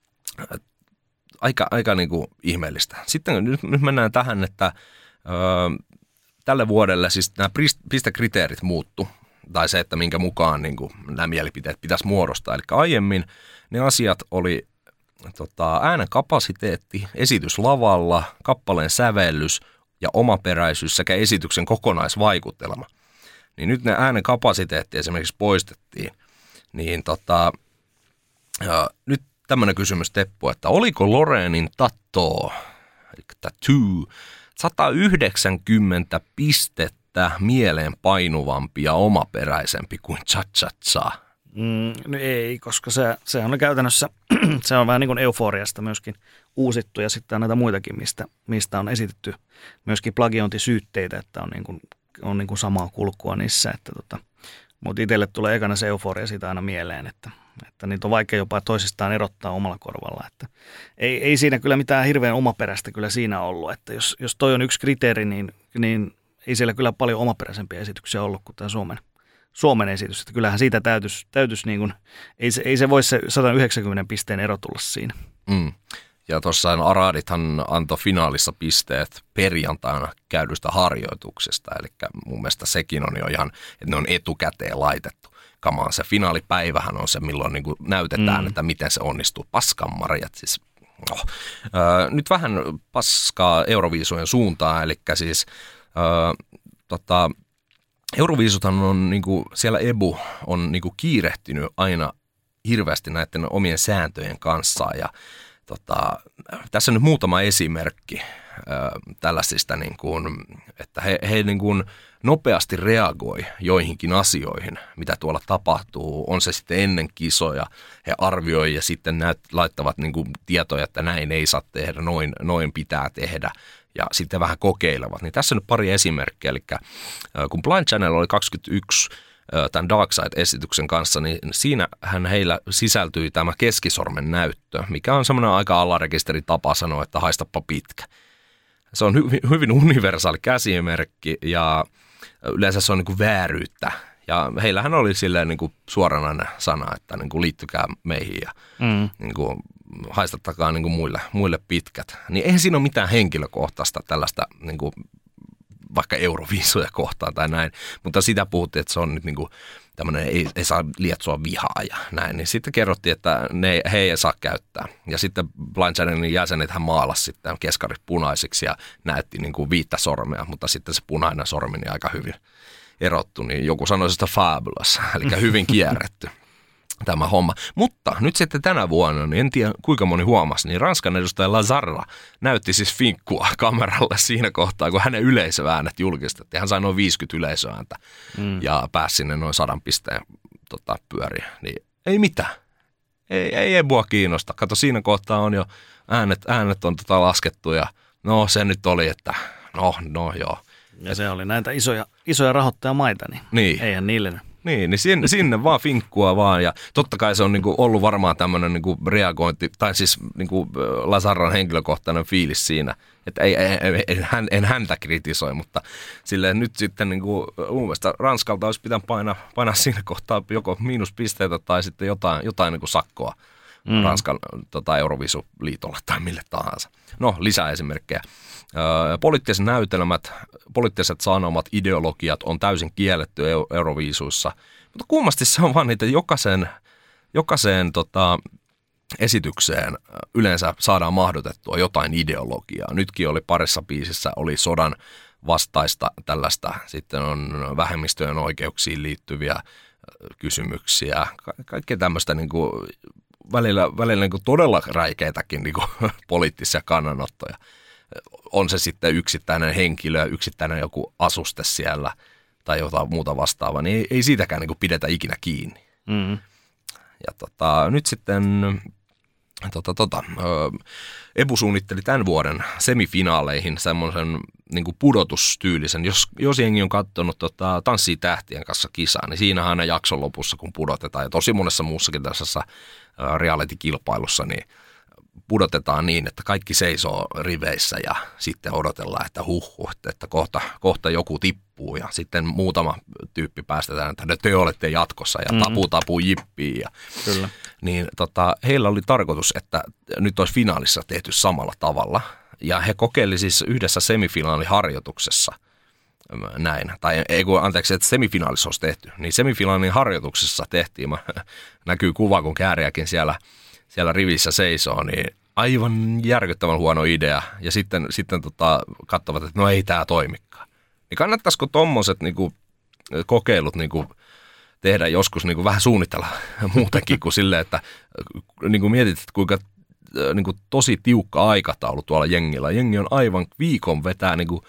aika niin kuin ihmeellistä. Sitten nyt mennään tähän, että tälle vuodelle siis nämä pistekriteerit muuttu, tai se, että minkä mukaan niin kuin nämä mielipiteet pitäisi muodostaa. Eli aiemmin ne asiat oli äänen kapasiteetti, esitys lavalla, kappaleen sävellys ja omaperäisyys sekä esityksen kokonaisvaikutelma. Niin nyt ne äänen kapasiteetti esimerkiksi poistettiin, niin nyt tämmöinen kysymys Teppu, että oliko Lorenin Tattoo, eli Tattoo, 190 pistettä mieleen painuvampi ja omaperäisempi kuin Cha-Cha-Cha? No ei, koska se on käytännössä, se on vähän niin kuin Euforiasta myöskin uusittu, ja sitten on näitä muitakin, mistä on esitetty myöskin plagiointisyytteitä, että on niin kuin samaa kulkua niissä, mutta itselle tulee ekana se Euforia siitä aina mieleen, että niitä on vaikea jopa toisistaan erottaa omalla korvalla, että ei siinä kyllä mitään hirveän omaperäistä kyllä siinä ollut, että jos toi on yksi kriteeri, niin ei siellä kyllä paljon omaperäisempiä esityksiä ollut kuin tämä Suomen esitys, että kyllähän siitä täytyisi niin kuin, ei se voi se 190 pisteen ero tulla siinä. Ja tuossa Aradithan antoi finaalissa pisteet perjantaina käydystä harjoituksesta, eli mun mielestä sekin on jo ihan, että ne on etukäteen laitettu. Kamaan se finaalipäivähän on se, milloin niin kuin näytetään, että miten se onnistuu. Paskanmarjat siis. Nyt vähän paskaa Euroviisujen suuntaan, eli siis Euroviisuthan on niinku, siellä EBU on niinku kiirehtinyt aina hirveästi näiden omien sääntöjen kanssa ja tässä nyt muutama esimerkki tällaisista, niin kuin, että he niin kuin nopeasti reagoi joihinkin asioihin, mitä tuolla tapahtuu. On se sitten ennen kisoja, he arvioi ja sitten laittavat niin kuin tietoja, että näin ei saa tehdä, noin pitää tehdä. Ja sitten vähän kokeilevat. Niin tässä on nyt pari esimerkkiä. Eli kun Blind Channel oli 21 tämän Dark Side-esityksen kanssa, niin siinähän heillä sisältyi tämä keskisormen näyttö, mikä on semmoinen aika alarekisterin tapa sanoa, että haistapa pitkä. Se on hyvin universaali käsimerkki ja yleensä se on niin kuin vääryyttä. Ja heillähän oli silleen niin kuin suoranainen sana, että niin kuin liittykää meihin ja niin kuin haistattakaa niin kuin muille pitkät. Niin eihän siinä ole mitään henkilökohtaista tällaista niin kuin vaikka Euroviisuja kohtaan tai näin, mutta sitä puhuttiin, että se on nyt niin kuin tämmöinen, ei saa lietsoa vihaa ja näin, niin sitten kerrottiin, että he ei saa käyttää. Ja sitten Blind Channelin jäsenet hän maalasi sitten keskarit punaisiksi ja näytti niin kuin 5 sormea, mutta sitten se punainen sormi niin aika hyvin erottu, niin joku sanoi sitä fabulous, eli hyvin kierretty tämä homma. Mutta nyt sitten tänä vuonna, niin en tiedä kuinka moni huomasi, niin Ranskan edustaja Lazarra näytti siis finkkua kameralle siinä kohtaa, kun hänen yleisöäänet julkistettiin. Hän sai noin 50 yleisöääntä ja pääsi sinne noin 100 pisteen pyöriä. Niin ei mitään. Ei Ebua kiinnosta. Kato, siinä kohtaa on jo äänet on laskettu ja no se nyt oli, että no joo. Ja se oli näitä isoja rahoittajamaita, niin eihän niille. Niin sinne vaan finkkua vaan ja totta kai se on niinku ollut varmaan tämmöinen niinku reagointi, tai siis niinku Lazarran henkilökohtainen fiilis siinä, että en häntä kritisoi, mutta silleen nyt sitten niinku mun mielestä Ranskalta olisi pitänyt painaa siinä kohtaa joko miinuspisteitä tai sitten jotain niinku sakkoa Ranskan Euroviisuliitolle tai mille tahansa. No lisää esimerkkejä. Poliittiset näytelmät, poliittiset sanomat, ideologiat on täysin kielletty Euroviisuissa, mutta kummasti se on vaan niitä jokaiseen esitykseen yleensä saadaan mahdotettua jotain ideologiaa. Nytkin oli parissa biisissä oli sodan vastaista tällaista. Sitten on vähemmistöjen oikeuksiin liittyviä kysymyksiä. Kaikkea tämmöistä niin kuin välillä niin kuin todella räikeitäkin niin kuin poliittisia kannanottoja. On se sitten yksittäinen henkilö, yksittäinen joku asuste siellä tai jotain muuta vastaavaa, niin ei siitäkään niin kuin pidetä ikinä kiinni. Ja nyt sitten Ebu suunnitteli tämän vuoden semifinaaleihin semmoisen niin kuin pudotustyylisen. Jos jengi on katsonut Tanssii tähtien kanssa kisaa, niin siinä aina jakson lopussa, kun pudotetaan, ja tosi monessa muussakin tässä reality-kilpailussa, niin pudotetaan niin, että kaikki seisoo riveissä ja sitten odotellaan, että että kohta joku tippuu ja sitten muutama tyyppi päästetään, että te olette jatkossa ja tapu jippiin. Kyllä. Niin heillä oli tarkoitus, että nyt olisi finaalissa tehty samalla tavalla ja he kokeili siis yhdessä semifinaaliharjoituksessa näin, tai anteeksi, että semifinaalissa olisi tehty, niin semifinaalin harjoituksessa tehtiin, näkyy kuva, kun Kääriäkin siellä rivissä seisoo, niin aivan järkyttävän huono idea. Ja sitten katsovat, että no ei tämä toimikaan. Niin kannattaisiko tommoset niinku kokeilut niinku tehdä joskus niinku vähän suunnitella muutenkin kuin silleen, että niinku mietit, että kuinka niinku tosi tiukka aikataulu tuolla jengillä. Jengi on aivan viikon vetää niinku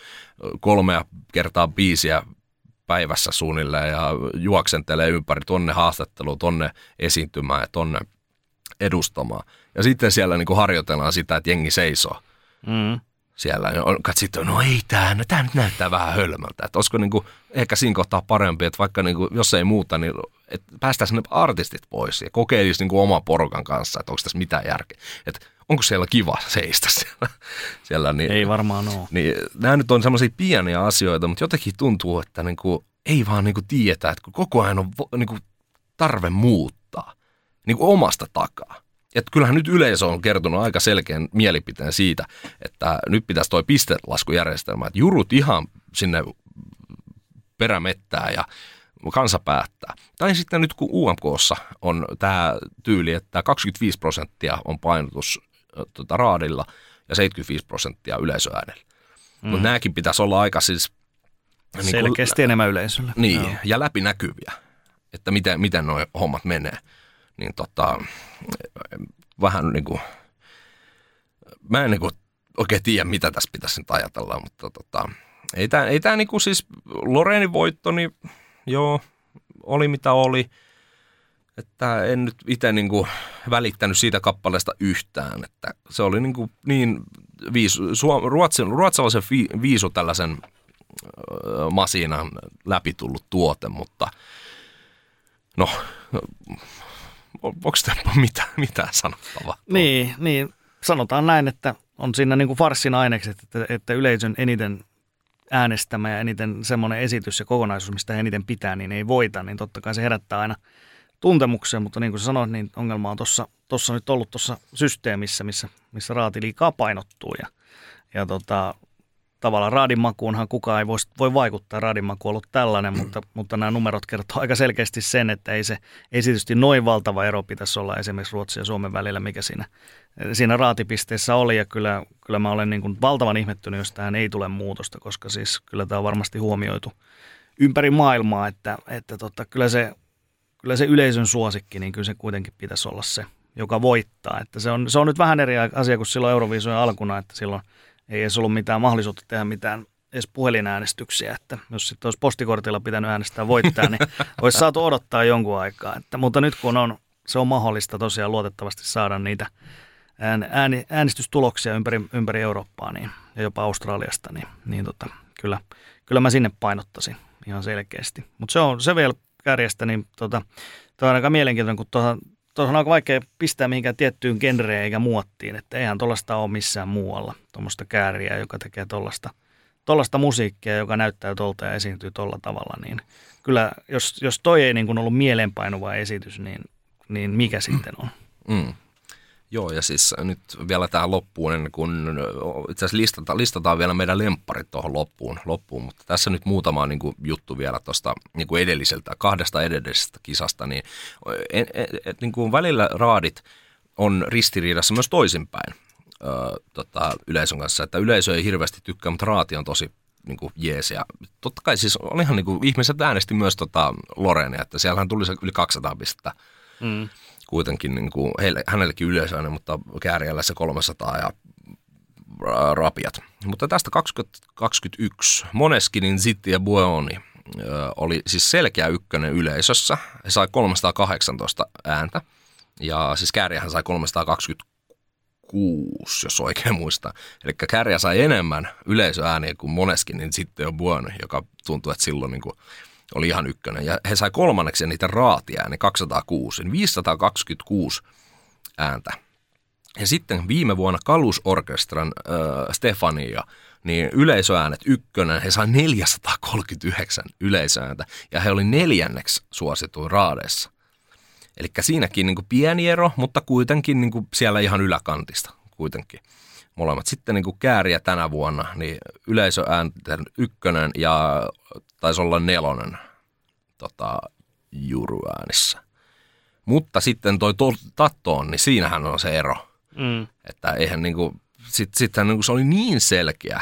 3 kertaa biisiä päivässä suunnilleen ja juoksentelee ympäri tonne haastatteluun, tonne esiintymään ja tonne edustamaan. Ja sitten siellä niin kuin harjoitellaan sitä, että jengi seisoo siellä. Sitten, no ei tämä nyt näyttää vähän hölmöltä. Että olisiko niin kuin, ehkä siinä kohtaa parempi, että vaikka niin kuin, jos ei muuta, niin päästäisiin ne artistit pois ja kokeilisi niin kuin oman porukan kanssa, että onko tässä mitään järkeä. Että onko siellä kiva seistä siellä niin, ei varmaan ole. Niin, nämä nyt on semmoisia pieniä asioita, mutta jotenkin tuntuu, että niin kuin, ei vaan niin kuin tiedä, että koko ajan on niin kuin tarve muuttaa. Niin kuin omasta takaa. Että kyllähän nyt yleisö on kertonut aika selkeän mielipiteen siitä, että nyt pitäisi toi pistelaskujärjestelmä, että jurut ihan sinne perämettää ja kansa päättää. Tai sitten nyt kun UMK:ssa on tämä tyyli, että 25% on painotus raadilla ja 75% yleisöäänellä. Mutta nämäkin pitäisi olla aika siis selkeästi enemmän yleisöllä. Niin, joo. Ja läpinäkyviä, että miten nuo hommat menee. Niin vähän niin kuin, mä en niin kuin oikein tiedä, mitä tässä pitäisi nyt ajatella, mutta ei tämä niin kuin siis Loreenin voitto, niin joo, oli mitä oli. Että en nyt itse niin kuin välittänyt siitä kappaleesta yhtään, että se oli niin ruotsalaisen viisu tällaisen masiinan läpitullut tuote, mutta no onko tämä mitään sanottavaa? Niin, sanotaan näin, että on siinä niin kuin farssin ainekset, että yleisön eniten äänestämä ja eniten semmoinen esitys ja kokonaisuus, mistä eniten pitää, niin ei voita, niin totta kai se herättää aina tuntemuksen, mutta niin kuin sä sanoit, niin ongelma on tuossa nyt ollut tuossa systeemissä, missä raati liikaa painottuu ja tavallaan raadinmakuunhan kukaan ei voi vaikuttaa, raadinmaku on ollut tällainen, mutta nämä numerot kertoo aika selkeästi sen, että ei se tietysti noin valtava ero pitäisi olla esimerkiksi Ruotsin ja Suomen välillä, mikä siinä raatipisteessä oli, ja kyllä mä olen niin kuin valtavan ihmettynyt, jos tähän ei tule muutosta, koska siis kyllä tämä on varmasti huomioitu ympäri maailmaa, että kyllä se yleisön suosikki, niin kyllä se kuitenkin pitäisi olla se, joka voittaa, että se on nyt vähän eri asia kuin silloin Euroviisujen alkuna, että silloin ei edes ollut mitään mahdollisuutta tehdä mitään edes puhelinäänestyksiä, että jos sitten olisi postikortilla pitänyt äänestää voittaa, niin olisi saatu odottaa jonkun aikaa. Mutta nyt kun se on mahdollista tosiaan luotettavasti saada niitä äänestystuloksia ympäri Eurooppaa niin, ja jopa Australiasta, niin kyllä mä sinne painottaisin ihan selkeästi. Mutta se vielä kärjestä, niin tuo on aika mielenkiintoinen, kun tuohon on aika vaikea pistää mihinkään tiettyyn genreen eikä muottiin, että eihän tuollaista ole missään muualla, tuommoista kääriä, joka tekee tuollaista musiikkia, joka näyttää tuolta ja esiintyy tuolla tavalla, niin kyllä jos toi ei niin kuin ollut mieleenpainuva esitys, niin mikä sitten on? Joo, ja siis nyt vielä tähän loppuun, ennen kuin itse asiassa listataan vielä meidän lempparit tuohon loppuun, mutta tässä nyt muutama niin kuin juttu vielä tuosta niin kuin kahdesta edellisestä kisasta, niin, niin kuin välillä raadit on ristiriidassa myös toisinpäin yleisön kanssa, että yleisö ei hirveästi tykkää, mutta raati on tosi niinku jees. Ja totta kai siis olihan niinku, ihmiset äänesti myös Lorenia, että siellähän tuli se yli 200 pistettä. Kuitenkin niinku, hänellekin yleisöinen, mutta Kääriällä se 300 ja rapiat. Mutta tästä 2021 Måneskin Zitti ja Buoni oli siis selkeä ykkönen yleisössä. He sai 318 ääntä ja siis Kääriähän sai 326, jos oikein muistaa. Eli Kääriä sai enemmän yleisöääniä kuin Måneskin Zitti ja Buoni, joka tuntui, että silloin niin kuin oli ihan ykkönen. Ja he sai kolmanneksi niitä raatiääni 206, 526 ääntä. Ja sitten viime vuonna Kalus Orkestran Stefania, niin yleisöäänet ykkönen, he sai 439 yleisöääntä ja he oli 4. suosituin raadeissa. Eli siinäkin niin kuin pieni ero, mutta kuitenkin niin kuin siellä ihan yläkantista kuitenkin molemmat. Sitten niin kuin Kääriä tänä vuonna, niin yleisöäänten ykkönen ja taisi olla 4. juruäänissä. Mutta sitten toi Tattoon, niin siinähän on se ero. Että eihän niinku, sitten niinku se oli niin selkeä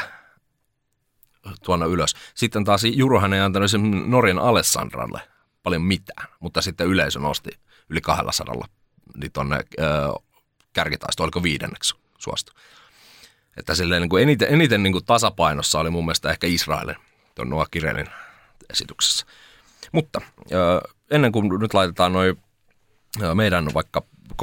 tuonne ylös. Sitten taas Jurohan ei antanut sen Norjan Alessandralle paljon mitään, mutta sitten yleisö nosti yli 200 niin tuonne kärkitaistoon, oliko 5. suostu. Että silleen niinku eniten niinku tasapainossa oli mun mielestä ehkä Israelin tuon Noa Kirelin esityksessä. Mutta ennen kuin nyt laitetaan noin meidän vaikka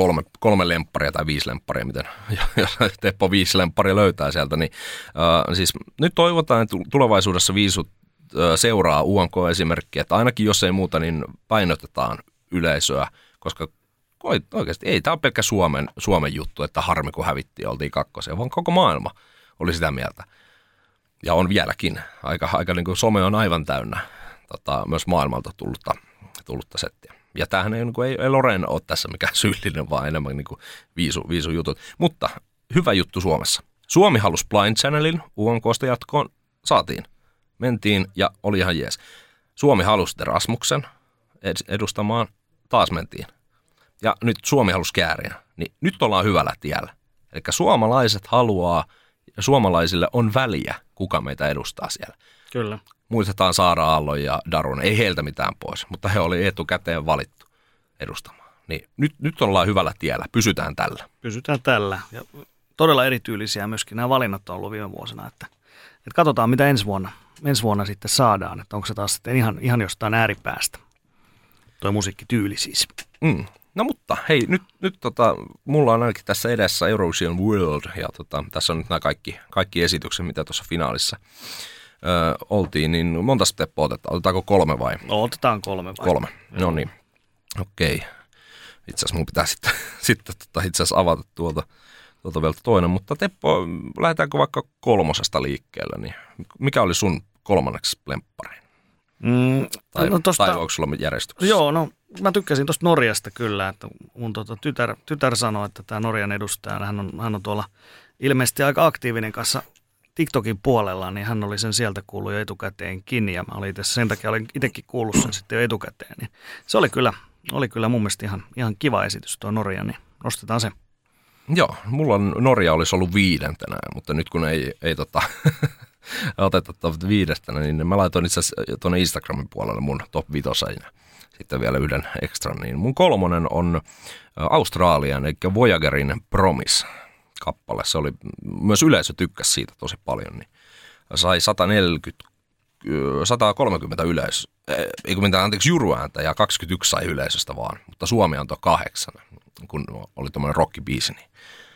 3 lempparia tai 5 lempparia, miten, jos Teppo 5 lempparia löytää sieltä, niin siis nyt toivotaan, että tulevaisuudessa Viisut seuraa UNK-esimerkkiä, että ainakin jos ei muuta, niin painotetaan yleisöä, koska oikeasti ei tämä ole pelkkä Suomen juttu, että harmi kun hävittiin, oltiin 2, vaan koko maailma oli sitä mieltä. Ja on vieläkin. Aika niin kuin some on aivan täynnä myös maailmalta tullutta settiä. Ja tämähän ei Loren ole tässä mikään syyllinen, vaan enemmän niin kuin viisu jutut. Mutta hyvä juttu Suomessa. Suomi halusi Blind Channelin UNK:sta jatkoon. Saatiin. Mentiin ja oli ihan jees. Suomi halusi Rasmuksen edustamaan. Taas mentiin. Ja nyt Suomi halusi Kääriä. Niin nyt ollaan hyvällä tiellä. Eli suomalaiset haluaa ja suomalaisille on väliä, kuka meitä edustaa siellä. Kyllä. Muistetaan Saara Aallon ja Darun, ei heiltä mitään pois, mutta he oli etukäteen valittu edustamaan. Niin nyt ollaan hyvällä tiellä, pysytään tällä. Pysytään tällä. Ja todella erityylisiä myöskin nämä valinnat on ollut viime vuosina, että katsotaan mitä ensi vuonna sitten saadaan, että onko se taas sitten ihan jostain ääripäästä. Tuo musiikkityyli siis. No mutta hei, nyt mulla on ainakin tässä edessä Eurovision World ja tässä on nyt nämä kaikki esitykset, mitä tuossa finaalissa oltiin, niin monta steppua otetaan? Otetaanko 3 vai? Otetaan 3 vai? 3, no niin, okei. Itse asiassa mun pitää sitten itse asiassa avata tuolta vielä toinen, mutta Teppo, lähdetäänkö vaikka 3 liikkeelle, niin mikä oli sun 3. lemppari? Tai onko sulla järjestyksessä? Joo, no mä tykkäsin tuosta Norjasta kyllä, että mun tytär sanoi, että tämä Norjan edustaja, hän on tuolla ilmeisesti aika aktiivinen kanssa TikTokin puolella, niin hän oli sen sieltä kuullut jo etukäteenkin, ja mä olin tässä sen takia, olin itsekin kuullut sen sitten jo etukäteen, niin se oli kyllä mun mielestä ihan kiva esitys tuo Norja, niin nostetaan se. Joo, mulla Norja olisi ollut 5, mutta nyt kun ei oteta 5, niin mä laitoin itse asiassa tuonne Instagramin puolelle mun top 5 ja sitten vielä yhden ekstran, niin mun 3 on Australian, eli Voyagerin Promise-kappale. Se oli, myös yleisö tykkäsi siitä tosi paljon, niin sai 130 juruääntä ja 21 sai yleisöstä vaan, mutta Suomi antoi 8, kun oli tommoinen rockibiisi, niin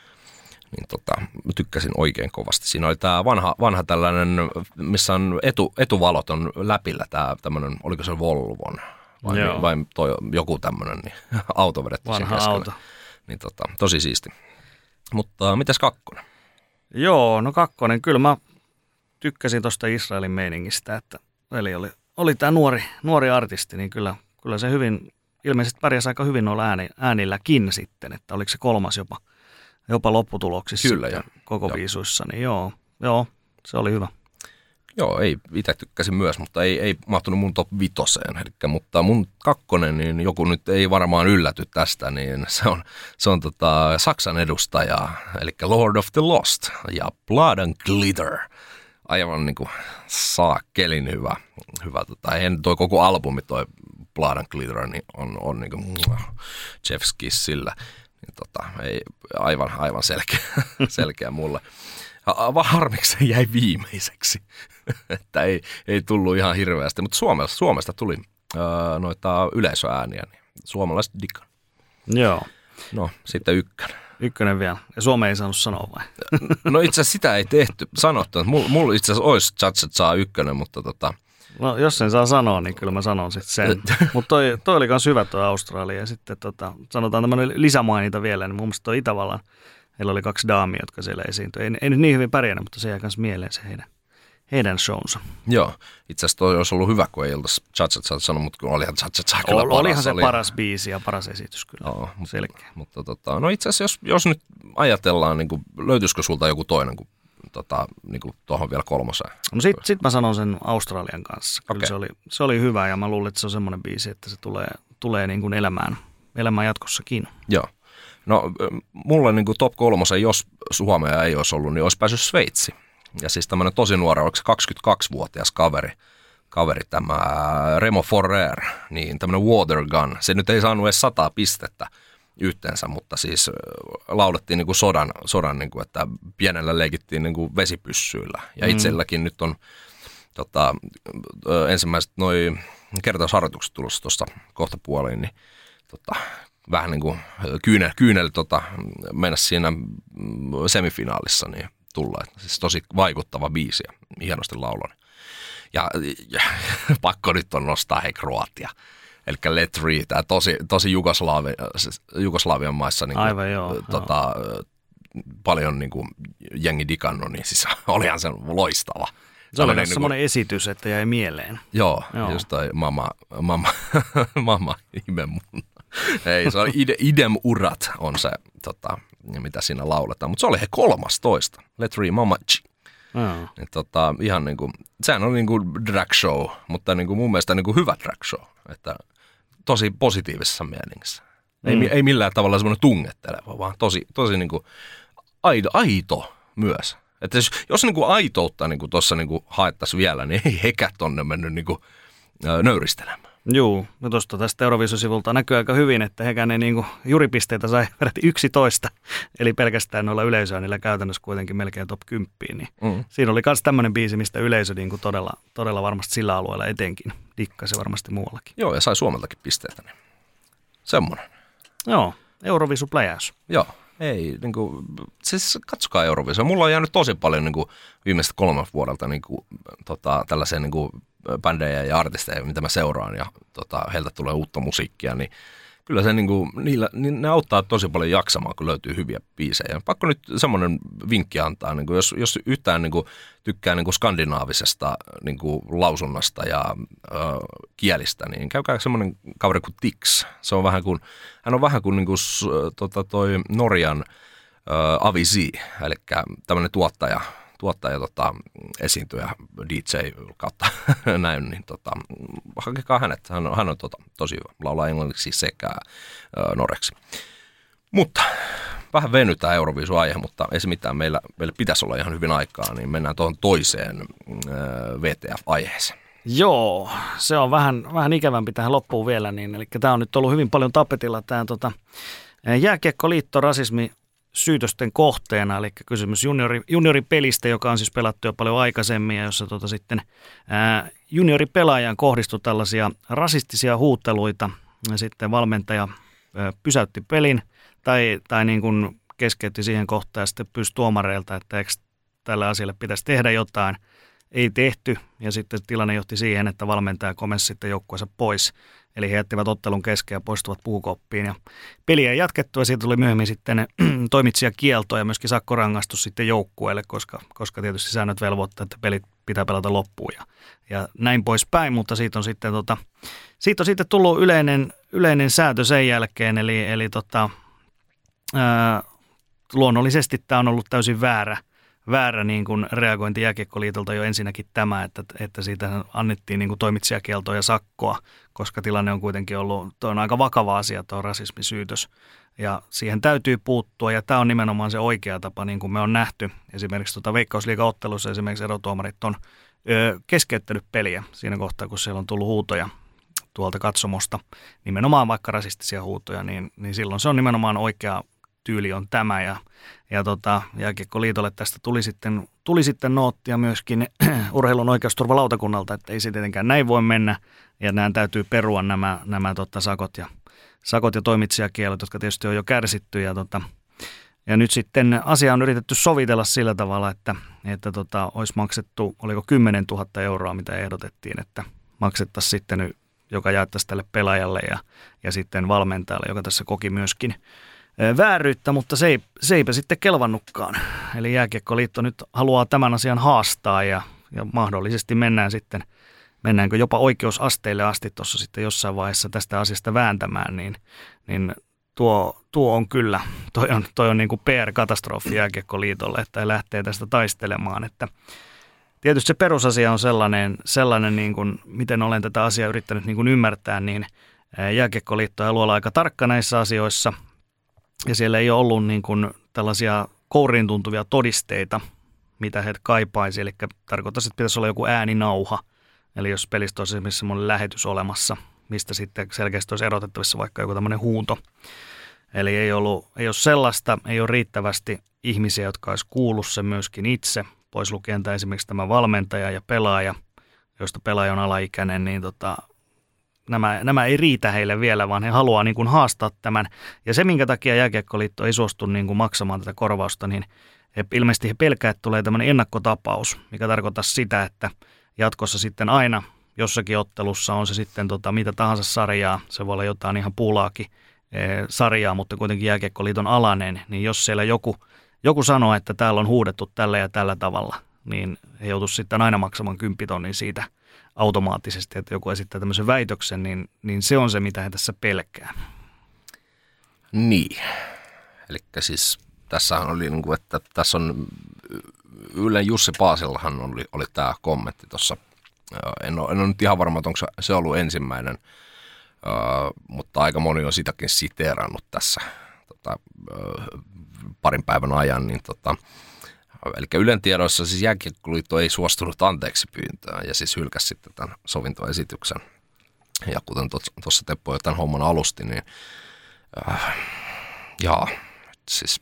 mä tykkäsin oikein kovasti. Siinä oli tää vanha tällainen, missä on etuvalot on läpillä, tää tämmönen, oliko se Volvon vai joku tämmönen, niin auto vedetty vanha auto. Niin tosi siisti. Mutta mitäs 2? Joo, no 2, kyllä mä tykkäsin tosta Israelin meiningistä, että veli oli tää nuori artisti, niin kyllä se hyvin, ilmeisesti pärjäsi aika hyvin noilla äänilläkin sitten, että oliko se 3 jopa lopputuloksissa kyllä, koko viisuissa, niin joo, se oli hyvä. Joo, ei itse tykkäsin myös, mutta ei mahtunut mun top 5, mutta mun 2, niin joku nyt ei varmaan ylläty tästä, niin se on Saksan edustaja, eli Lord of the Lost ja Blood and Glitter aivan niin kuin saakkelin hyvä toi koko albumi, toi Blood and Glitter, niin on niin kuin Chef's Kiss sillä. Niin ei, aivan selkeä mulle. Vaan harmiksi se jäi viimeiseksi, että ei tullut ihan hirveästi, mutta Suomesta tuli noita yleisöääniä, niin suomalaiset digan. Joo. No, sitten ykkönen. Ykkönen vielä. Ja Suomi ei saanut sanoa vai? No itse asiassa sitä ei tehty. Sanottu, että mulla itse asiassa olisi Cha-Cha-Cha ykkönen, mutta No jos sen saa sanoa, niin kyllä mä sanon sitten sen. Mutta toi oli myös hyvä toi Australia. Ja sitten sanotaan tämmöinen lisämaininta vielä, niin mun mielestä toi Itävallan, heillä oli 2 daamia, jotka siellä esiintyi. Ei nyt niin hyvin pärjännyt, mutta se jäi myös mieleen se heidän shownsa. Joo, itse asiassa toi olisi ollut hyvä, kun ei oltaisi Cha-Cha-Cha sanonut, mutta kun olihan Cha-Cha-Cha kyllä paras. Olihan se paras biisi ja paras esitys kyllä, joo, selkeä. Mutta no itse asiassa, jos nyt ajatellaan, niin kuin, löytyisikö sulta joku toinen kuin niin kuin tuohon vielä 3. No sit mä sanon sen Australian kanssa. Kyllä okay. se oli hyvä ja mä luulen, että se on semmoinen biisi, että se tulee niin kuin elämään jatkossakin. Joo. No mulle niin kuin top 3, jos Suomea ei olisi ollut, niin olisi päässyt Sveitsi. Ja siis tämmöinen tosi nuori, oliko se 22-vuotias kaveri tämä Remo Forrer, niin tämmöinen Water Gun. Se nyt ei saanut edes 100 pistettä yhteensä, mutta siis laulettiin niin kuin sodan niin kuin, että pienellä leikittiin niin kuin vesipyssyillä. Ja itselläkin nyt on ensimmäiset noi kertausharjoitukset tulossa tuossa kohta puoliin, niin vähän niin kuin kyynel mennä siinä semifinaalissa niin tulla. Siis tosi vaikuttava biisi ja hienosti laulon. Ja pakko nyt on nostaa Kroatia. Eli Let Re, tämä tosi Jugoslavian maissa niin kuin, aivan, joo. paljon niin kuin jengi digannut, niin siis olihan se loistava. Se oli niin semmoinen esitys, että jäi mieleen. Joo. Just toi mamma imemun. Ei, se on idem urat on se, mitä siinä lauletaan. Mutta se oli 13. Let Re, Mama Chi. Niin, ihan niin kuin, sehän on niin kuin drag show, mutta niin kuin mun mielestä niin kuin hyvä drag show. Että tosi positiivisessa mielessä. Ei millään tavalla semmoinen tungetteleva, vaan tosi niin kuin aito myös. Että jos niin kuin aitoutta niin kuin tuossa niin kuin haettaisiin vielä, niin ei hekä tonne mennyt niin kuin nöyristelemään. Joo, no tuosta tästä Euroviisusivulta näkyy aika hyvin, että hekään ei niinku juripisteitä sai peräti 11, eli pelkästään noilla yleisöäänillä käytännössä kuitenkin melkein top 10. Niin siinä oli myös tämmöinen biisi, mistä yleisö niinku todella varmasti sillä alueella etenkin dikkasi varmasti muuallakin. Joo, ja sai Suomeltakin pisteitä, niin semmoinen. Joo, Euroviisu-pläjäys. Joo, ei, niinku, siis katsokaa Euroviisua. Mulla on jäänyt tosi paljon niinku viimeisestä 3 vuodelta niinku, tällaisia niinku bändejä ja artisteja, mitä mä seuraan, ja heiltä tulee uutta musiikkia, niin kyllä se niinku, ne auttaa tosi paljon jaksamaan, kun löytyy hyviä biisejä. Pakko nyt semmoinen vinkki antaa, niinku, jos yhtään niinku, tykkää niinku skandinaavisesta niinku, lausunnasta ja kielistä, niin käykää semmoinen kaveri kuin Tix. Hän on vähän kuin niinku, toi Norjan Avicii, eli tämmöinen tuottaja esiintyjä, DJ kautta näin, niin hakekaa hänet. Hän on tosi hyvä, laulaa englanniksi sekä norjaksi. Mutta vähän venytään Euroviisu-aihe, mutta ei se mitään, meillä pitäisi olla ihan hyvin aikaa, niin mennään tuohon toiseen VTF-aiheeseen. Joo, se on vähän ikävämpi tähän loppuun vielä, niin, eli tämä on nyt ollut hyvin paljon tapetilla, tämä Jääkiekkoliitto rasismi syytösten kohteena, eli kysymys junioripelistä, joka on siis pelattu jo paljon aikaisemmin, ja jossa sitten junioripelaajaan kohdistui tällaisia rasistisia huuteluita, ja sitten valmentaja pysäytti pelin, tai niin kuin keskeytti siihen kohtaan, ja sitten pyysi tuomareilta, että eikö tälle asialle pitäisi tehdä jotain. Ei tehty, ja sitten tilanne johti siihen, että valmentaja komensi sitten joukkueensa pois. Eli he jättivät ottelun kesken ja poistuvat puukoppiin. Ja peliä ei jatkettu, ja siitä tuli myöhemmin sitten toimitsijakielto ja myöskin sakkorangaistus sitten joukkueelle, koska tietysti säännöt velvoittaa, että pelit pitää pelata loppuun ja näin poispäin. Mutta siitä on sitten tullut yleinen sääntö sen jälkeen, eli luonnollisesti tämä on ollut täysin väärä niin kuin reagointi Jääkiekkoliitolta jo ensinnäkin tämä, että siitä annettiin niin kuin toimitsijakieltoa ja sakkoa, koska tilanne on kuitenkin ollut, tuo on aika vakava asia, tuo rasismisyytös. Ja siihen täytyy puuttua, ja tämä on nimenomaan se oikea tapa, niin kuin me on nähty. Esimerkiksi Veikkausliiga-ottelussa esimerkiksi erotuomarit on keskeyttänyt peliä siinä kohtaa, kun siellä on tullut huutoja tuolta katsomosta, nimenomaan vaikka rasistisia huutoja, niin silloin se on nimenomaan oikea tyyli on tämä. Ja Jääkiekkoliitolle tästä tuli sitten noottia myöskin urheilun oikeusturvalautakunnalta, että ei se tietenkään näin voi mennä, ja nämä täytyy perua nämä sakot ja toimitsijakielot, jotka tietysti on jo kärsitty, ja nyt sitten asia on yritetty sovitella sillä tavalla, että olisi maksettu, oliko 10 000 euroa, mitä ehdotettiin, että maksettaisiin sitten, joka jaettaisiin tälle pelaajalle ja sitten valmentajalle, joka tässä koki myöskin vääryyttä, mutta se eipä sitten kelvannutkaan. Eli Jääkiekkoliitto nyt haluaa tämän asian haastaa ja mahdollisesti mennäänkö jopa oikeusasteille asti tuossa sitten jossain vaiheessa tästä asiasta vääntämään, niin tuo on kyllä, toi on niin kuin PR-katastrofi Jääkiekkoliitolle, että he lähtee tästä taistelemaan, että tietysti se perusasia on sellainen niin kuin, miten olen tätä asiaa yrittänyt niin kuin ymmärtää, niin Jääkiekkoliitto haluaa olla aika tarkka näissä asioissa, ja siellä ei ole ollut niin kuin tällaisia kouriin tuntuvia todisteita, mitä he kaipaisi, eli tarkoittaisi, että pitäisi olla joku ääninauha, eli jos pelistä olisi esimerkiksi semmoinen lähetys olemassa, mistä sitten selkeästi olisi erotettavissa vaikka joku tämmöinen huuto. Eli ei ole sellaista, ei ole riittävästi ihmisiä, jotka olisi kuullut sen myöskin itse, pois lukien esimerkiksi tämä valmentaja ja pelaaja, josta pelaaja on alaikäinen, niin nämä ei riitä heille vielä, vaan he haluaa niin kuin haastaa tämän. Ja se, minkä takia Jääkiekkoliitto ei suostu niin kuin maksamaan tätä korvausta, niin ilmeisesti he pelkää, että tulee tämmöinen ennakkotapaus, mikä tarkoittaa sitä, että jatkossa sitten aina jossakin ottelussa on se sitten mitä tahansa sarjaa, se voi olla jotain ihan puulaakin sarjaa, mutta kuitenkin Jääkiekkoliiton alainen, niin jos siellä joku sanoo, että täällä on huudettu tällä ja tällä tavalla, niin he joutuisi sitten aina maksamaan 10 000 siitä automaattisesti, että joku esittää tämmöisen väitöksen, niin se on se, mitä he tässä pelkää. Niin, eli siis tässähän oli, että tässä on Ylen Jussi Paasillahan oli tämä kommentti tuossa. En ole nyt ihan varma, onko se ollut ensimmäinen, mutta aika moni on sitäkin siteerannut tässä parin päivän ajan. Niin eli Ylen tiedoissa siis Jääkiekkoliitto ei suostunut anteeksi pyyntöön ja siis hylkäsi sitten tämän sovintoesityksen. Ja kuten tuossa Teppo jo tämän homman alusti, niin siis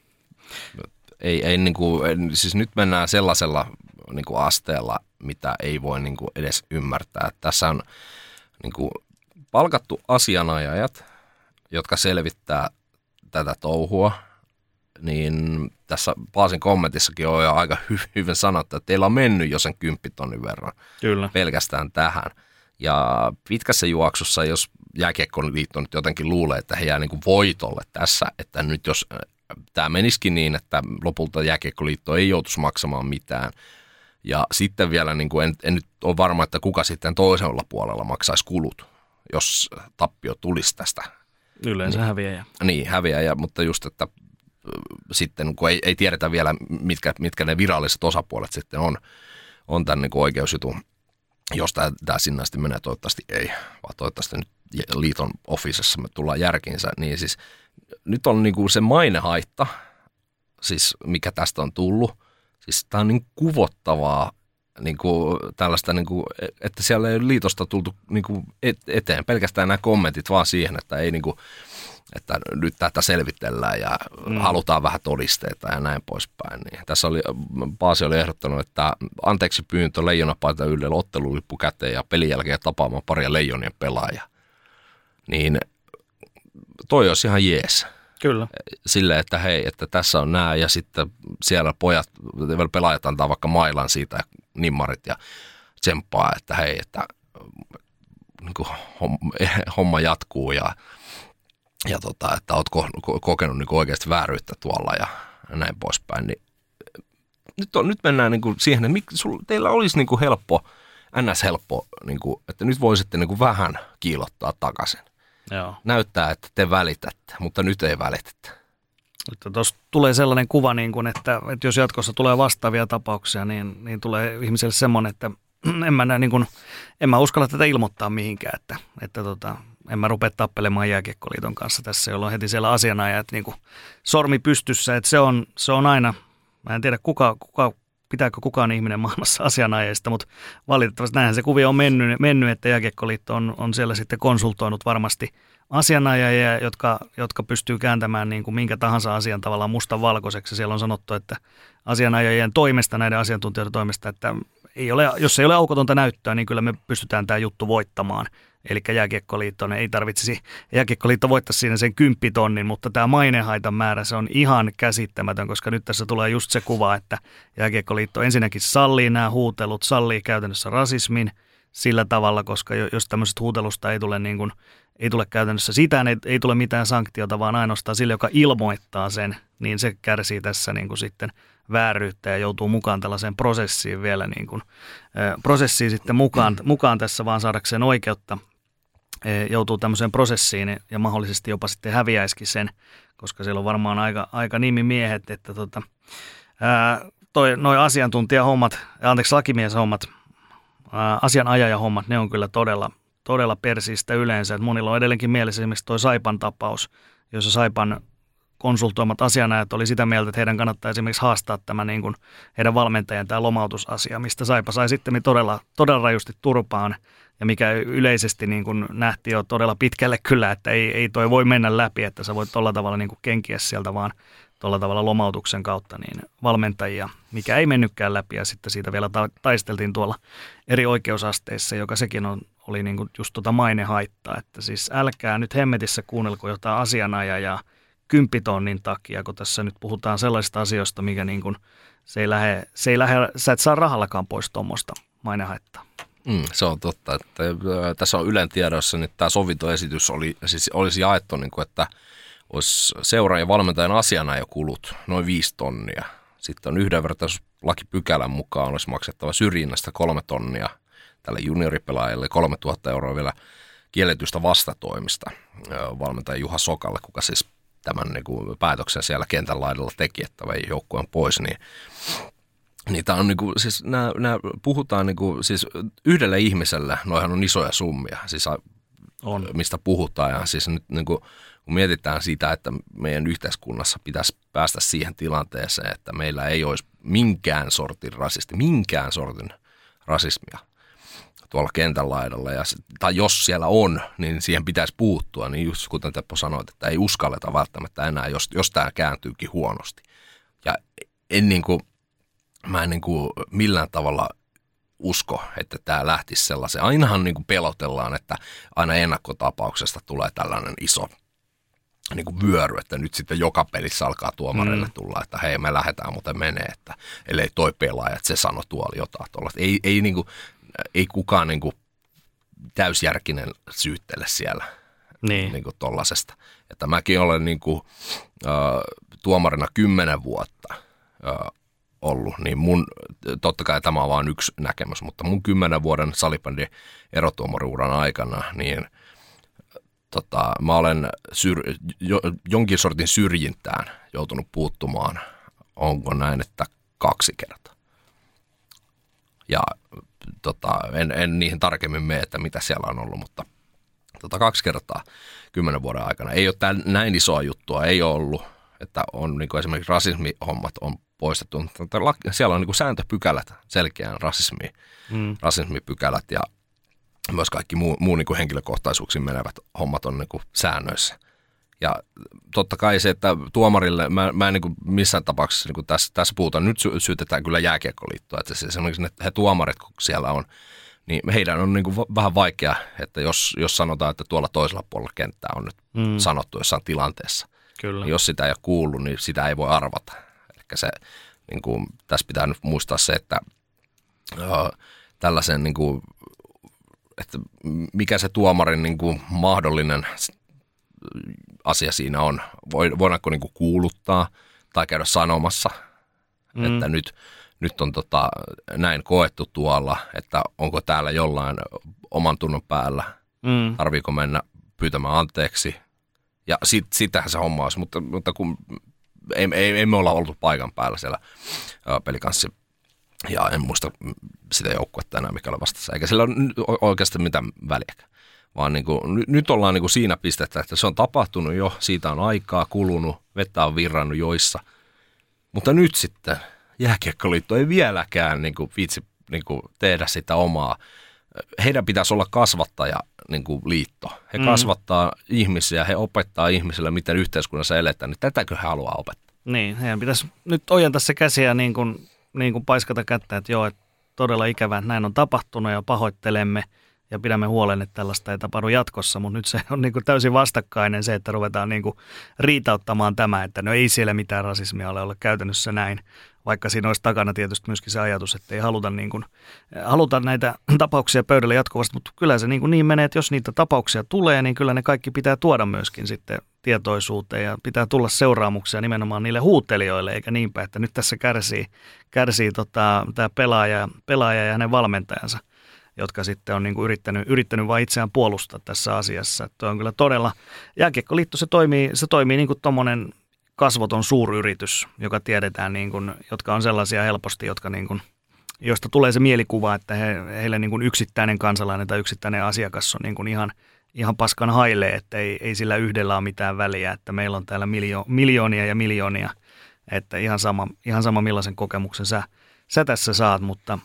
ei siis nyt mennään sellaisella niin kuin asteella, mitä ei voi niin kuin edes ymmärtää. Tässä on niin kuin palkattu asianajajat, jotka selvittää tätä touhua, niin tässä Paasin kommentissakin on jo aika hyvin sanottu, että teillä on mennyt jo sen 10 000 verran. Kyllä. Pelkästään tähän. Ja pitkässä juoksussa, jos Jääkiekkoliitto nyt jotenkin luulee, että he jää niin kuin voitolle tässä, että nyt jos tämä menisikin niin, että lopulta Jääkiekkoliitto ei joutuisi maksamaan mitään, ja sitten vielä niin kuin en nyt ole varma, että kuka sitten toisella puolella maksaisi kulut, jos tappio tulisi tästä. Yleensä häviäjä. Niin, häviäjä, mutta just, että sitten kun ei tiedetä vielä, mitkä ne viralliset osapuolet sitten on tämän niin kuin oikeusjutun, jos tämä sinne asti menee, toivottavasti ei, vaan toivottavasti nyt liiton officessa me tullaan järkiinsä, niin siis nyt on niin kuin se mainehaitta, siis mikä tästä on tullut, siis tämä on niin kuvottavaa, niin kuin tällaista, niin kuin, että siellä ei ole liitosta tultu niin kuin eteen, pelkästään nämä kommentit vaan siihen, että ei niin kuin, että nyt tätä selvitellään ja halutaan vähän todisteita ja näin poispäin. Niin tässä Paasi oli ehdottanut, että anteeksi pyyntö Leijonapaita Ylellä, ottelulippu käteen ja pelin jälkeen tapaamaan paria Leijonien pelaajaa. Niin toi olisi ihan jees. Kyllä. Silleen, että hei, että tässä on nämä ja sitten siellä pelaajat antaa vaikka mailan siitä nimmarit ja tsemppaa, että hei, että niin kuin homma jatkuu ja että olet kokenut niin oikeasti vääryyttä tuolla ja näin poispäin. Niin nyt mennään niin kuin siihen, että teillä olisi niin kuin helppo, niin kuin, että nyt voisitte niin kuin vähän kiilottaa takaisin. Joo. Näyttää, että te välitätte, mutta nyt ei välitetä. Tuossa tulee sellainen kuva, niin kuin, että jos jatkossa tulee vastaavia tapauksia, niin tulee ihmiselle semmoinen, että en mä uskalla tätä ilmoittaa mihinkään, että en mä rupea tappelemaan Jääkiekkoliiton kanssa tässä, jolloin heti siellä asianajat niin kuin sormi pystyssä, että se on aina, mä en tiedä pitääkö kukaan ihminen maailmassa asianajajista, mutta valitettavasti näinhän se kuvio on mennyt, että Jääkiekkoliitto on siellä sitten konsultoinut varmasti asianajajia, jotka pystyy kääntämään niin kuin minkä tahansa asian tavallaan mustan valkoiseksi. Siellä on sanottu, että asianajajien toimesta, näiden asiantuntijoiden toimesta, että jos ei ole aukotonta näyttöä, niin kyllä me pystytään tämä juttu voittamaan. Eli Jääkiekkoliitto voittaisi siinä sen 10 000, mutta tämä mainehaitan määrä, se on ihan käsittämätön, koska nyt tässä tulee just se kuva, että Jääkiekkoliitto ensinnäkin sallii nämä huutelut, sallii käytännössä rasismin sillä tavalla, koska jos tämmöisestä huutelusta ei tule käytännössä sitä, ei tule mitään sanktiota, vaan ainoastaan sille, joka ilmoittaa sen, niin se kärsii tässä niin kuin sitten vääryyttä ja joutuu mukaan tällaiseen prosessiin vielä prosessiin sitten mukaan tässä vaan saadakseen oikeutta. Joutuu tämmöiseen prosessiin ja mahdollisesti jopa sitten häviäisikin sen, koska siellä on varmaan aika nimimiehet, että noi lakimieshommat, asianajajahommat, ne on kyllä todella persiistä yleensä. Että monilla on edelleenkin mielessä esimerkiksi toi Saipan tapaus, jossa Saipan konsultoimat asianajat oli sitä mieltä, että heidän kannattaa esimerkiksi haastaa tämä niin kuin heidän valmentajan tämä lomautusasia, mistä Saipa sai sitten todella rajusti turpaan. Ja mikä yleisesti niin kuin nähtiin jo todella pitkälle kyllä, että ei toi voi mennä läpi, että sä voit tuolla tavalla niin kuin kenkiä sieltä vaan tuolla tavalla lomautuksen kautta niin valmentajia, mikä ei mennytkään läpi. Ja sitten siitä vielä taisteltiin tuolla eri oikeusasteissa, joka sekin oli niin kuin just mainehaittaa. Että siis älkää nyt hemmetissä kuunnelko jotain asianajajaa 10 000 takia, kun tässä nyt puhutaan sellaisista asioista, mikä niin kuin, se ei lähde, sä et saa rahallakaan pois tuommoista mainehaittaa. Se on totta, että tässä on Ylen tiedossa, niin tämä sovintoesitys olisi jaettu, niin kuin, että olisi seuraajan ja valmentajan asianajokulut noin 5 000. Sitten on yhdenvertaisuuslakipykälän mukaan olisi maksettava syrjinnästä 3 000 tälle junioripelaajalle, 3 000 euroa vielä kielletystä vastatoimista valmentaja Juha Sokalle, kuka siis tämän niin kuin päätöksen siellä kentän laidalla teki, että vei joukkueen pois, niin tämä on niinku, siis nämä puhutaan niinku, siis yhdelle ihmiselle, noihan on isoja summia, siis on. Mistä puhutaan ja siis nyt niinku, kun mietitään sitä, että meidän yhteiskunnassa pitäisi päästä siihen tilanteeseen, että meillä ei olisi minkään sortin rasismia tuolla kentän laidalla, tai jos siellä on, niin siihen pitäisi puuttua, niin just kuten Teppo sanoit, että ei uskalleta välttämättä enää, jos tämä kääntyykin huonosti. Ja mä en millään tavalla usko, että tämä lähtisi sellaiseen. Ainahan pelotellaan, että aina ennakkotapauksesta tulee tällainen iso vyöry, että nyt sitten joka pelissä alkaa tuomareille tulla, että hei, me lähdetään, mutta menee, että ellei toi pelaaja, että se sano tuolla jotain tuollaista. Ei kukaan täysjärkinen syyttele siellä tollasesta. Että mäkin olen tuomarina 10 vuotta ollut, niin totta kai tämä on vain yksi näkemys, mutta mun 10 vuoden salibändin erotuomariuran aikana, niin mä olen jonkin sortin syrjintään joutunut puuttumaan, onko näin, että 2 kertaa. Ja en niihin tarkemmin mene, että mitä siellä on ollut, mutta 2 kertaa 10 vuoden aikana. Ei ole näin isoa juttua, ei ole ollut, että on esimerkiksi rasismihommat on poistettu. Siellä on sääntöpykälät, selkeään rasismipykälät ja myös kaikki muu henkilökohtaisuuksiin menevät hommat on säännöissä. Ja totta kai se, että tuomarille, mä en missään tapauksessa tässä puhutaan, nyt syytetään kyllä Jääkiekkoliittoa, että se esimerkiksi he tuomarit, kun siellä on, niin heidän on vähän vaikea, että jos sanotaan, että tuolla toisella puolella kenttää on nyt sanottu jossain tilanteessa. Kyllä. Niin jos sitä ei ole kuullut, niin sitä ei voi arvata. Eli se, tässä pitää nyt muistaa se, että tällaisen, että mikä se tuomarin mahdollinen asia siinä on. Voidaanko kuuluttaa tai käydä sanomassa, että nyt on näin koettu tuolla, että onko täällä jollain oman tunnon päällä, tarviiko mennä pyytämään anteeksi. Ja sitähän se homma olisi, mutta kun ei me olla oltu paikan päällä siellä pelikanssi. Ja en muista sitä joukkuetta enää, mikä oli vastassa. Eikä sillä ole oikeasti mitään väliä. Vaan niin kuin, nyt ollaan niin kuin siinä pistettä, että se on tapahtunut jo, siitä on aikaa kulunut, vettä on virrannut joissa. Mutta nyt sitten Jääkiekkoliitto ei vieläkään niin kuin viitsi niin kuin tehdä sitä omaa. Heidän pitäisi olla kasvattaja niin kuin liitto. He kasvattaa ihmisiä, he opettaa ihmisille, miten yhteiskunnassa eletään. Niin tätäkö he haluaa opettaa? Niin, heidän pitäisi nyt ojentaa se käsiä niin kuin paiskata kättä, että joo, että todella ikävää, että näin on tapahtunut ja pahoittelemme ja pidämme huolen, että tällaista ei tapahdu jatkossa, mutta nyt se on niin kuin täysin vastakkainen se, että ruvetaan niin kuin riitauttamaan tämä, että no ei siellä mitään rasismia ole käytännössä näin, vaikka siinä olisi takana tietysti myöskin se ajatus, että ei haluta näitä tapauksia pöydälle jatkuvasti, mutta kyllä se niin menee, että jos niitä tapauksia tulee, niin kyllä ne kaikki pitää tuoda myöskin sitten tietoisuuteen ja pitää tulla seuraamuksia nimenomaan niille huutelijoille, eikä niinpä, että nyt tässä kärsii tämä pelaaja ja hänen valmentajansa, jotka sitten on niin kuin yrittänyt vain itseään puolustaa tässä asiassa. Että on kyllä todella, Jääkiekkoliitto se toimii niin kuin tommoinen kasvoton suuryritys, joka tiedetään, niin kuin, jotka on sellaisia helposti, jotka niin kuin, josta tulee se mielikuva, että heille niin kuin yksittäinen kansalainen tai yksittäinen asiakas on niin kuin ihan paskan hailee, että ei sillä yhdellä ole mitään väliä, että meillä on täällä miljoonia ja miljoonia, että ihan sama millaisen kokemuksen sä tässä saat, mutta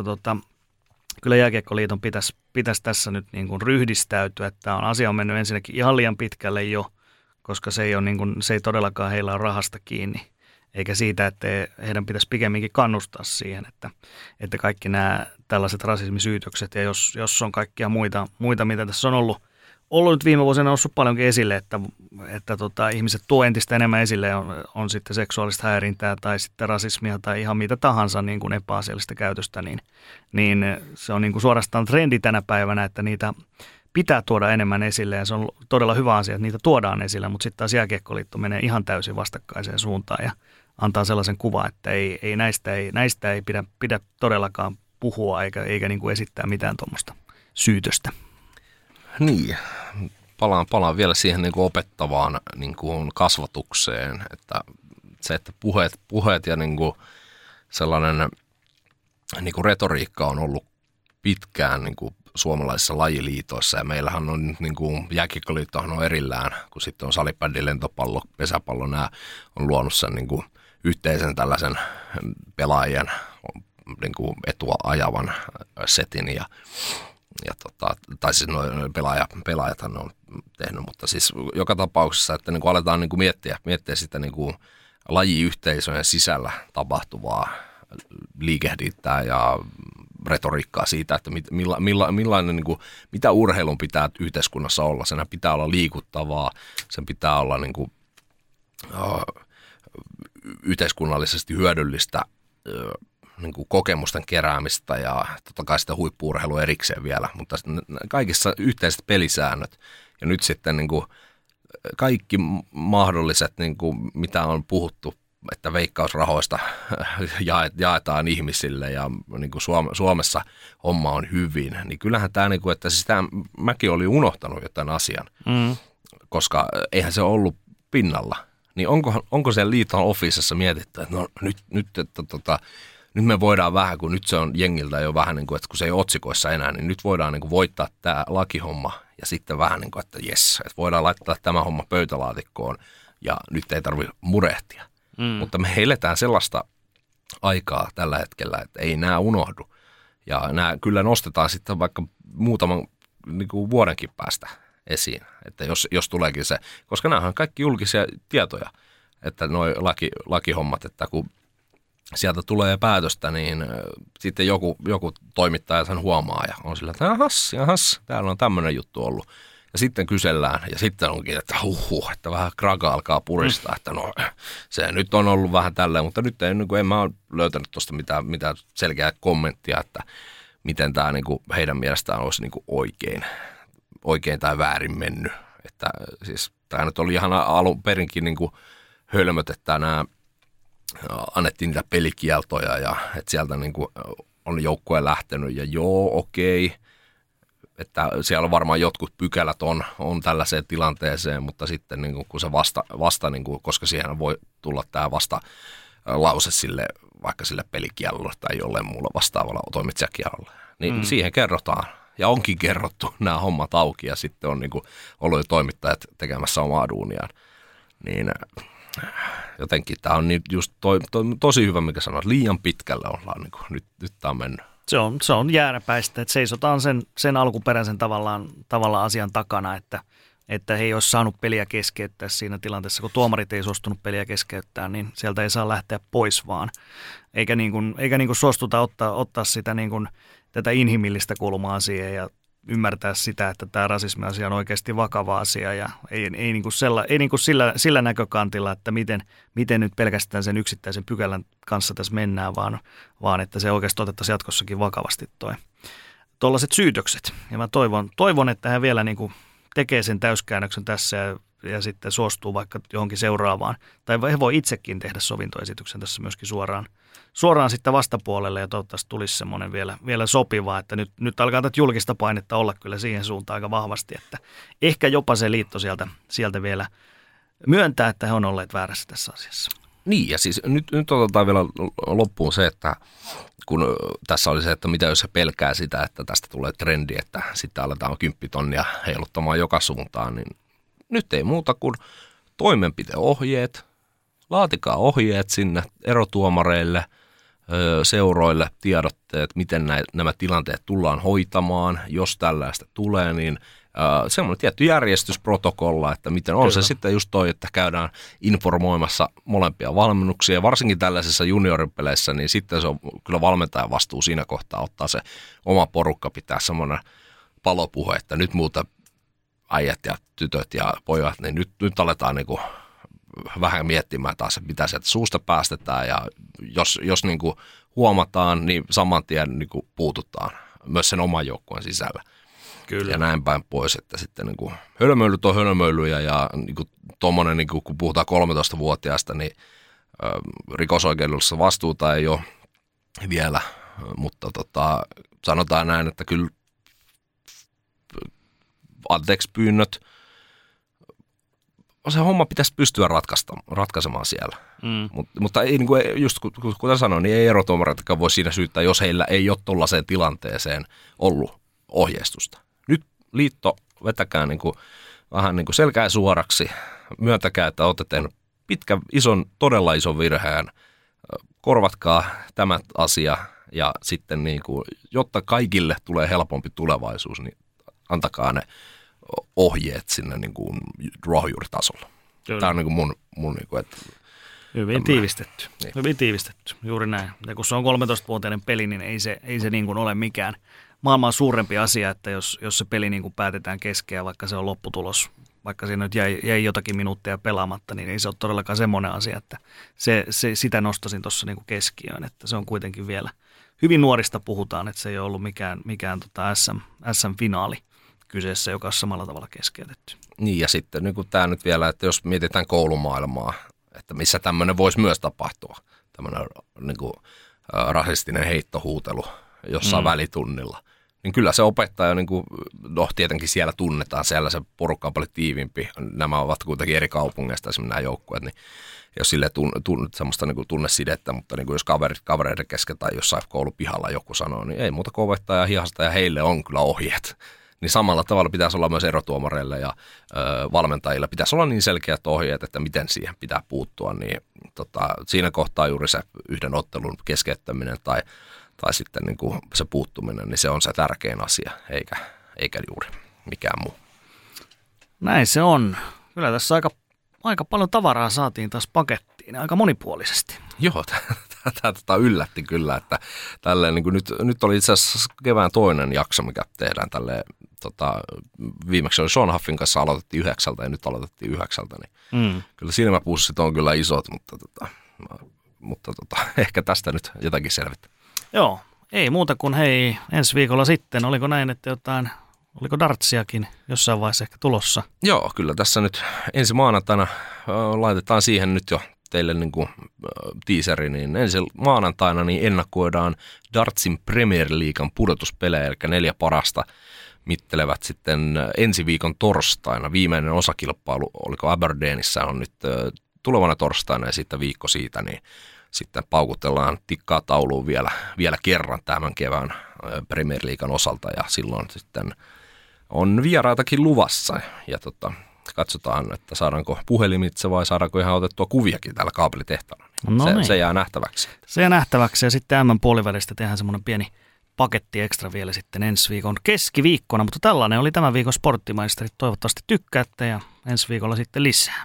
kyllä Jääkiekkoliiton pitäisi tässä nyt niin kuin ryhdistäytyä, että asia on mennyt ensinnäkin ihan liian pitkälle jo, koska se ei todellakaan heillä ole rahasta kiinni, eikä siitä, että heidän pitäisi pikemminkin kannustaa siihen, että kaikki nämä tällaiset rasismisyytökset, ja jos on kaikkia muita mitä tässä on ollut nyt viime vuosina noussut paljonkin esille, että ihmiset tuo entistä enemmän esille, on sitten seksuaalista häirintää tai sitten rasismia tai ihan mitä tahansa niin kuin epäasiallista käytöstä, niin se on niin kuin suorastaan trendi tänä päivänä, että niitä pitää tuoda enemmän esille ja se on todella hyvä asia, että niitä tuodaan esille, mutta sitten taas Jääkiekkoliitto menee ihan täysin vastakkaiseen suuntaan ja antaa sellaisen kuvan, että näistä ei pidä todellakaan puhua eikä niin kuin esittää mitään tuommoista syytöstä. Niin, palaan vielä siihen niin kuin opettavaan niin kuin kasvatukseen, että se, että puheet ja niin kuin sellainen niin kuin retoriikka on ollut pitkään niin kuin suomalaisissa lajiliitoissa ja meillähän on nyt niin kuin Jääkiekkoliittohan on erillään, kun sitten on salibändi, lentopallo, pesäpallo, nämä on luonut sen niin kuin yhteisen tällaisen pelaajien niin kuin etua ajavan setin tai siis pelaajathan ne on tehnyt, mutta siis joka tapauksessa, että niin kuin aletaan niin kuin miettiä sitä niin kuin lajiyhteisöjen sisällä tapahtuvaa liikehdintää ja retoriikkaa siitä, että millainen, niin kuin, mitä urheilun pitää yhteiskunnassa olla. Sen pitää olla liikuttavaa, sen pitää olla niin kuin, yhteiskunnallisesti hyödyllistä niin kuin kokemusten keräämistä ja totta kai sitä huippu-urheilua erikseen vielä, mutta kaikissa yhteiset pelisäännöt ja nyt sitten niin kuin kaikki mahdolliset, niin kuin mitä on puhuttu, että veikkausrahoista jaetaan ihmisille ja niin kuin Suomessa homma on hyvin, niin kyllähän tämä, niin kuin, että sitä mäkin olin unohtanut jotain asian, koska eihän se ollut pinnalla. Niin onko siellä liiton officessa mietitty, että no nyt me voidaan vähän, kun nyt se on jengiltä jo vähän niin kuin, että kun se ei ole otsikoissa enää, niin nyt voidaan niin kuin voittaa tämä lakihomma ja sitten vähän niin kuin, että jes, että voidaan laittaa tämä homma pöytälaatikkoon ja nyt ei tarvitse murehtia. Mutta me eletään sellaista aikaa tällä hetkellä, että ei nämä unohdu. Ja nämä kyllä nostetaan sitten vaikka muutaman niin kuin vuodenkin päästä esiin, että jos tuleekin se, koska nämä on kaikki julkisia tietoja, että nuo lakihommat, että kun sieltä tulee päätöstä, niin sitten joku toimittaja sen huomaa ja on sillä, että jahas, täällä on tämmöinen juttu ollut. Ja sitten kysellään ja sitten onkin, että että vähän kraga alkaa puristaa, että no se nyt on ollut vähän tälleen, mutta nyt en mä ole löytänyt tuosta mitään selkeää kommenttia, että miten tämä niin kuin heidän mielestään olisi niin kuin oikein tai väärin mennyt. Että siis tämä nyt oli ihan alun perinkin niin kuin hölmöt, että nämä annettiin niitä pelikieltoja ja että sieltä niin kuin on joukkue lähtenyt ja joo, okei. että siellä on varmaan jotkut pykälät on tällaiseen tilanteeseen, mutta sitten niin kun se vasta niin kun, koska siihen voi tulla tämä vasta lause sille, vaikka sille pelikiellolle tai jolleen muulle vastaavalla toimitsijakiellolle, niin siihen kerrotaan. Ja onkin kerrottu nämä hommat auki ja sitten on niin kuin ollut jo toimittajat tekemässä omaa duuniaan. Niin jotenkin tämä on niin just tosi hyvä, mikä sanoit, liian pitkälle ollaan, niin kuin, nyt tämä on mennyt. Se on jääräpäistä, että seisotaan sen alkuperäisen tavallaan asian takana, että he ei olisi saanut peliä keskeyttää siinä tilanteessa, kun tuomarit ei suostunut peliä keskeyttää, niin sieltä ei saa lähteä pois vaan. Eikä niin kuin suostuta ottaa sitä niin kuin tätä inhimillistä kulmaa siihen ja ymmärtää sitä, että tämä rasismi-asia on oikeasti vakava asia ja ei niin kuin sillä näkökantilla, että miten nyt pelkästään sen yksittäisen pykälän kanssa tässä mennään, vaan että se oikeasti otettaisiin jatkossakin vakavasti tuollaiset syytökset. Ja mä toivon, että hän vielä niin kuin tekee sen täyskäännöksen tässä ja sitten suostuu vaikka johonkin seuraavaan. Tai he voi itsekin tehdä sovintoesityksen tässä myöskin suoraan sitten vastapuolelle ja toivottavasti tulisi semmoinen vielä sopiva, että nyt alkaa tätä julkista painetta olla kyllä siihen suuntaan aika vahvasti, että ehkä jopa se liitto sieltä vielä myöntää, että he on olleet väärässä tässä asiassa. Niin ja siis nyt otetaan vielä loppuun se, että kun tässä oli se, että mitä jos he pelkää sitä, että tästä tulee trendi, että sitten aletaan 10 tonnia heiluttamaan joka suuntaan, niin nyt ei muuta kuin toimenpideohjeet, laatikaa ohjeet sinne erotuomareille, seuroille, tiedotteet, miten nämä tilanteet tullaan hoitamaan, jos tällaista tulee, niin semmoinen tietty järjestysprotokolla, että miten on se sitten just toi, että käydään informoimassa molempia valmennuksia, varsinkin tällaisissa junioripeleissä, niin sitten se on kyllä valmentajan vastuu siinä kohtaa ottaa se oma porukka, pitää semmoinen palopuhe, että nyt muuta äijät ja tytöt ja pojat, niin nyt aletaan niinku vähän miettimään taas, että mitä sieltä suusta päästetään ja jos niinku huomataan, niin saman tien niinku puututaan myös sen oman joukkueen sisällä. Kyllä. Ja näin päin pois, että sitten niinku hölmöilyt on hölmöilyjä ja niinku tuommoinen, niinku, kun puhutaan 13-vuotiaasta, niin rikosoikeudellista vastuuta ei ole vielä, mutta sanotaan näin, että kyllä anteeksi pyynnöt, se homma pitäisi pystyä ratkaisemaan siellä. Mutta ei, niin kuin, just kuten sanoin, niin ei erotuomareitakaan voi siinä syyttää, jos heillä ei ole tuollaiseen tilanteeseen ollut ohjeistusta. Nyt liitto, vetäkää niin kuin, vähän niin kuin selkää suoraksi, myöntäkää, että olette tehneet todella ison virheen, korvatkaa tämä asia ja sitten niin kuin, jotta kaikille tulee helpompi tulevaisuus, niin antakaa ne ohjeet sinne niin kuin ruohonjuuritasolla. Tämä on niin kuin mun niin kuin, että hyvin tiivistetty. Niin. Hyvin tiivistetty, juuri näin. Ja kun se on 13-vuotiainen peli, niin ei se niin kuin ole mikään maailman suurempi asia, että jos se peli niin kuin päätetään keskeä, vaikka se on lopputulos, vaikka siinä nyt jäi jotakin minuuttia pelaamatta, niin ei se ole todellakaan semmoinen asia, että sitä nostasin tuossa niin kuin keskiöön, että se on kuitenkin vielä hyvin nuorista puhutaan, että se ei ole ollut mikään SM-finaali kyseessä, joka on samalla tavalla keskeytetty. Niin ja sitten niin tämä nyt vielä, että jos mietitään koulumaailmaa, että missä tämmöinen voisi myös tapahtua, tämmöinen niin kuin, rasistinen heittohuutelu jossain välitunnilla, niin kyllä se opettaja, niin kuin, no tietenkin siellä tunnetaan, siellä se porukka on paljon tiivimpi, nämä ovat kuitenkin eri kaupungeista esimerkiksi nämä joukkueet, niin jos sille semmoista niin kuin tunnesidettä, mutta niin kuin jos kavereiden kesken tai jossain koulupihalla joku sanoo, niin ei muuta kuin opettaja hihasta ja heille on kyllä ohjeet. Niin samalla tavalla pitäisi olla myös erotuomareille ja valmentajilla. Pitäisi olla niin selkeät ohjeet, että miten siihen pitää puuttua. Niin, siinä kohtaa juuri se yhden ottelun keskeyttäminen tai sitten niin kuin se puuttuminen, niin se on se tärkein asia, eikä juuri mikään muu. Näin se on. Kyllä tässä aika paljon tavaraa saatiin taas pakettiin, aika monipuolisesti. Joo, tämä yllätti kyllä, että tälleen, niin kuin nyt oli itse asiassa kevään toinen jakso, mikä tehdään tälleen, viimeksi oli Sean Huffin kanssa aloitettiin 9 ja nyt aloitettiin 9, niin kyllä silmäpussit on kyllä isot, mutta ehkä tästä nyt jotakin selvitään. Joo, ei muuta kuin hei, ensi viikolla sitten, oliko näin, että oliko dartsiakin jossain vaiheessa ehkä tulossa? Joo, kyllä tässä nyt ensi maanantaina laitetaan siihen nyt jo teille niin kuin teaseri, niin ensi maanantaina niin ennakoidaan Dartsin Premier Leaguean pudotuspelejä, eli 4 parasta mittelevät sitten ensi viikon torstaina. Viimeinen osakilpailu, oliko Aberdeenissä, on nyt tulevana torstaina ja sitten viikko siitä, niin sitten paukutellaan tikkaa tauluun vielä kerran tämän kevään Premier Leaguean osalta ja silloin sitten on vieraitakin luvassa ja katsotaan, että saadaanko puhelimitse vai saadaanko ihan otettua kuviakin täällä kaapelitehtaalla. Se jää nähtäväksi. Se jää nähtäväksi ja sitten M-puolivälistä tehdään semmoinen pieni paketti ekstra vielä sitten ensi viikon keskiviikkona, mutta tällainen oli tämän viikon Sporttimaisterit. Toivottavasti tykkäätte ja ensi viikolla sitten lisää.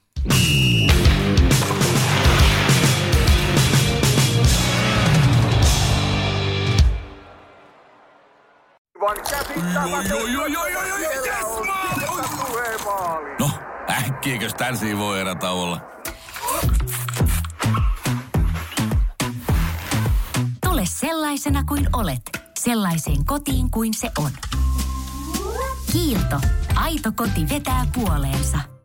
No, äkkiäkös tän voi erätä olla? Tule sellaisena kuin olet, sellaiseen kotiin kuin se on. Kiilto. Aito koti vetää puoleensa.